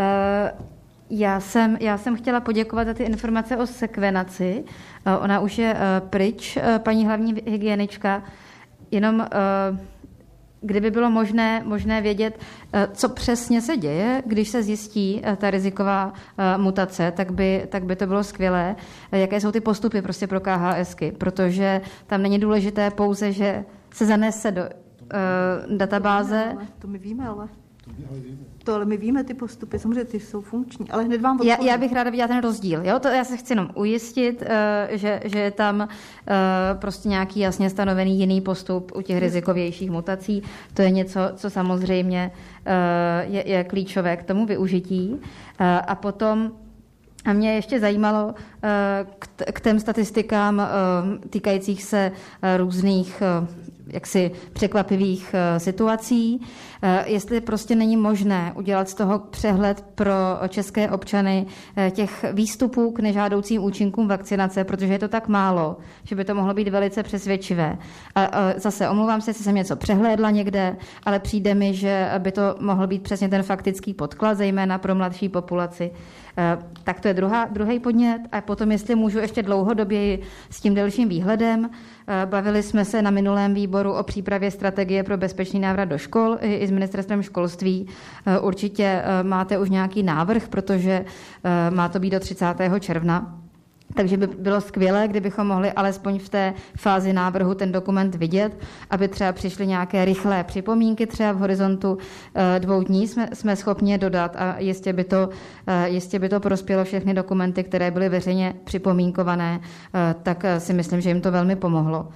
Já jsem chtěla poděkovat za ty informace o sekvenaci. Ona už je pryč, paní hlavní hygienička. Jenom kdyby bylo možné vědět, co přesně se děje, když se zjistí ta riziková mutace, tak by to bylo skvělé. Jaké jsou ty postupy prostě pro KHSky, protože tam není důležité pouze, že se zanese do databáze. To my víme, ale... To ale my víme ty postupy, samozřejmě ty jsou funkční, ale hned vám já bych ráda viděla ten rozdíl. Jo? To já se chci jenom ujistit, že je tam prostě nějaký jasně stanovený jiný postup u těch rizikovějších mutací. To je něco, co samozřejmě je klíčové k tomu využití. A potom a mě ještě zajímalo k těm statistikám týkajících se různých jaksi překvapivých situací, jestli prostě není možné udělat z toho přehled pro české občany těch výstupů k nežádoucím účinkům vakcinace, protože je to tak málo, že by to mohlo být velice přesvědčivé. A zase omlouvám se, jestli jsem něco přehlédla někde, ale přijde mi, že by to mohl být přesně ten faktický podklad, zejména pro mladší populaci. Tak to je druhý podnět. A potom, jestli můžu ještě dlouhodoběji s tím delším výhledem, bavili jsme se na minulém výboru o přípravě strategie pro bezpečný návrat do škol i s ministerstvem školství. Určitě máte už nějaký návrh, protože má to být do 30. června. Takže by bylo skvělé, kdybychom mohli alespoň v té fázi návrhu ten dokument vidět, aby třeba přišly nějaké rychlé připomínky, třeba v horizontu 2 dní jsme schopni dodat a jistě by to prospělo všechny dokumenty, které byly veřejně připomínkované, tak si myslím, že jim to velmi pomohlo.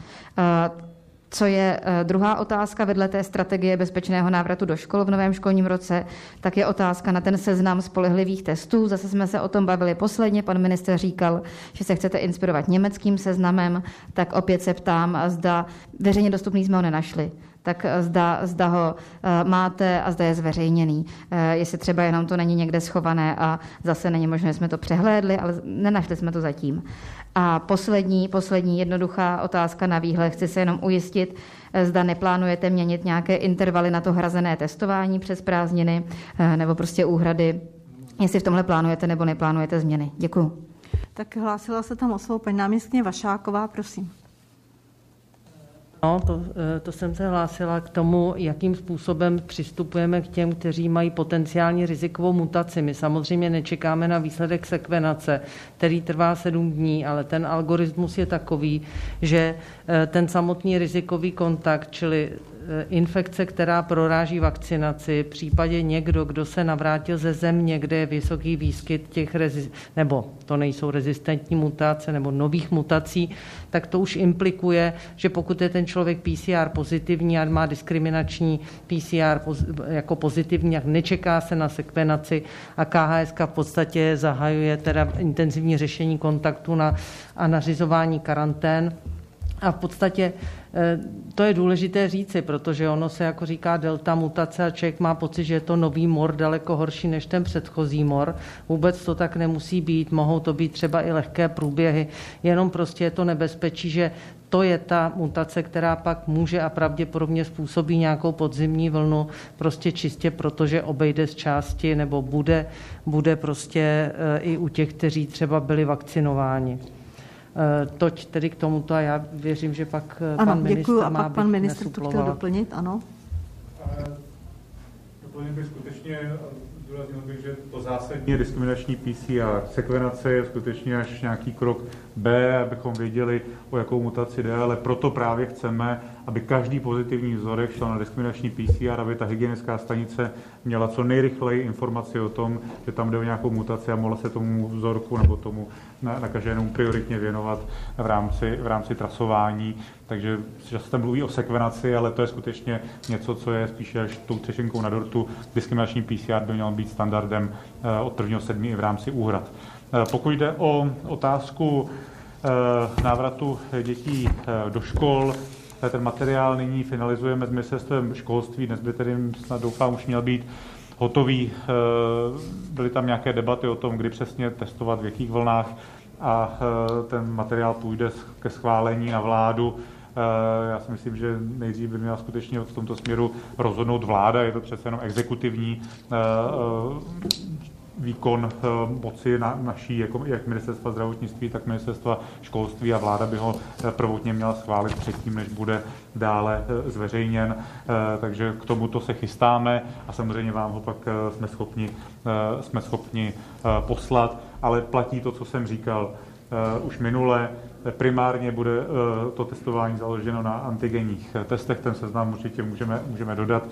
Co je druhá otázka vedle té strategie bezpečného návratu do škol v novém školním roce, tak je otázka na ten seznam spolehlivých testů. Zase jsme se o tom bavili posledně, pan ministr říkal, že se chcete inspirovat německým seznamem, tak opět se ptám, zda veřejně dostupný jsme ho nenašli. Tak zda ho máte a zda je zveřejněný. Jestli třeba jenom to není někde schované a zase není možné, jsme to přehlédli, ale nenašli jsme to zatím. A poslední jednoduchá otázka na výhled. Chci se jenom ujistit, zda neplánujete měnit nějaké intervaly na to hrazené testování přes prázdniny nebo prostě úhrady, jestli v tomhle plánujete nebo neplánujete změny. Děkuju. Tak hlásila se tam o slovo paní náměstkyně Vašáková, prosím. No, to jsem se hlásila k tomu, jakým způsobem přistupujeme k těm, kteří mají potenciálně rizikovou mutaci. My samozřejmě nečekáme na výsledek sekvenace, který trvá 7 dní, ale ten algoritmus je takový, že ten samotný rizikový kontakt, čili infekce, která proráží vakcinaci, v případě někdo, kdo se navrátil ze země, kde je vysoký výskyt těch nebo to nejsou rezistentní mutace nebo nových mutací, tak to už implikuje, že pokud je ten člověk PCR pozitivní a má diskriminační PCR jako pozitivní, jak nečeká se na sekvenaci a KHS v podstatě zahajuje teda intenzivní řešení kontaktu a nařizování karantén. A v podstatě to je důležité říci, protože ono se jako říká delta mutace a člověk má pocit, že je to nový mor daleko horší než ten předchozí mor. Vůbec to tak nemusí být, mohou to být třeba i lehké průběhy, jenom prostě je to nebezpečí, že to je ta mutace, která pak může a pravděpodobně způsobí nějakou podzimní vlnu, prostě čistě protože obejde z části nebo bude prostě i u těch, kteří třeba byli vakcinováni. Toť tedy k tomuto a já věřím, že pak pan ministr má, a pak pan ministr to chtěl doplnit, ano. Doplnit bych skutečně, zdůraznil bych, že to zásadní diskriminační PCR. Sekvenace je skutečně až nějaký krok B, abychom věděli, o jakou mutaci jde, ale proto právě chceme, aby každý pozitivní vzorek šel na diskriminační PCR, aby ta hygienická stanice měla co nejrychleji informaci o tom, že tam jde o nějakou mutaci a mohla se tomu vzorku nebo tomu nakaženému prioritně věnovat v rámci trasování. Takže se tam mluví o sekvenaci, ale to je skutečně něco, co je spíše až tou třešinkou na dortu. Diskriminační PCR by měl být standardem od 1.7. i v rámci úhrad. Pokud jde o otázku návratu dětí do škol, ten materiál nyní finalizujeme s ministerstvem školství, dnes by tedy snad doufám už měl být hotový. Byly tam nějaké debaty o tom, kdy přesně testovat, v jakých vlnách a ten materiál půjde ke schválení na vládu. Já si myslím, že nejdřív by měla skutečně v tomto směru rozhodnout vláda, je to přece jenom exekutivní výkon moci naší, jako jak ministerstva zdravotnictví, tak ministerstva školství a vláda by ho prvotně měla schválit předtím, než bude dále zveřejněn. Takže k tomuto se chystáme a samozřejmě vám ho pak jsme schopni poslat, ale platí to, co jsem říkal už minule. Primárně bude to testování založeno na antigenních testech, ten seznam určitě můžeme dodat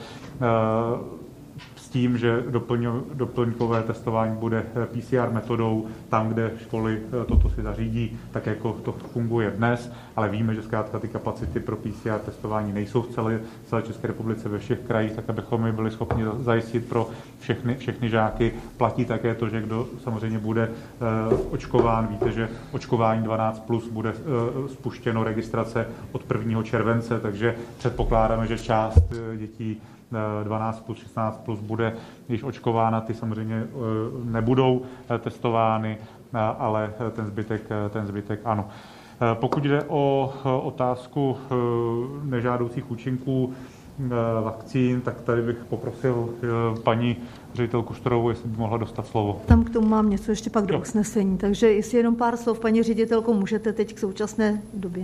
s tím, že doplňkové testování bude PCR metodou tam, kde školy toto si zařídí, tak jako to funguje dnes, ale víme, že zkrátka ty kapacity pro PCR testování nejsou v celé České republice ve všech krajích, tak abychom je byli schopni zajistit pro všechny žáky. Platí také to, že kdo samozřejmě bude očkován, víte, že očkování 12+ bude spuštěno registrace od 1. července, takže předpokládáme, že část dětí 12+, 16+ bude již očkována, ty samozřejmě nebudou testovány, ale ten zbytek ano. Pokud jde o otázku nežádoucích účinků vakcín, tak tady bych poprosil paní ředitelku Štorovou, jestli by mohla dostat slovo. Tam k tomu mám něco ještě pak do usnesení, takže jestli jenom pár slov, paní ředitelko, můžete teď k současné době.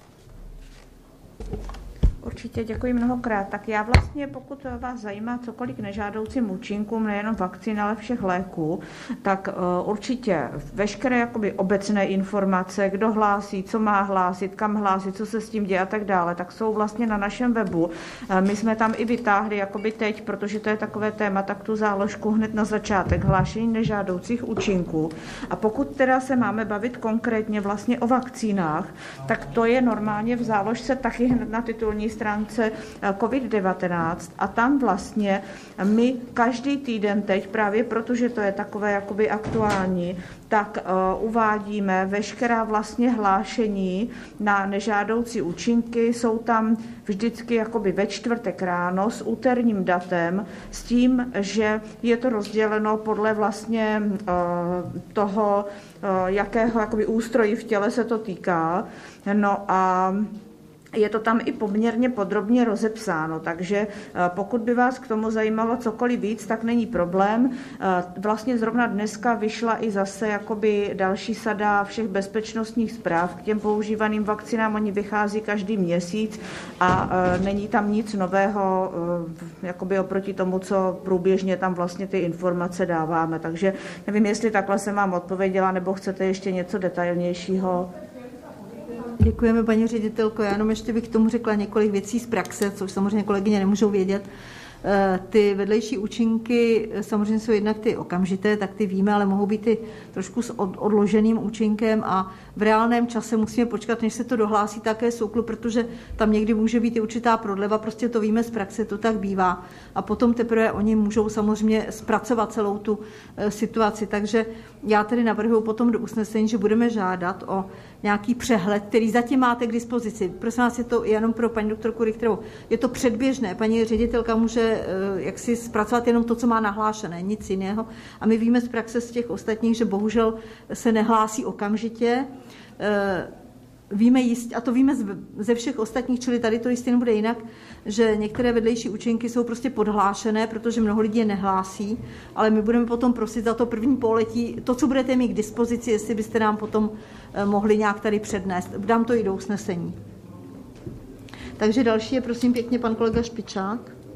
Určitě, děkuji mnohokrát. Tak já vlastně, pokud vás zajímá cokoliv k nežádoucím účinkům, nejenom vakcín, ale všech léků, tak určitě veškeré jakoby obecné informace, kdo hlásí, co má hlásit, kam hlásit, co se s tím děje a tak dále, tak jsou vlastně na našem webu. My jsme tam i vytáhli jakoby teď, protože to je takové téma, tak tu záložku hned na začátek hlášení nežádoucích účinků. A pokud teda se máme bavit konkrétně vlastně o vakcínách, tak to je normálně v záložce taky hned na titulní stránce COVID-19 a tam vlastně my každý týden teď, právě protože to je takové jakoby aktuální, tak uvádíme veškerá vlastně hlášení na nežádoucí účinky. Jsou tam vždycky jakoby ve čtvrtek ráno s úterním datem, s tím, že je to rozděleno podle vlastně toho, jakého jakoby ústrojí v těle se to týká. No a je to tam i poměrně podrobně rozepsáno, takže pokud by vás k tomu zajímalo cokoliv víc, tak není problém. Vlastně zrovna dneska vyšla i zase jakoby další sada všech bezpečnostních zpráv k těm používaným vakcinám. Oni vychází každý měsíc a není tam nic nového jakoby oproti tomu, co průběžně tam vlastně ty informace dáváme. Takže nevím, jestli takhle jsem vám odpověděla, nebo chcete ještě něco detailnějšího. Děkujeme, paní ředitelko. Já jenom ještě bych k tomu řekla několik věcí z praxe, což samozřejmě kolegyně nemůžou vědět. Ty vedlejší účinky samozřejmě jsou jednak ty okamžité, tak ty víme, ale mohou být i trošku s odloženým účinkem a v reálném čase musíme počkat, než se to dohlásí také SÚKLu, protože tam někdy může být i určitá prodleva, prostě to víme z praxe, to tak bývá. A potom teprve oni můžou samozřejmě zpracovat celou tu situaci. Takže já tedy navrhuji potom do usnesení, že budeme žádat o nějaký přehled, který zatím máte k dispozici. Prosím vás, je to jenom pro paní doktorku Richterovou. Je to předběžné. Paní ředitelka může jaksi zpracovat jenom to, co má nahlášené, nic jiného. A my víme z praxe z těch ostatních, že bohužel se nehlásí okamžitě. Víme jistě, a to víme ze všech ostatních, čili tady to jistě nebude jinak, že některé vedlejší účinky jsou prostě podhlášené, protože mnoho lidí je nehlásí, ale my budeme potom prosit za to první pololetí, to, co budete mít k dispozici, jestli byste nám potom mohli nějak tady přednést. Dám to i do usnesení. Takže další je, prosím pěkně, pan kolega Špičák.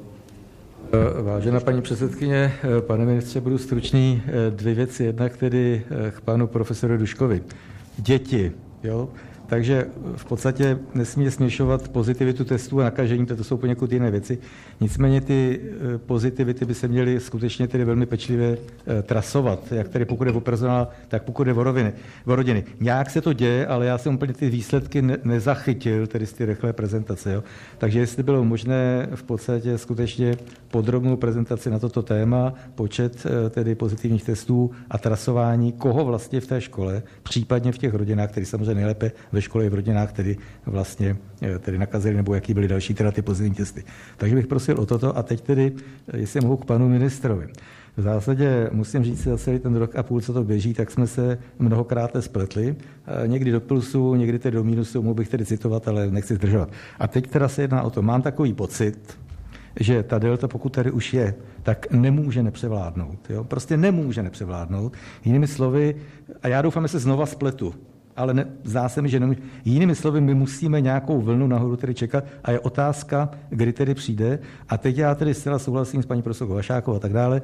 Vážená paní předsedkyně, pane ministře, budu stručný. Dvě věci. Jednak tedy k panu profesoru Duškovi. Děti, jo? Takže v podstatě nesmí směšovat pozitivitu testů a nakažení, to jsou poněkud jiné věci. Nicméně ty pozitivity by se měly skutečně tedy velmi pečlivě trasovat, jak tedy pokud je o personál, tak pokud je o rodiny. Nějak se to děje, ale já jsem úplně ty výsledky nezachytil, tedy z ty rychlé prezentace. Jo. Takže jestli bylo možné v podstatě skutečně podrobnou prezentaci na toto téma, počet tedy pozitivních testů a trasování, koho vlastně v té škole, případně v těch rodinách, které samozřejmě nejlépe ve škole i v rodinách, tedy vlastně tedy nakazili, nebo jaký byly další teda ty pozitivní testy. Takže bych prosil o toto a teď tedy, jestli mohu k panu ministrovi. V zásadě musím říct si, za celý ten rok a půl, co to běží, tak jsme se mnohokrát spletli. Někdy do plusu, někdy tedy do mínusu, mohl bych tedy citovat, ale nechci zdržovat. A teď teda se jedná o to, mám takový pocit, že ta delta, pokud tady už je, tak nemůže nepřevládnout. Jo? Prostě nemůže nepřevládnout. Jinými slovy, a já doufám, že se znova spletu, ale zdá se mi, že nemůže. Jinými slovy, my musíme nějakou vlnu nahoru tedy čekat a je otázka, kdy tedy přijde. A teď já tedy zcela souhlasím s paní profesorkou Vašákovou a tak dále,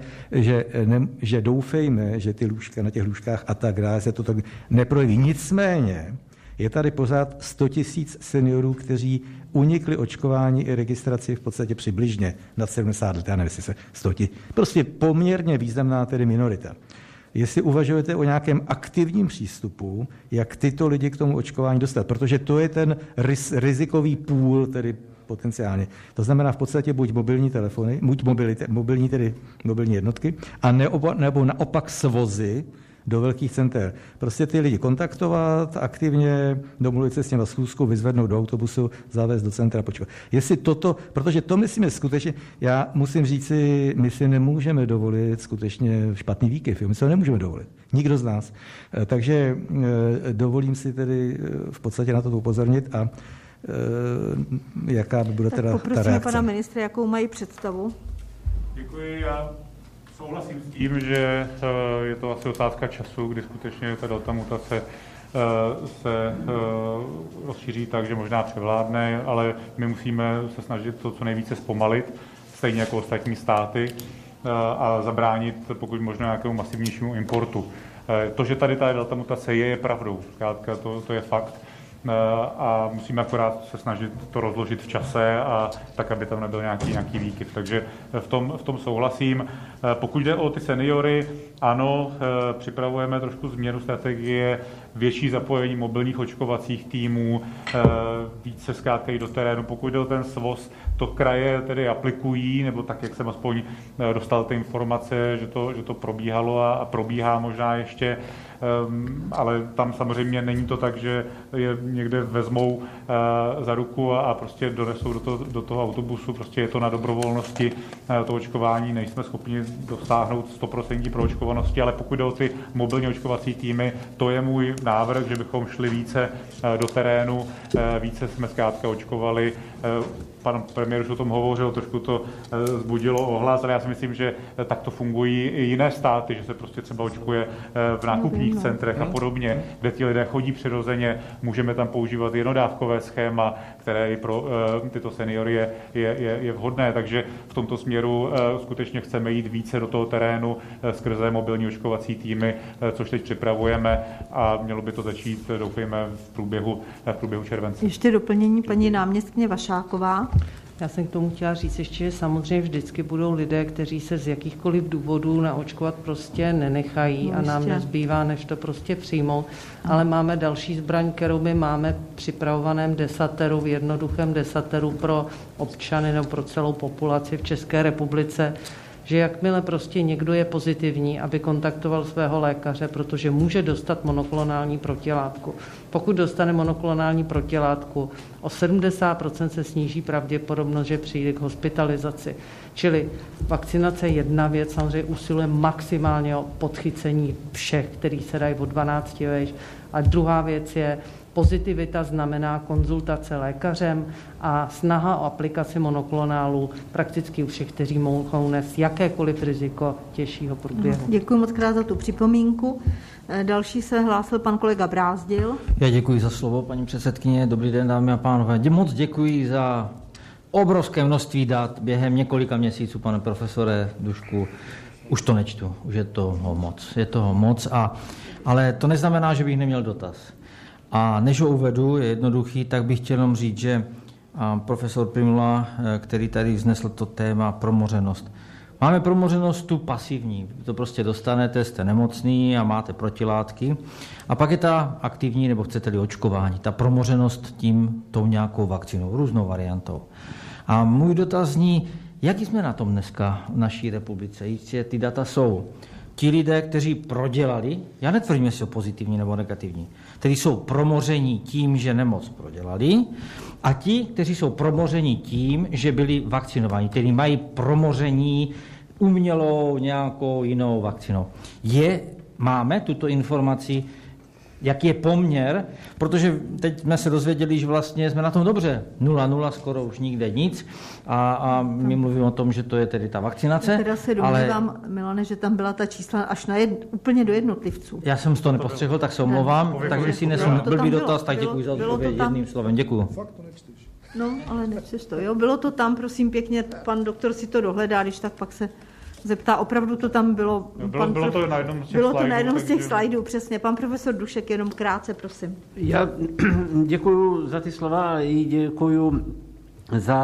že doufejme, že ty lůžka na těch lůžkách a tak dále se to tak neprojeví. Nicméně je tady pořád 100 000 seniorů, kteří unikli očkování i registraci v podstatě přibližně nad 70 let, já nevím, jestli se 100 000. Prostě poměrně významná tedy minorita. Jestli uvažujete o nějakém aktivním přístupu, jak tyto lidi k tomu očkování dostat, protože to je ten rizikový půl, tedy potenciálně. To znamená v podstatě buď mobilní telefony, buď mobilní jednotky, a nebo naopak svozy do velkých center. Prostě ty lidi kontaktovat, aktivně domluvit se s těma schůzkou, vyzvednout do autobusu, zavést do centra, počkat. Jestli toto, protože to myslím je skutečně, já musím říci, my si nemůžeme dovolit skutečně špatný výkyv, my si ho nemůžeme dovolit. Nikdo z nás. Takže dovolím si tedy v podstatě na to upozornit a jaká by bude teda ta reakce. Poprosíme pana ministra, jakou mají představu. Děkuji. Já souhlasím s tím, že je to asi otázka času, kdy skutečně ta delta mutace se rozšíří tak, že možná převládne, ale my musíme se snažit to co nejvíce zpomalit, stejně jako ostatní státy, a zabránit pokud možno nějakému masivnějšímu importu. To, že tady ta delta mutace je pravdou, zkrátka to je fakt. A musíme akorát se snažit to rozložit v čase a tak, aby tam nebyl nějaký výkyv. Takže v tom souhlasím. Pokud jde o ty seniory, ano, připravujeme trošku změnu strategie, větší zapojení mobilních očkovacích týmů, více zkrátka do terénu. Pokud jde o ten svoz, to kraje tedy aplikují, nebo tak, jak jsem aspoň dostal ty informace, že to probíhalo a probíhá možná ještě, ale tam samozřejmě není to tak, že je někde vezmou za ruku a prostě donesou do toho autobusu, prostě je to na dobrovolnosti, to očkování, nejsme schopni dosáhnout 100% proočkovanosti, ale pokud jde o ty mobilní očkovací týmy, to je můj návrh, že bychom šli více do terénu, více jsme zkrátka očkovali. Pan premiér už o tom hovořil, trošku to vzbudilo ohlas, ale já si myslím, že takto fungují i jiné státy, že se prostě třeba očkuje v nákupních centrech a podobně, kde ti lidé chodí přirozeně, můžeme tam používat jednodávkové schéma, které i pro tyto seniory je vhodné, takže v tomto směru skutečně chceme jít více do toho terénu skrze mobilní očkovací týmy, což teď připravujeme a mělo by to začít, doufejme, v průběhu července. Ještě doplnění paní náměstkyně Vašáková. Já jsem k tomu chtěla říct ještě, že samozřejmě vždycky budou lidé, kteří se z jakýchkoliv důvodů naočkovat prostě nenechají a nám nezbývá, než to prostě přijmout. Ale máme další zbraň, kterou my máme připravovaném desateru, v jednoduchém desateru pro občany nebo pro celou populaci v České republice, že jakmile prostě někdo je pozitivní, aby kontaktoval svého lékaře, protože může dostat monoklonální protilátku. Pokud dostane monoklonální protilátku, o 70% se sníží pravděpodobnost, že přijde k hospitalizaci. Čili vakcinace je jedna věc, samozřejmě usiluje maximálně o podchycení všech, který se dají od 12 vejš. A druhá věc je, pozitivita znamená konzultace lékařem a snaha o aplikaci monoklonálu prakticky u všech, kteří mohou nést jakékoliv riziko těžšího průběhu. Děkuji moc krát za tu připomínku. Další se hlásil pan kolega Brázdil. Já děkuji za slovo, paní předsedkyně. Dobrý den, dámy a pánové. Moc děkuji za obrovské množství dat během několika měsíců, pane profesore Dušku. Už to nečtu, už je toho moc. Ale to neznamená, že bych neměl dotaz. A než ho uvedu, je jednoduchý, tak bych chtěl jenom říct, že profesor Prymula, který tady vznesl to téma promořenost. Máme promořenost tu pasivní, to prostě dostanete, jste nemocný a máte protilátky. A pak je ta aktivní, nebo chcete-li očkování, ta promořenost tou nějakou vakcínou, různou variantou. A můj dotaz zní, jaký jsme na tom dneska v naší republice? Jistě ty data jsou. Ti lidé, kteří prodělali, já netvrdím, jestli jsou pozitivní nebo negativní, kteří jsou promoření tím, že nemoc prodělali, a ti, kteří jsou promoření tím, že byli vakcinováni, kteří mají promoření umělou nějakou jinou vakcinou. Máme tuto informaci, jaký je poměr, protože teď jsme se dozvěděli, že vlastně jsme na tom dobře. 0,0, skoro už nikde nic. A my mluvíme o tom, že to je tedy ta vakcinace. Já teda se domnívám, Milane, že tam byla ta čísla až úplně do jednotlivců. Já jsem z toho nepostřehl, tak se omlouvám. Takže jestli nesem blbý dotaz, tak děkuji za odpověď jedním slovem. Děkuji. No, ale nečteš to, jo. Bylo to tam, prosím pěkně, pan doktor si to dohledá, když tak pak se zeptá, opravdu to tam bylo. Bylo to na jednom z těch slajdů, přesně. Pan profesor Dušek, jenom krátce, prosím. Já děkuju za ty slova i děkuju za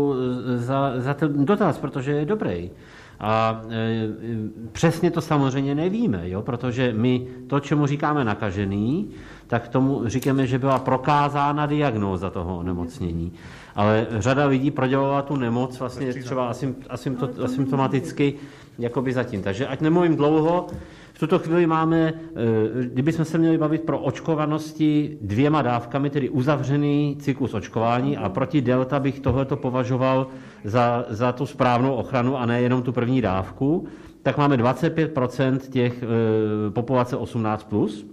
ten dotaz, protože je dobrý. A přesně to samozřejmě nevíme, jo? Protože my to, čemu říkáme nakažený, tak tomu říkáme, že byla prokázána diagnóza toho onemocnění. Ale řada lidí prodělala tu nemoc vlastně třeba asymptomaticky jakoby zatím. Takže ať nemluvím dlouho, v tuto chvíli máme, kdybychom se měli bavit pro očkovanosti 2 dávkami, tedy uzavřený cyklus očkování, a proti delta bych tohleto považoval za tu správnou ochranu a ne jenom tu první dávku, tak máme 25% těch populace 18+,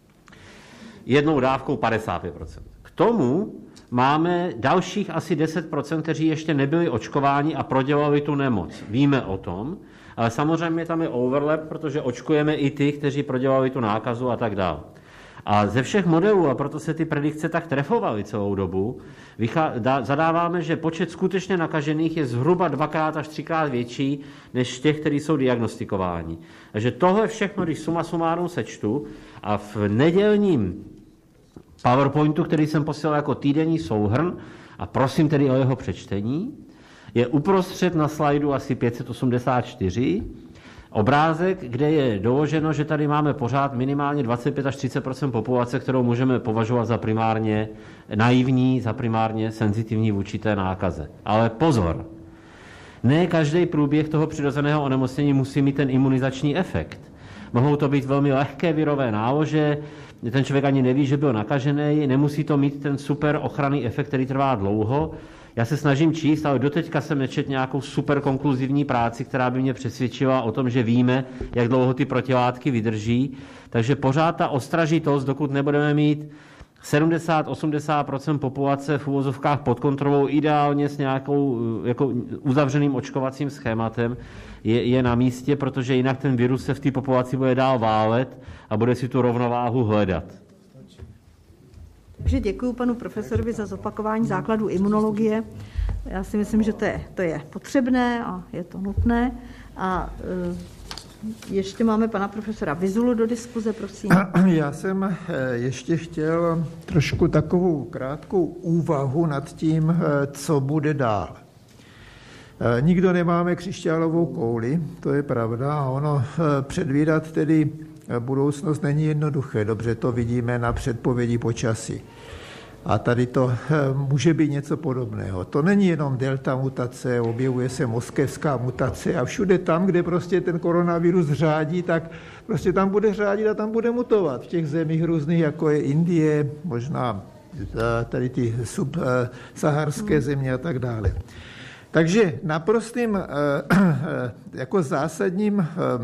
jednou dávkou 55%. K tomu máme dalších asi 10%, kteří ještě nebyli očkováni a prodělali tu nemoc. Víme o tom, ale samozřejmě tam je overlap, protože očkujeme i ty, kteří prodělali tu nákazu a tak dále. A ze všech modelů, a proto se ty predikce tak trefovaly celou dobu, zadáváme, že počet skutečně nakažených je zhruba 2x až 3x větší než těch, kteří jsou diagnostikováni. Takže tohle všechno, když suma sumárum sečtu, a v nedělním PowerPointu, který jsem posílal jako týdenní souhrn, a prosím tedy o jeho přečtení, je uprostřed na slajdu asi 584 obrázek, kde je doloženo, že tady máme pořád minimálně 25 až 30% populace, kterou můžeme považovat za primárně naivní, za primárně senzitivní vůči té nákaze. Ale pozor, ne každý průběh toho přirozeného onemocnění musí mít ten imunizační efekt. Mohou to být velmi lehké virové nálože, ten člověk ani neví, že byl nakažený, nemusí to mít ten super ochranný efekt, který trvá dlouho. Já se snažím číst, ale doteďka jsem nečetl nějakou super konkluzivní práci, která by mě přesvědčila o tom, že víme, jak dlouho ty protilátky vydrží. Takže pořád ta ostražitost, dokud nebudeme mít 70-80% populace v uvozovkách pod kontrolou, ideálně s nějakou jako uzavřeným očkovacím schématem, je na místě, protože jinak ten virus se v té populaci bude dál válet a bude si tu rovnováhu hledat. Takže děkuji panu profesorovi za zopakování základů imunologie. Já si myslím, že to je potřebné a je to nutné. A ještě máme pana profesora Vyzulu do diskuze, prosím. Já jsem ještě chtěl trošku takovou krátkou úvahu nad tím, co bude dál. Nikdo nemáme křišťálovou kouli, to je pravda, a ono předvídat tedy budoucnost není jednoduché. Dobře to vidíme na předpovědi počasí. A tady to může být něco podobného. To není jenom delta mutace, objevuje se moskevská mutace a všude tam, kde prostě ten koronavirus řádí, tak prostě tam bude řádit a tam bude mutovat. V těch zemích různých, jako je Indie, možná tady ty subsaharské země a tak dále. Takže naprostým jako zásadním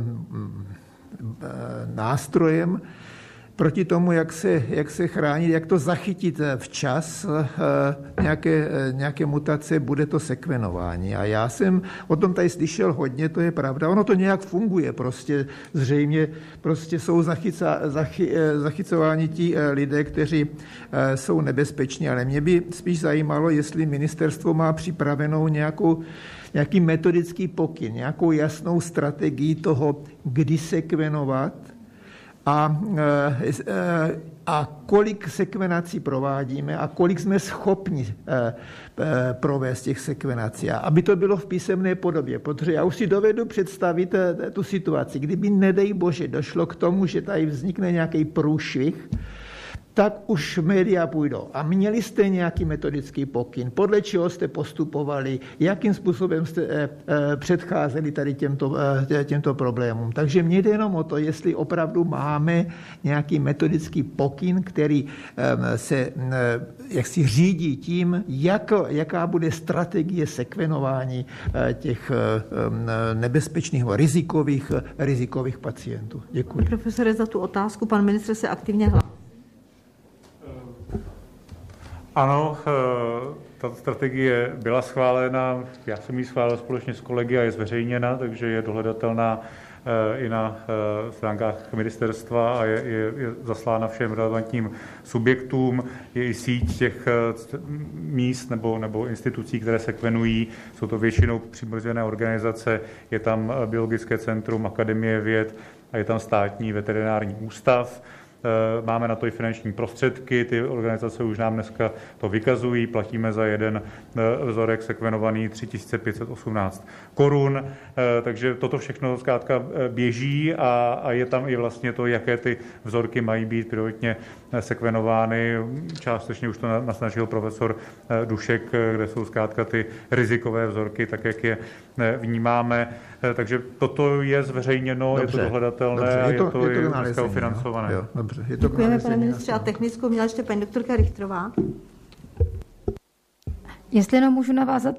nástrojem proti tomu, jak se chránit, jak to zachytit včas, nějaké mutace, bude to sekvenování. A já jsem o tom tady slyšel hodně, to je pravda. Ono to nějak funguje, prostě zřejmě prostě jsou zachycováni ti lidé, kteří jsou nebezpeční, ale mě by spíš zajímalo, jestli ministerstvo má připravenou nějaký metodický pokyn, nějakou jasnou strategii toho, kdy sekvenovat a kolik sekvenací provádíme a kolik jsme schopni provést těch sekvenací. A aby to bylo v písemné podobě, protože já už si dovedu představit tu situaci, kdyby, nedej bože, došlo k tomu, že tady vznikne nějaký průšvih, tak už média půjdou. A měli jste nějaký metodický pokyn, podle čeho jste postupovali, jakým způsobem jste předcházeli tady těmto problémům. Takže mně jde jenom o to, jestli opravdu máme nějaký metodický pokyn, který se jaksi řídí tím, jaká bude strategie sekvenování těch nebezpečných rizikových pacientů. Děkuji. Profesore, za tu otázku. Pan ministr se aktivně hlásí. Ano, tato strategie byla schválena, já jsem ji schválil společně s kolegy a je zveřejněna, takže je dohledatelná i na stránkách ministerstva a je zaslána všem relevantním subjektům. Je i síť těch míst nebo institucí, které sekvenují. Jsou to většinou přímo řízené organizace, je tam Biologické centrum Akademie věd a je tam Státní veterinární ústav. Máme na to i finanční prostředky, ty organizace už nám dneska to vykazují, platíme za jeden vzorek sekvenovaný 3518 korun, takže toto všechno zkrátka běží a je tam i vlastně to, jaké ty vzorky mají být prioritně sekvenovány. Částečně už to nasnažil profesor Dušek, kde jsou zkrátka ty rizikové vzorky, tak jak je vnímáme. Takže toto je zveřejněno, dobře, je to dohledatelné, dobře, je to i dneska financované. Jo, dobře, děkujeme, pane ministře. A technickou měla ještě paní doktorka Richtrová. Jestli jenom můžu navázat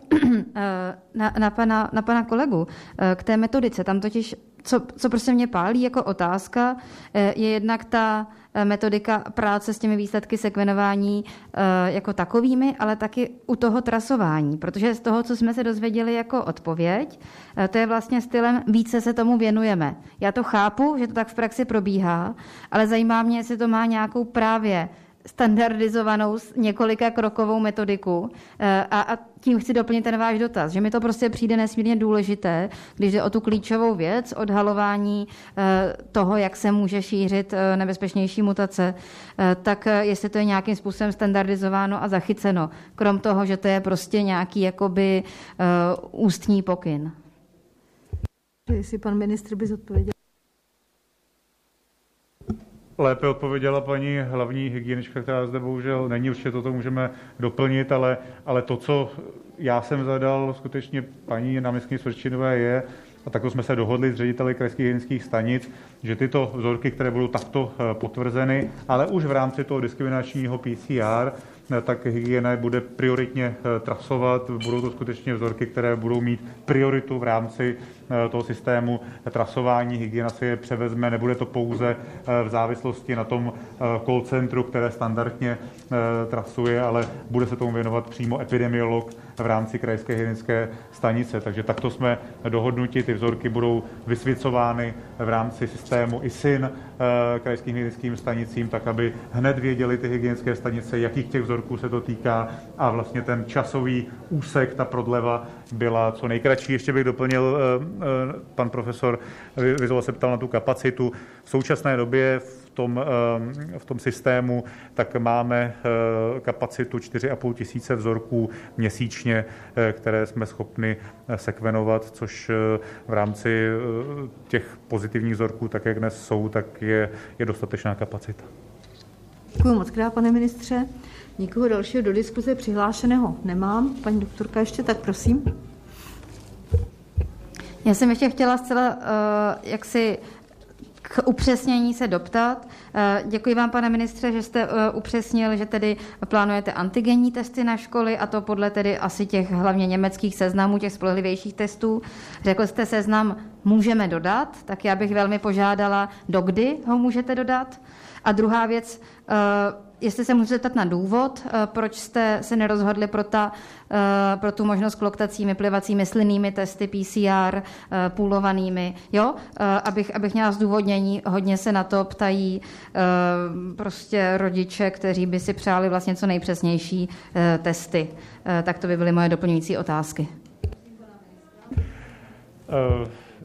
na pana kolegu k té metodice, tam totiž, co prostě mě pálí jako otázka, je jednak ta metodika práce s těmi výsledky sekvenování jako takovými, ale taky u toho trasování, protože z toho, co jsme se dozvěděli jako odpověď, to je vlastně stylem více se tomu věnujeme. Já to chápu, že to tak v praxi probíhá, ale zajímá mě, jestli to má nějakou právě standardizovanou několika krokovou metodiku a tím chci doplnit ten váš dotaz, že mi to prostě přijde nesmírně důležité, když jde o tu klíčovou věc, odhalování toho, jak se může šířit nebezpečnější mutace, tak jestli to je nějakým způsobem standardizováno a zachyceno, krom toho, že to je prostě nějaký jakoby ústní pokyn. Jestli pan ministr by zodpověděl. Lépe odpověděla paní hlavní hygienička, která zde bohužel není, určitě toto můžeme doplnit, ale to, co já jsem zadal skutečně paní náměstkyni Svrčinové je, a takto jsme se dohodli s řediteli krajských hygienických stanic, že tyto vzorky, které budou takto potvrzeny, ale už v rámci toho diskriminačního PCR, tak hygiena bude prioritně trasovat. Budou to skutečně vzorky, které budou mít prioritu v rámci toho systému trasování. Hygiena si je převezme, nebude to pouze v závislosti na tom call centru, které standardně trasuje, ale bude se tomu věnovat přímo epidemiolog v rámci krajské hygienické stanice. Takže takto jsme dohodnuti, ty vzorky budou vysvěcovány v rámci systému ISIN krajským hygienickým stanicím, tak aby hned věděli ty hygienické stanice, jakých těch vzorků se to týká a vlastně ten časový úsek, ta prodleva byla co nejkratší. Ještě bych doplnil, pan profesor Vyzola se ptal na tu kapacitu. V současné době v tom systému tak máme kapacitu 4,5 tisíce vzorků měsíčně, které jsme schopni sekvenovat, což v rámci těch pozitivních vzorků, tak jak dnes jsou, tak je dostatečná kapacita. Děkuji moc krát, pane ministře. Nikoho dalšího do diskuze přihlášeného nemám. Paní doktorka ještě, tak prosím. Já jsem ještě chtěla zcela jaksi k upřesnění se doptat. Děkuji vám, pane ministře, že jste upřesnil, že tedy plánujete antigenní testy na školy a to podle tedy asi těch hlavně německých seznamů, těch spolehlivějších testů. Řekl jste seznam můžeme dodat, tak já bych velmi požádala, dokdy ho můžete dodat. A druhá věc, jestli se můžete zeptat na důvod, proč jste se nerozhodli pro tu možnost kloktacími, plivacími, slinnými testy PCR, půlovanými, jo? Abych měla zdůvodnění, hodně se na to ptají prostě rodiče, kteří by si přáli vlastně co nejpřesnější testy. Tak to by byly moje doplňující otázky.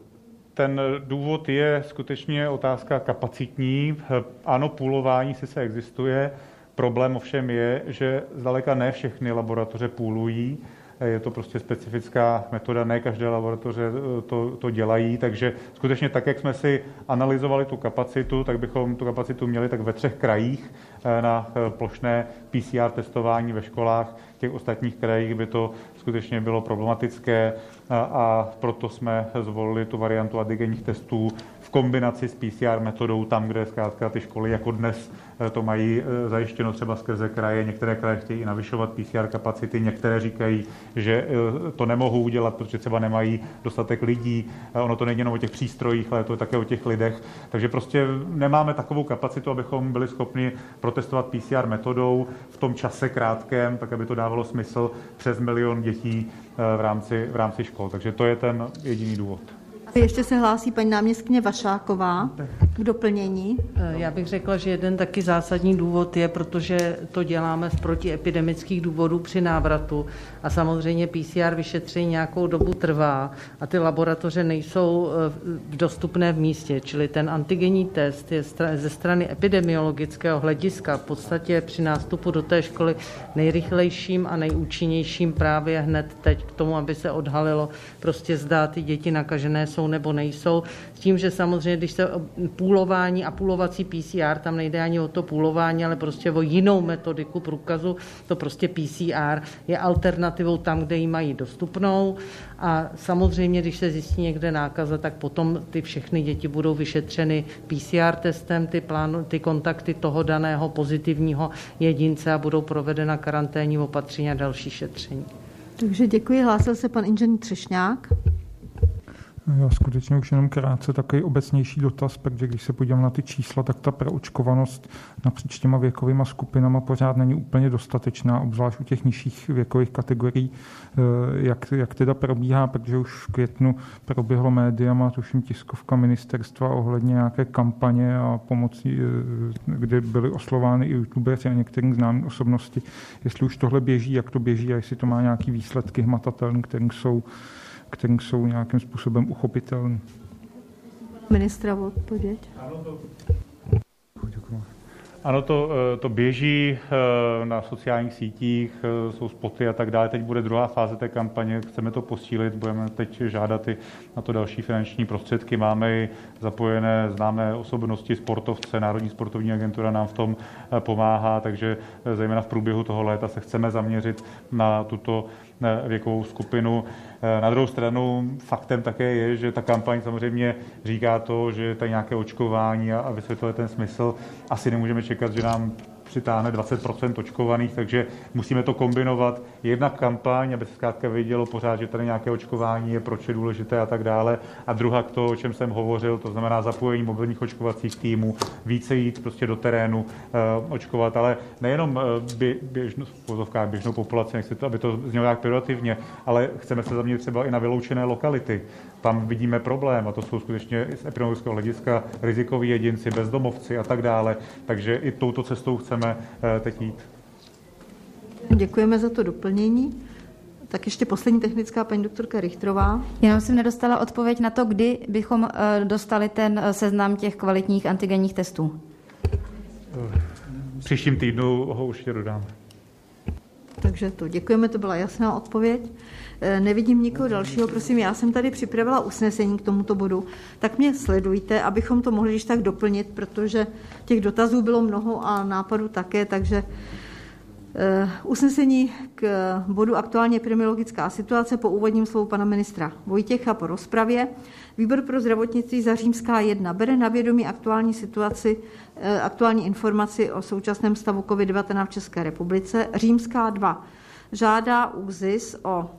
Ten důvod je skutečně otázka kapacitní. Ano, půlování sice existuje, problém ovšem je, že zdaleka ne všechny laboratoře půlují. Je to prostě specifická metoda, ne každé laboratoře to dělají, takže skutečně tak, jak jsme si analyzovali tu kapacitu, tak bychom tu kapacitu měli tak ve 3 krajích na plošné PCR testování ve školách. V těch ostatních krajích by to skutečně bylo problematické a proto jsme zvolili tu variantu antigenních testů v kombinaci s PCR metodou tam, kde zkrátka ty školy jako dnes to mají zajištěno třeba skrze kraje. Některé kraje chtějí navyšovat PCR kapacity, některé říkají, že to nemohou udělat, protože třeba nemají dostatek lidí. Ono to není jenom o těch přístrojích, ale to je také o těch lidech. Takže prostě nemáme takovou kapacitu, abychom byli schopni protestovat PCR metodou v tom čase krátkém, tak aby to dávalo smysl přes 1 milion dětí v rámci škol. Takže to je ten jediný důvod. Ještě se hlásí paní náměstkyně Vašáková k doplnění. Já bych řekla, že jeden taky zásadní důvod je, protože to děláme z protiepidemických důvodů při návratu a samozřejmě PCR vyšetření nějakou dobu trvá a ty laboratoře nejsou dostupné v místě, čili ten antigenní test je ze strany epidemiologického hlediska v podstatě při nástupu do té školy nejrychlejším a nejúčinnějším právě hned teď k tomu, aby se odhalilo prostě zda ty děti nakažené jsou nebo nejsou. S tím, že samozřejmě, když se půlování a půlovací PCR, tam nejde ani o to půlování, ale prostě o jinou metodiku průkazu, to prostě PCR je alternativou tam, kde ji mají dostupnou a samozřejmě, když se zjistí někde nákaza, tak potom ty všechny děti budou vyšetřeny PCR testem, ty kontakty toho daného pozitivního jedince a budou provedena karanténní opatření a další šetření. Takže děkuji. Hlásil se pan inženýr Třešňák. Já skutečně už jenom krátce takový obecnější dotaz, protože když se podívám na ty čísla, tak ta proočkovanost napříč těma věkovýma skupinama pořád není úplně dostatečná, obzvlášť u těch nižších věkových kategorií. Jak teda probíhá, protože už v květnu proběhlo médiama, tuším tiskovka ministerstva ohledně nějaké kampaně a pomocí, kde byly oslovány i youtubeři a některé známé osobnosti. Jestli už tohle běží, jak to běží a jestli to má nějaké výsledky hmatatelné, které jsou nějakým způsobem uchopitelné. Ministra odpověď. Ano, to běží na sociálních sítích, jsou spoty a tak dále. Teď bude druhá fáze té kampaně, chceme to posílit, budeme teď žádat i na to další finanční prostředky. Máme i zapojené známé osobnosti, sportovce, Národní sportovní agentura nám v tom pomáhá, takže zejména v průběhu toho léta se chceme zaměřit na tuto věkovou skupinu. Na druhou stranu faktem také je, že ta kampaň samozřejmě říká to, že je tady nějaké očkování a vysvětluje ten smysl. Asi nemůžeme čekat, že nám přitáhne 20% očkovaných, takže musíme to kombinovat. Jednak kampaň, aby se zkrátka vědělo pořád, že tady nějaké očkování je, proč je důležité a tak dále. A druhá to, o čem jsem hovořil, to znamená zapojení mobilních očkovacích týmů, více jít prostě do terénu očkovat, ale nejenom běžnou populaci, nechci to, aby to znělo nějak pejorativně, ale chceme se zaměřit třeba i na vyloučené lokality. Tam vidíme problém a to jsou skutečně z epidemiologického hlediska rizikoví jedinci, bezdomovci a tak dále. Takže i touto cestou chceme teď jít. Děkujeme za to doplnění. Tak ještě poslední technická, paní doktorka Richtrová. Jenom jsem nedostala odpověď na to, kdy bychom dostali ten seznam těch kvalitních antigenních testů. V příštím týdnu ho určitě dodáme. Takže to děkujeme, to byla jasná odpověď. Nevidím nikoho dalšího, prosím, já jsem tady připravila usnesení k tomuto bodu, tak mě sledujte, abychom to mohli již tak doplnit, protože těch dotazů bylo mnoho a nápadů také, takže usnesení k bodu aktuální epidemiologická situace po úvodním slovu pana ministra Vojtěcha po rozpravě. Výbor pro zdravotnictví za římská 1 bere na vědomí aktuální informaci o současném stavu COVID-19 v České republice. Římská 2 žádá ÚZIS o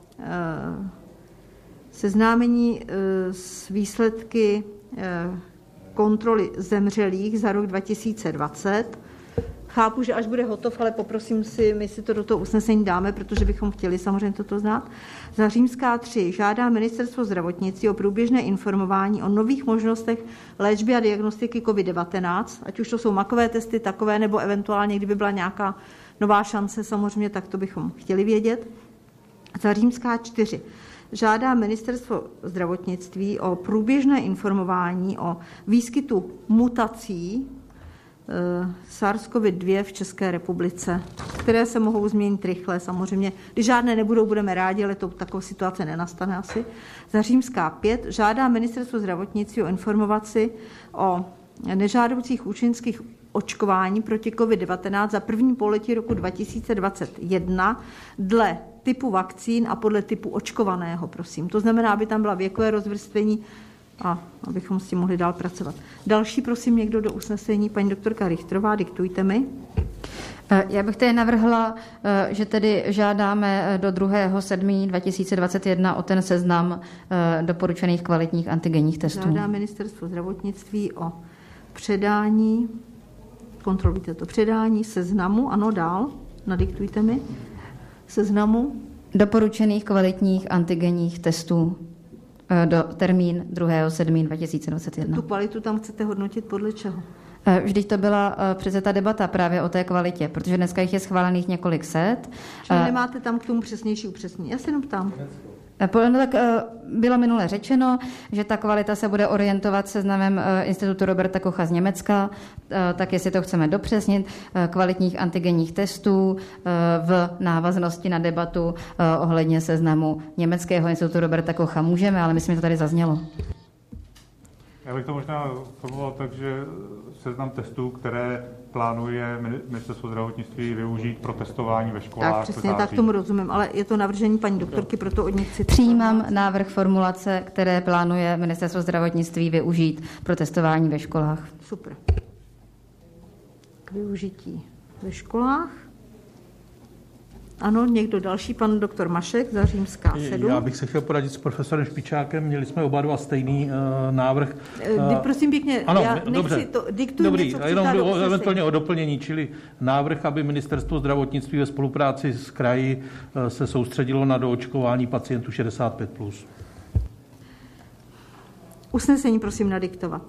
seznámení s výsledky kontroly zemřelých za rok 2020. Chápu, že až bude hotov, ale poprosím my si to do toho usnesení dáme, protože bychom chtěli samozřejmě toto znát. Za římská 3 žádá ministerstvo zdravotnictví o průběžné informování o nových možnostech léčby a diagnostiky COVID-19, ať už to jsou makové testy, takové, nebo eventuálně, kdyby byla nějaká nová šance, samozřejmě, tak to bychom chtěli vědět. Za římská 4 žádá Ministerstvo zdravotnictví o průběžné informování o výskytu mutací SARS-CoV-2 v České republice, které se mohou změnit rychle. Samozřejmě, když žádné nebudou, budeme rádi, ale to taková situace nenastane asi. Za římská 5 žádá Ministerstvo zdravotnictví o informaci o nežádoucích účinkách očkování proti COVID-19 za první pololetí roku 2021 dle typu vakcín a podle typu očkovaného, prosím. To znamená, aby tam byla věkové rozvrstvení a abychom s tím mohli dál pracovat. Další, prosím, někdo do usnesení. Paní doktorka Richtrová, diktujte mi. Já bych tady navrhla, že tedy žádáme do 2.7.2021 o ten seznam doporučených kvalitních antigenních testů. Žádá Ministerstvo zdravotnictví o předání, kontrolujte to, předání seznamu, ano, dál, nadiktujte mi, seznamu doporučených kvalitních antigenních testů do termín 2.7.2021. Tu kvalitu tam chcete hodnotit podle čeho? Vždyť to byla přece ta debata právě o té kvalitě, protože dneska jich je schválených několik set. Čili nemáte tam k tomu přesnější upřesnění? Já se jenom ptám. No tak bylo minule řečeno, že ta kvalita se bude orientovat seznamem Institutu Roberta Kocha z Německa, tak jestli to chceme dopřesnit, kvalitních antigenních testů v návaznosti na debatu ohledně seznamu Německého Institutu Roberta Kocha můžeme, ale myslím, že to tady zaznělo. Já bych to možná formuloval tak, že seznam testů, které plánuje Ministerstvo zdravotnictví využít pro testování ve školách. Tak přesně, tak tomu rozumím, ale je to navržení paní doktorky, proto od nich chci. Přijímám návrh formulace, které plánuje Ministerstvo zdravotnictví využít pro testování ve školách. Super. K využití ve školách. Ano, někdo další, pan doktor Mašek za římská 7. Já bych se chtěl poradit s profesorem Špičákem, měli jsme oba dva stejný návrh. Prosím pěkně, ano, já nechci dobře. to, diktuji Dobrý, něco, jenom eventuálně o doplnění, čili návrh, aby Ministerstvo zdravotnictví ve spolupráci s kraji se soustředilo na doočkování pacientů 65+. Usnesení prosím nadiktovat.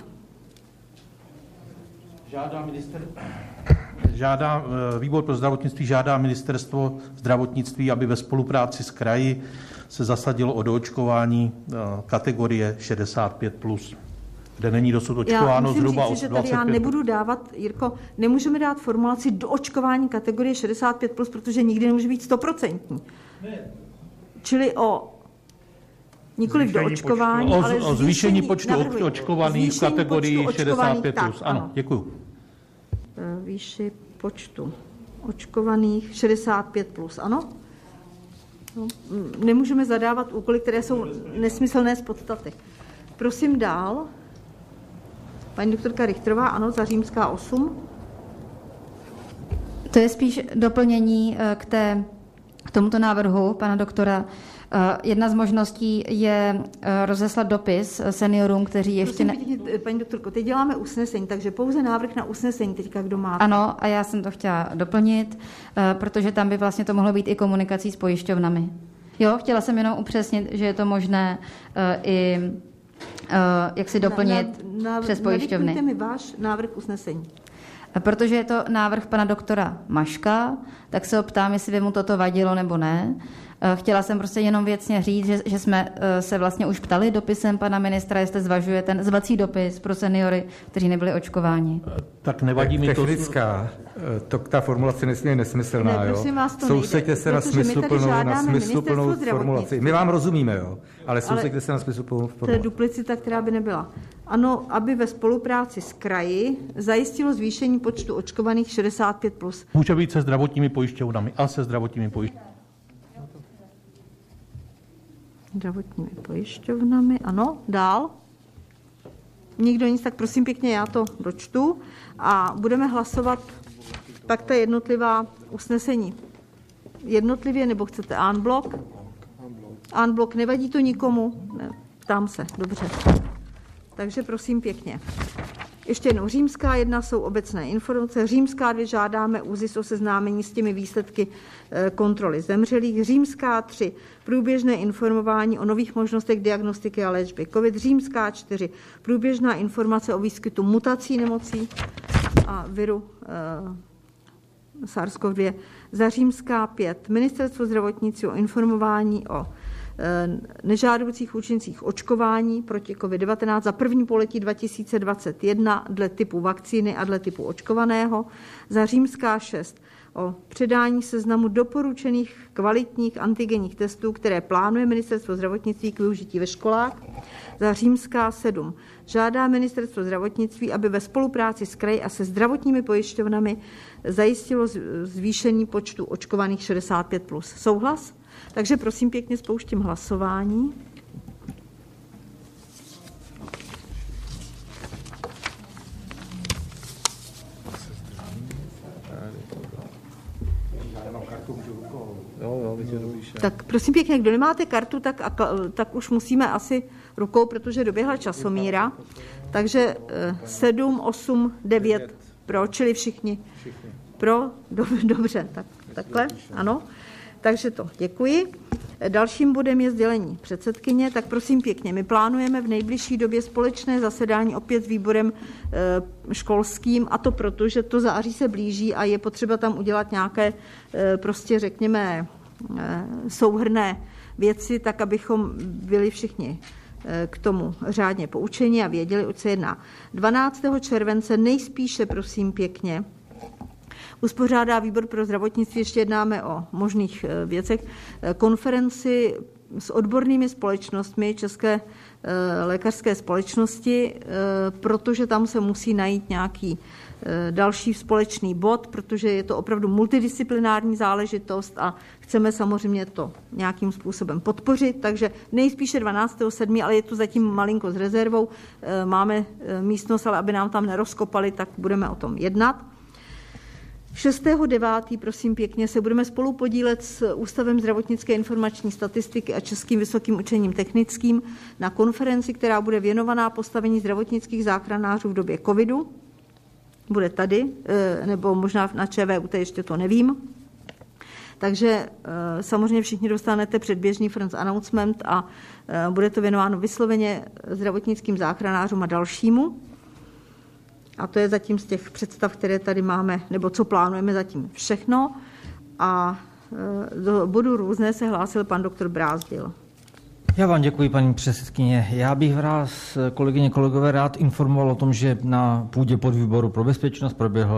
Výbor pro zdravotnictví žádá Ministerstvo zdravotnictví, aby ve spolupráci s kraji se zasadilo o doočkování kategorie 65+, kde není dosud očkováno zhruba 25%. Já tady já nebudu dávat, Jirko, nemůžeme dát formulaci doočkování kategorie 65+, protože nikdy nemůže být 100%. Čili nikoliv doočkování, ale o zvýšení počtu očkovaných v kategorii 65+. Ano, děkuju. Výši počtu očkovaných 65+, ano? No, nemůžeme zadávat úkoly, které jsou nesmyslné z podstaty. Prosím dál. Paní doktorka Richtrová, ano, za římská 8. To je spíš doplnění k tomuto návrhu pana doktora. Jedna z možností je rozeslat dopis seniorům, kteří ještě... Paní doktorko, teď děláme usnesení, takže pouze návrh na usnesení teďka, kdo má. Ano, a já jsem to chtěla doplnit, protože tam by vlastně to mohlo být i komunikací s pojišťovnami. Jo, chtěla jsem jenom upřesnit, že je to možné i jak si doplnit přes pojišťovny. Nadikujte mi váš návrh usnesení. Protože je to návrh pana doktora Maška, tak se ho ptám, jestli by mu toto vadilo nebo ne. Chtěla jsem prostě jenom věcně říct, že jsme se vlastně už ptali dopisem pana ministra, jestli zvažuje ten zvací dopis pro seniory, kteří nebyli očkováni. Tak nevadí mi to. Technická, ta formulace nesmí nesmyslná, ne, jo? Soustřeďte se na smysluplnou formulaci. My vám rozumíme, jo? Ale soustřeďte se na smysluplnou formulaci. To je duplicita, která by nebyla. Ano, aby ve spolupráci s kraji zajistilo zvýšení počtu očkovaných 65+. Může být se zdravotními pojišťovnami a se zdravotními pojišťovnami. Zdravotními pojišťovnami, ano, dál. Nikdo nic, tak prosím pěkně, já to dočtu a budeme hlasovat pak ta jednotlivá usnesení. Jednotlivě, nebo chcete en bloc? En bloc, nevadí to nikomu? Ne, ptám se, dobře. Takže prosím pěkně. Ještě jednou, římská 1 jsou obecné informace, římská 2 žádáme ÚZIS o seznámení s těmi výsledky kontroly zemřelých, římská 3 průběžné informování o nových možnostech diagnostiky a léčby COVID, římská 4 průběžná informace o výskytu mutací nemocí a viru SARS-CoV-2, za římská 5 Ministerstvo zdravotnictví o informování o nežádoucích účincích očkování proti COVID-19 za první pololetí 2021 dle typu vakcíny a dle typu očkovaného. Za římská 6 o předání seznamu doporučených kvalitních antigenních testů, které plánuje Ministerstvo zdravotnictví k využití ve školách. Za římská 7 žádá Ministerstvo zdravotnictví, aby ve spolupráci s kraji a se zdravotními pojišťovnami zajistilo zvýšení počtu očkovaných 65+. Souhlas? Takže prosím pěkně, spouštím hlasování. Tak prosím pěkně, kdo nemáte kartu, tak už musíme asi rukou, protože doběhla časomíra. Takže 7, 8, 9 pro, čili všichni pro. Dobře, takhle, ano. Takže to děkuji. Dalším bodem je sdělení předsedkyně. Tak prosím pěkně, my plánujeme v nejbližší době společné zasedání opět s výborem školským, a to proto, že to září se blíží a je potřeba tam udělat nějaké prostě řekněme souhrnné věci, tak abychom byli všichni k tomu řádně poučeni a věděli, oč se jedná. 12. července nejspíše, prosím pěkně, uspořádá výbor pro zdravotnictví, ještě jednáme o možných věcech, konferenci s odbornými společnostmi České lékařské společnosti, protože tam se musí najít nějaký další společný bod, protože je to opravdu multidisciplinární záležitost a chceme samozřejmě to nějakým způsobem podpořit, takže nejspíše 12.7., ale je to zatím malinko s rezervou, máme místnost, ale aby nám tam nerozkopali, tak budeme o tom jednat. 6.9. prosím pěkně se budeme spolu podílet s Ústavem zdravotnické informační statistiky a Českým vysokým učením technickým na konferenci, která bude věnovaná postavení zdravotnických záchranářů v době covidu. Bude tady, nebo možná na ČVUT, ještě to nevím. Takže samozřejmě všichni dostanete předběžný friends announcement a bude to věnováno vysloveně zdravotnickým záchranářům a dalšímu. A to je zatím z těch představ, které tady máme, nebo co plánujeme zatím všechno. A do bodu různé se hlásil pan doktor Brázdil. Já vám děkuji, paní předsedkyně. Já bych vás, kolegyně, kolegové, rád informoval o tom, že na půdě podvýboru pro bezpečnost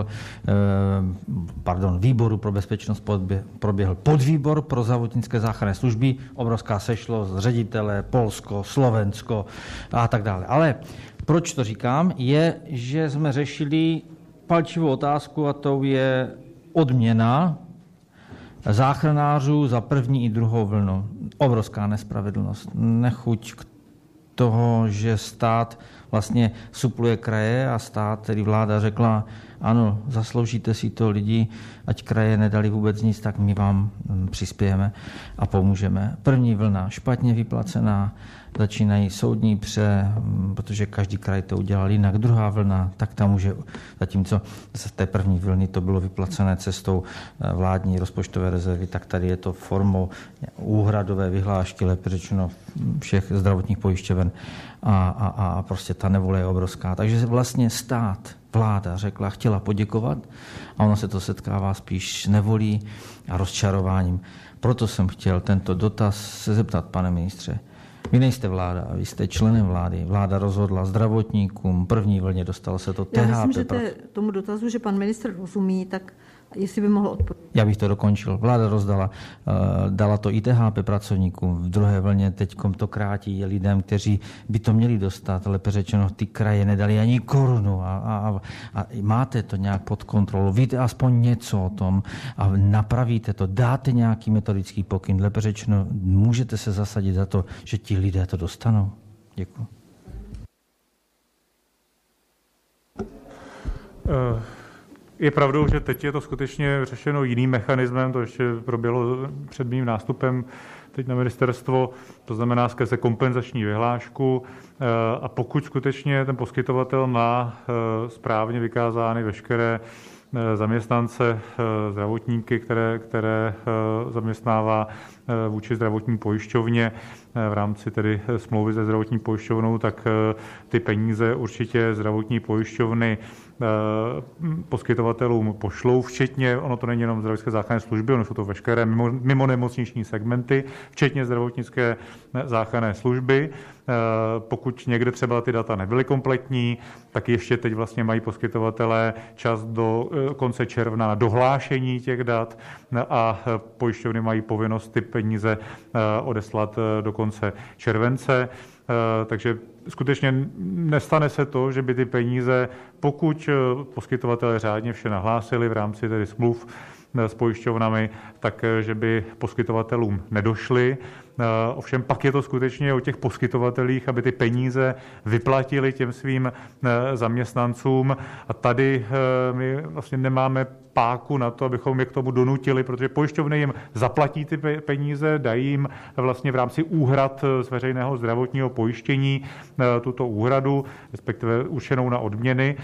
výboru pro bezpečnost proběhl podvýbor pro zdravotnické záchranné služby, obrovská sešlost, ředitele, Polsko, Slovensko a tak dále. Ale proč to říkám, je, že jsme řešili palčivou otázku a to je odměna záchranářů za první i druhou vlnu. Obrovská nespravedlnost. Nechuť k toho, že stát vlastně supluje kraje a stát, tedy vláda řekla, ano, zasloužíte si to lidi, ať kraje nedali vůbec nic, tak my vám přispějeme a pomůžeme. První vlna špatně vyplacená, začínají soudní pře, protože každý kraj to udělal jinak. Druhá vlna, tak tam může, zatímco z té první vlny to bylo vyplacené cestou vládní rozpočtové rezervy, tak tady je to formou úhradové vyhlášky, lépe řečeno všech zdravotních pojišťoven a prostě ta nevole je obrovská. Takže vlastně stát, vláda řekla, chtěla poděkovat a ono se to setkává spíš s nevolí a rozčarováním. Proto jsem chtěl tento dotaz se zeptat, pane ministře. Vy nejste vláda, vy jste členem vlády. Vláda rozhodla zdravotníkům, první vlně dostalo se to THP. Já myslím, že tomu dotazu, že pan ministr rozumí, tak jestli by mohl odpovědět. Já bych to dokončil. Vláda rozdala, dala to i THP pracovníkům. V druhé vlně teďkom to krátí lidem, kteří by to měli dostat. Lépe řečeno, ty kraje nedali ani korunu. A máte to nějak pod kontrolou. Víte aspoň něco o tom a napravíte to. Dáte nějaký metodický pokyn. Lépe řečeno, můžete se zasadit za to, že ti lidé to dostanou. Děkuji. Je pravdou, že teď je to skutečně řešeno jiným mechanismem, to ještě proběhlo před mým nástupem teď na ministerstvo, to znamená skrze kompenzační vyhlášku a pokud skutečně ten poskytovatel má správně vykázány veškeré zaměstnance, zdravotníky, které zaměstnává vůči zdravotní pojišťovně, v rámci tedy smlouvy se zdravotní pojišťovnou, tak ty peníze určitě zdravotní pojišťovny poskytovatelům pošlou, včetně, ono to není jenom zdravotnické záchranné služby, ono jsou to veškeré mimo nemocniční segmenty, včetně zdravotnické záchranné služby. Pokud někde třeba ty data nebyly kompletní, tak ještě teď vlastně mají poskytovatelé čas do konce června na dohlášení těch dat a pojišťovny mají povinnost ty peníze odeslat do konce července. Takže skutečně nestane se to, že by ty peníze, pokud poskytovatelé řádně vše nahlásili v rámci tedy smluv s pojišťovnami, tak že by poskytovatelům nedošly. Ovšem pak je to skutečně o těch poskytovatelích, aby ty peníze vyplatili těm svým zaměstnancům. A tady my vlastně nemáme páku na to, abychom je k tomu donutili, protože pojišťovny jim zaplatí ty peníze, dají jim vlastně v rámci úhrad z veřejného zdravotního pojištění tuto úhradu, respektive určenou na odměny,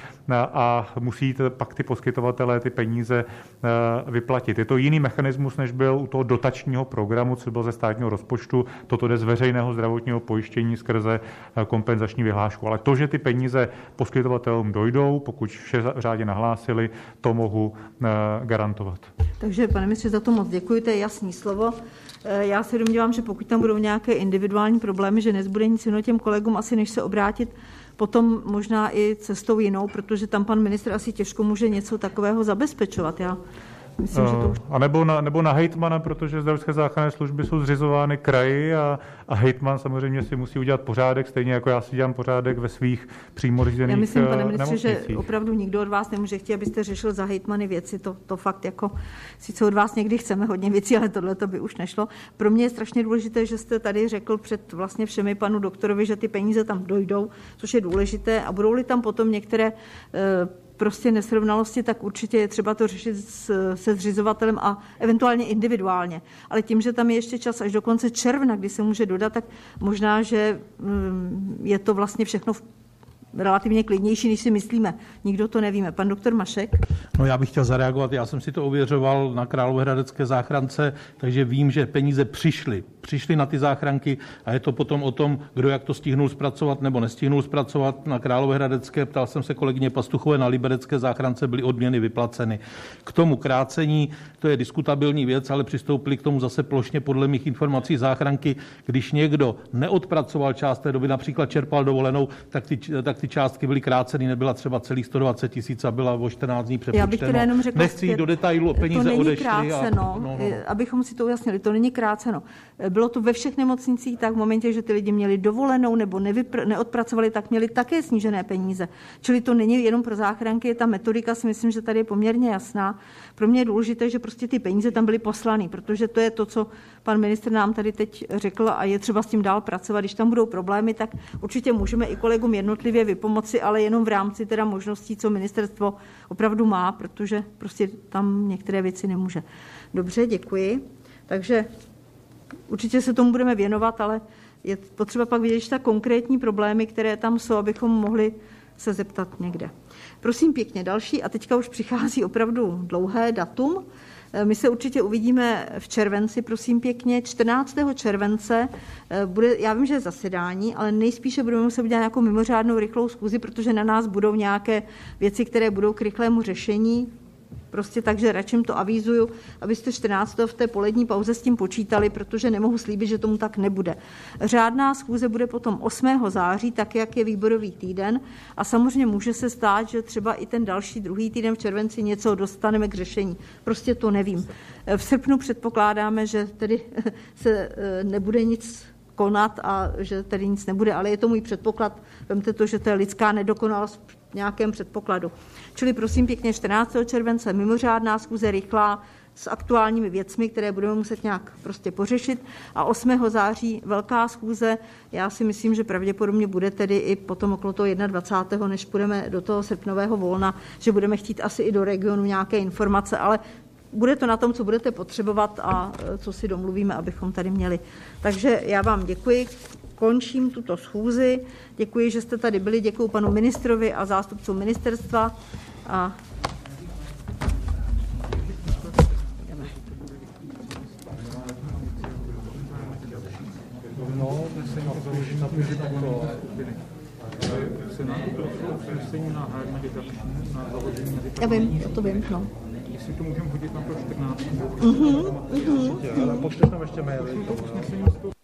a musí pak ty poskytovatelé ty peníze vyplatit. Je to jiný mechanismus, než byl u toho dotačního programu, co byl ze státního rozpočtu. Toto jde z veřejného zdravotního pojištění skrze kompenzační vyhlášku. Ale to, že ty peníze poskytovatelům dojdou, pokud vše řádně nahlásili, to mohu garantovat. Takže, pane ministře, za to moc děkuji, to je jasný slovo. Já se domnívám, že pokud tam budou nějaké individuální problémy, že nezbude nic jiného těm kolegům asi, než se obrátit potom možná i cestou jinou, protože tam pan ministr asi těžko může něco takového zabezpečovat. Já myslím, že to už... A nebo na hejtmana, protože zdravotnické záchranné služby jsou zřizovány kraji a hejtman samozřejmě si musí udělat pořádek, stejně jako já si dělám pořádek ve svých přímo řízených nemocnicích. Já myslím, pane ministře, že opravdu nikdo od vás nemůže chtít, abyste řešil za hejtmany věci. To fakt jako, sice od vás někdy chceme hodně věcí, ale tohle to by už nešlo. Pro mě je strašně důležité, že jste tady řekl před vlastně všemi panu doktorovi, že ty peníze tam dojdou, což je důležité, a budou-li tam potom některé prostě nesrovnalosti, tak určitě je třeba to řešit se zřizovatelem a eventuálně individuálně. Ale tím, že tam je ještě čas až do konce června, kdy se může dodat, tak možná, že je to vlastně všechno relativně klidnější, než si myslíme. Nikdo to nevíme. Pan doktor Mašek? No, já bych chtěl zareagovat. Já jsem si to ověřoval na Královéhradecké záchrance, takže vím, že peníze přišly na ty záchranky a je to potom o tom, kdo jak to stihnul zpracovat nebo nestihnul zpracovat. Na Královéhradecké, ptal jsem se kolegyně Pastuchové, na Liberecké záchrance byly odměny vyplaceny. K tomu krácení, to je diskutabilní věc, ale přistoupili k tomu zase plošně podle mých informací záchranky. Když někdo neodpracoval část té doby, například čerpal dovolenou, tak ty částky byly kráceny, nebyla třeba celých 120 000 a byla o 14 dní přepočteno. Já bych teda jenom řekla, nechci jít do detailu, peníze odešly. Kráceno, abychom si to ujasnili, to není kráceno. Bylo to ve všech nemocnicích tak v momentě, že ty lidi měli dovolenou nebo neodpracovali, tak měli také snížené peníze. Čili to není jenom pro záchranky, ta metodika si myslím, že tady je poměrně jasná. Pro mě je důležité, že prostě ty peníze tam byly poslany, protože to je to, co pan ministr nám tady teď řekl a je třeba s tím dál pracovat. Když tam budou problémy, tak určitě můžeme i kolegům jednotlivě vypomoci, ale jenom v rámci teda možností, co ministerstvo opravdu má, protože prostě tam některé věci nemůže. Dobře, děkuji. Takže určitě se tomu budeme věnovat, ale je potřeba pak vidět ta konkrétní problémy, které tam jsou, abychom mohli se zeptat někde. Prosím pěkně, další, a teďka už přichází opravdu dlouhé datum. My se určitě uvidíme v červenci, prosím pěkně. 14. července bude, já vím, že je zasedání, ale nejspíše budeme muset udělat nějakou mimořádnou rychlou schůzi, protože na nás budou nějaké věci, které budou k rychlému řešení. Prostě takže radši to avízuju, abyste 14. v té polední pauze s tím počítali, protože nemohu slíbit, že tomu tak nebude. Řádná schůze bude potom 8. září, tak jak je výborový týden, a samozřejmě může se stát, že třeba i ten další druhý týden v červenci něco dostaneme k řešení. Prostě to nevím. V srpnu předpokládáme, že tedy se nebude nic konat a že tedy nic nebude, ale je to můj předpoklad. Vemte to, že to je lidská nedokonalost v nějakém předpokladu. Čili prosím pěkně 14. července mimořádná schůze rychlá s aktuálními věcmi, které budeme muset nějak prostě pořešit, a 8. září velká schůze. Já si myslím, že pravděpodobně bude tedy i potom okolo toho 21. než půjdeme do toho srpnového volna, že budeme chtít asi i do regionu nějaké informace, ale bude to na tom, co budete potřebovat a co si domluvíme, abychom tady měli. Takže já vám děkuji, končím tuto schůzi. Děkuji, že jste tady byli, děkuji panu ministrovi a zástupcům ministerstva. A No, usnesení o založení to Senátu bylo usnesení na meditační, na založení meditační. Já vím, to vím, no. Jestli to můžeme hodit na to 14. Ale pošlete ještě maily. To usnesení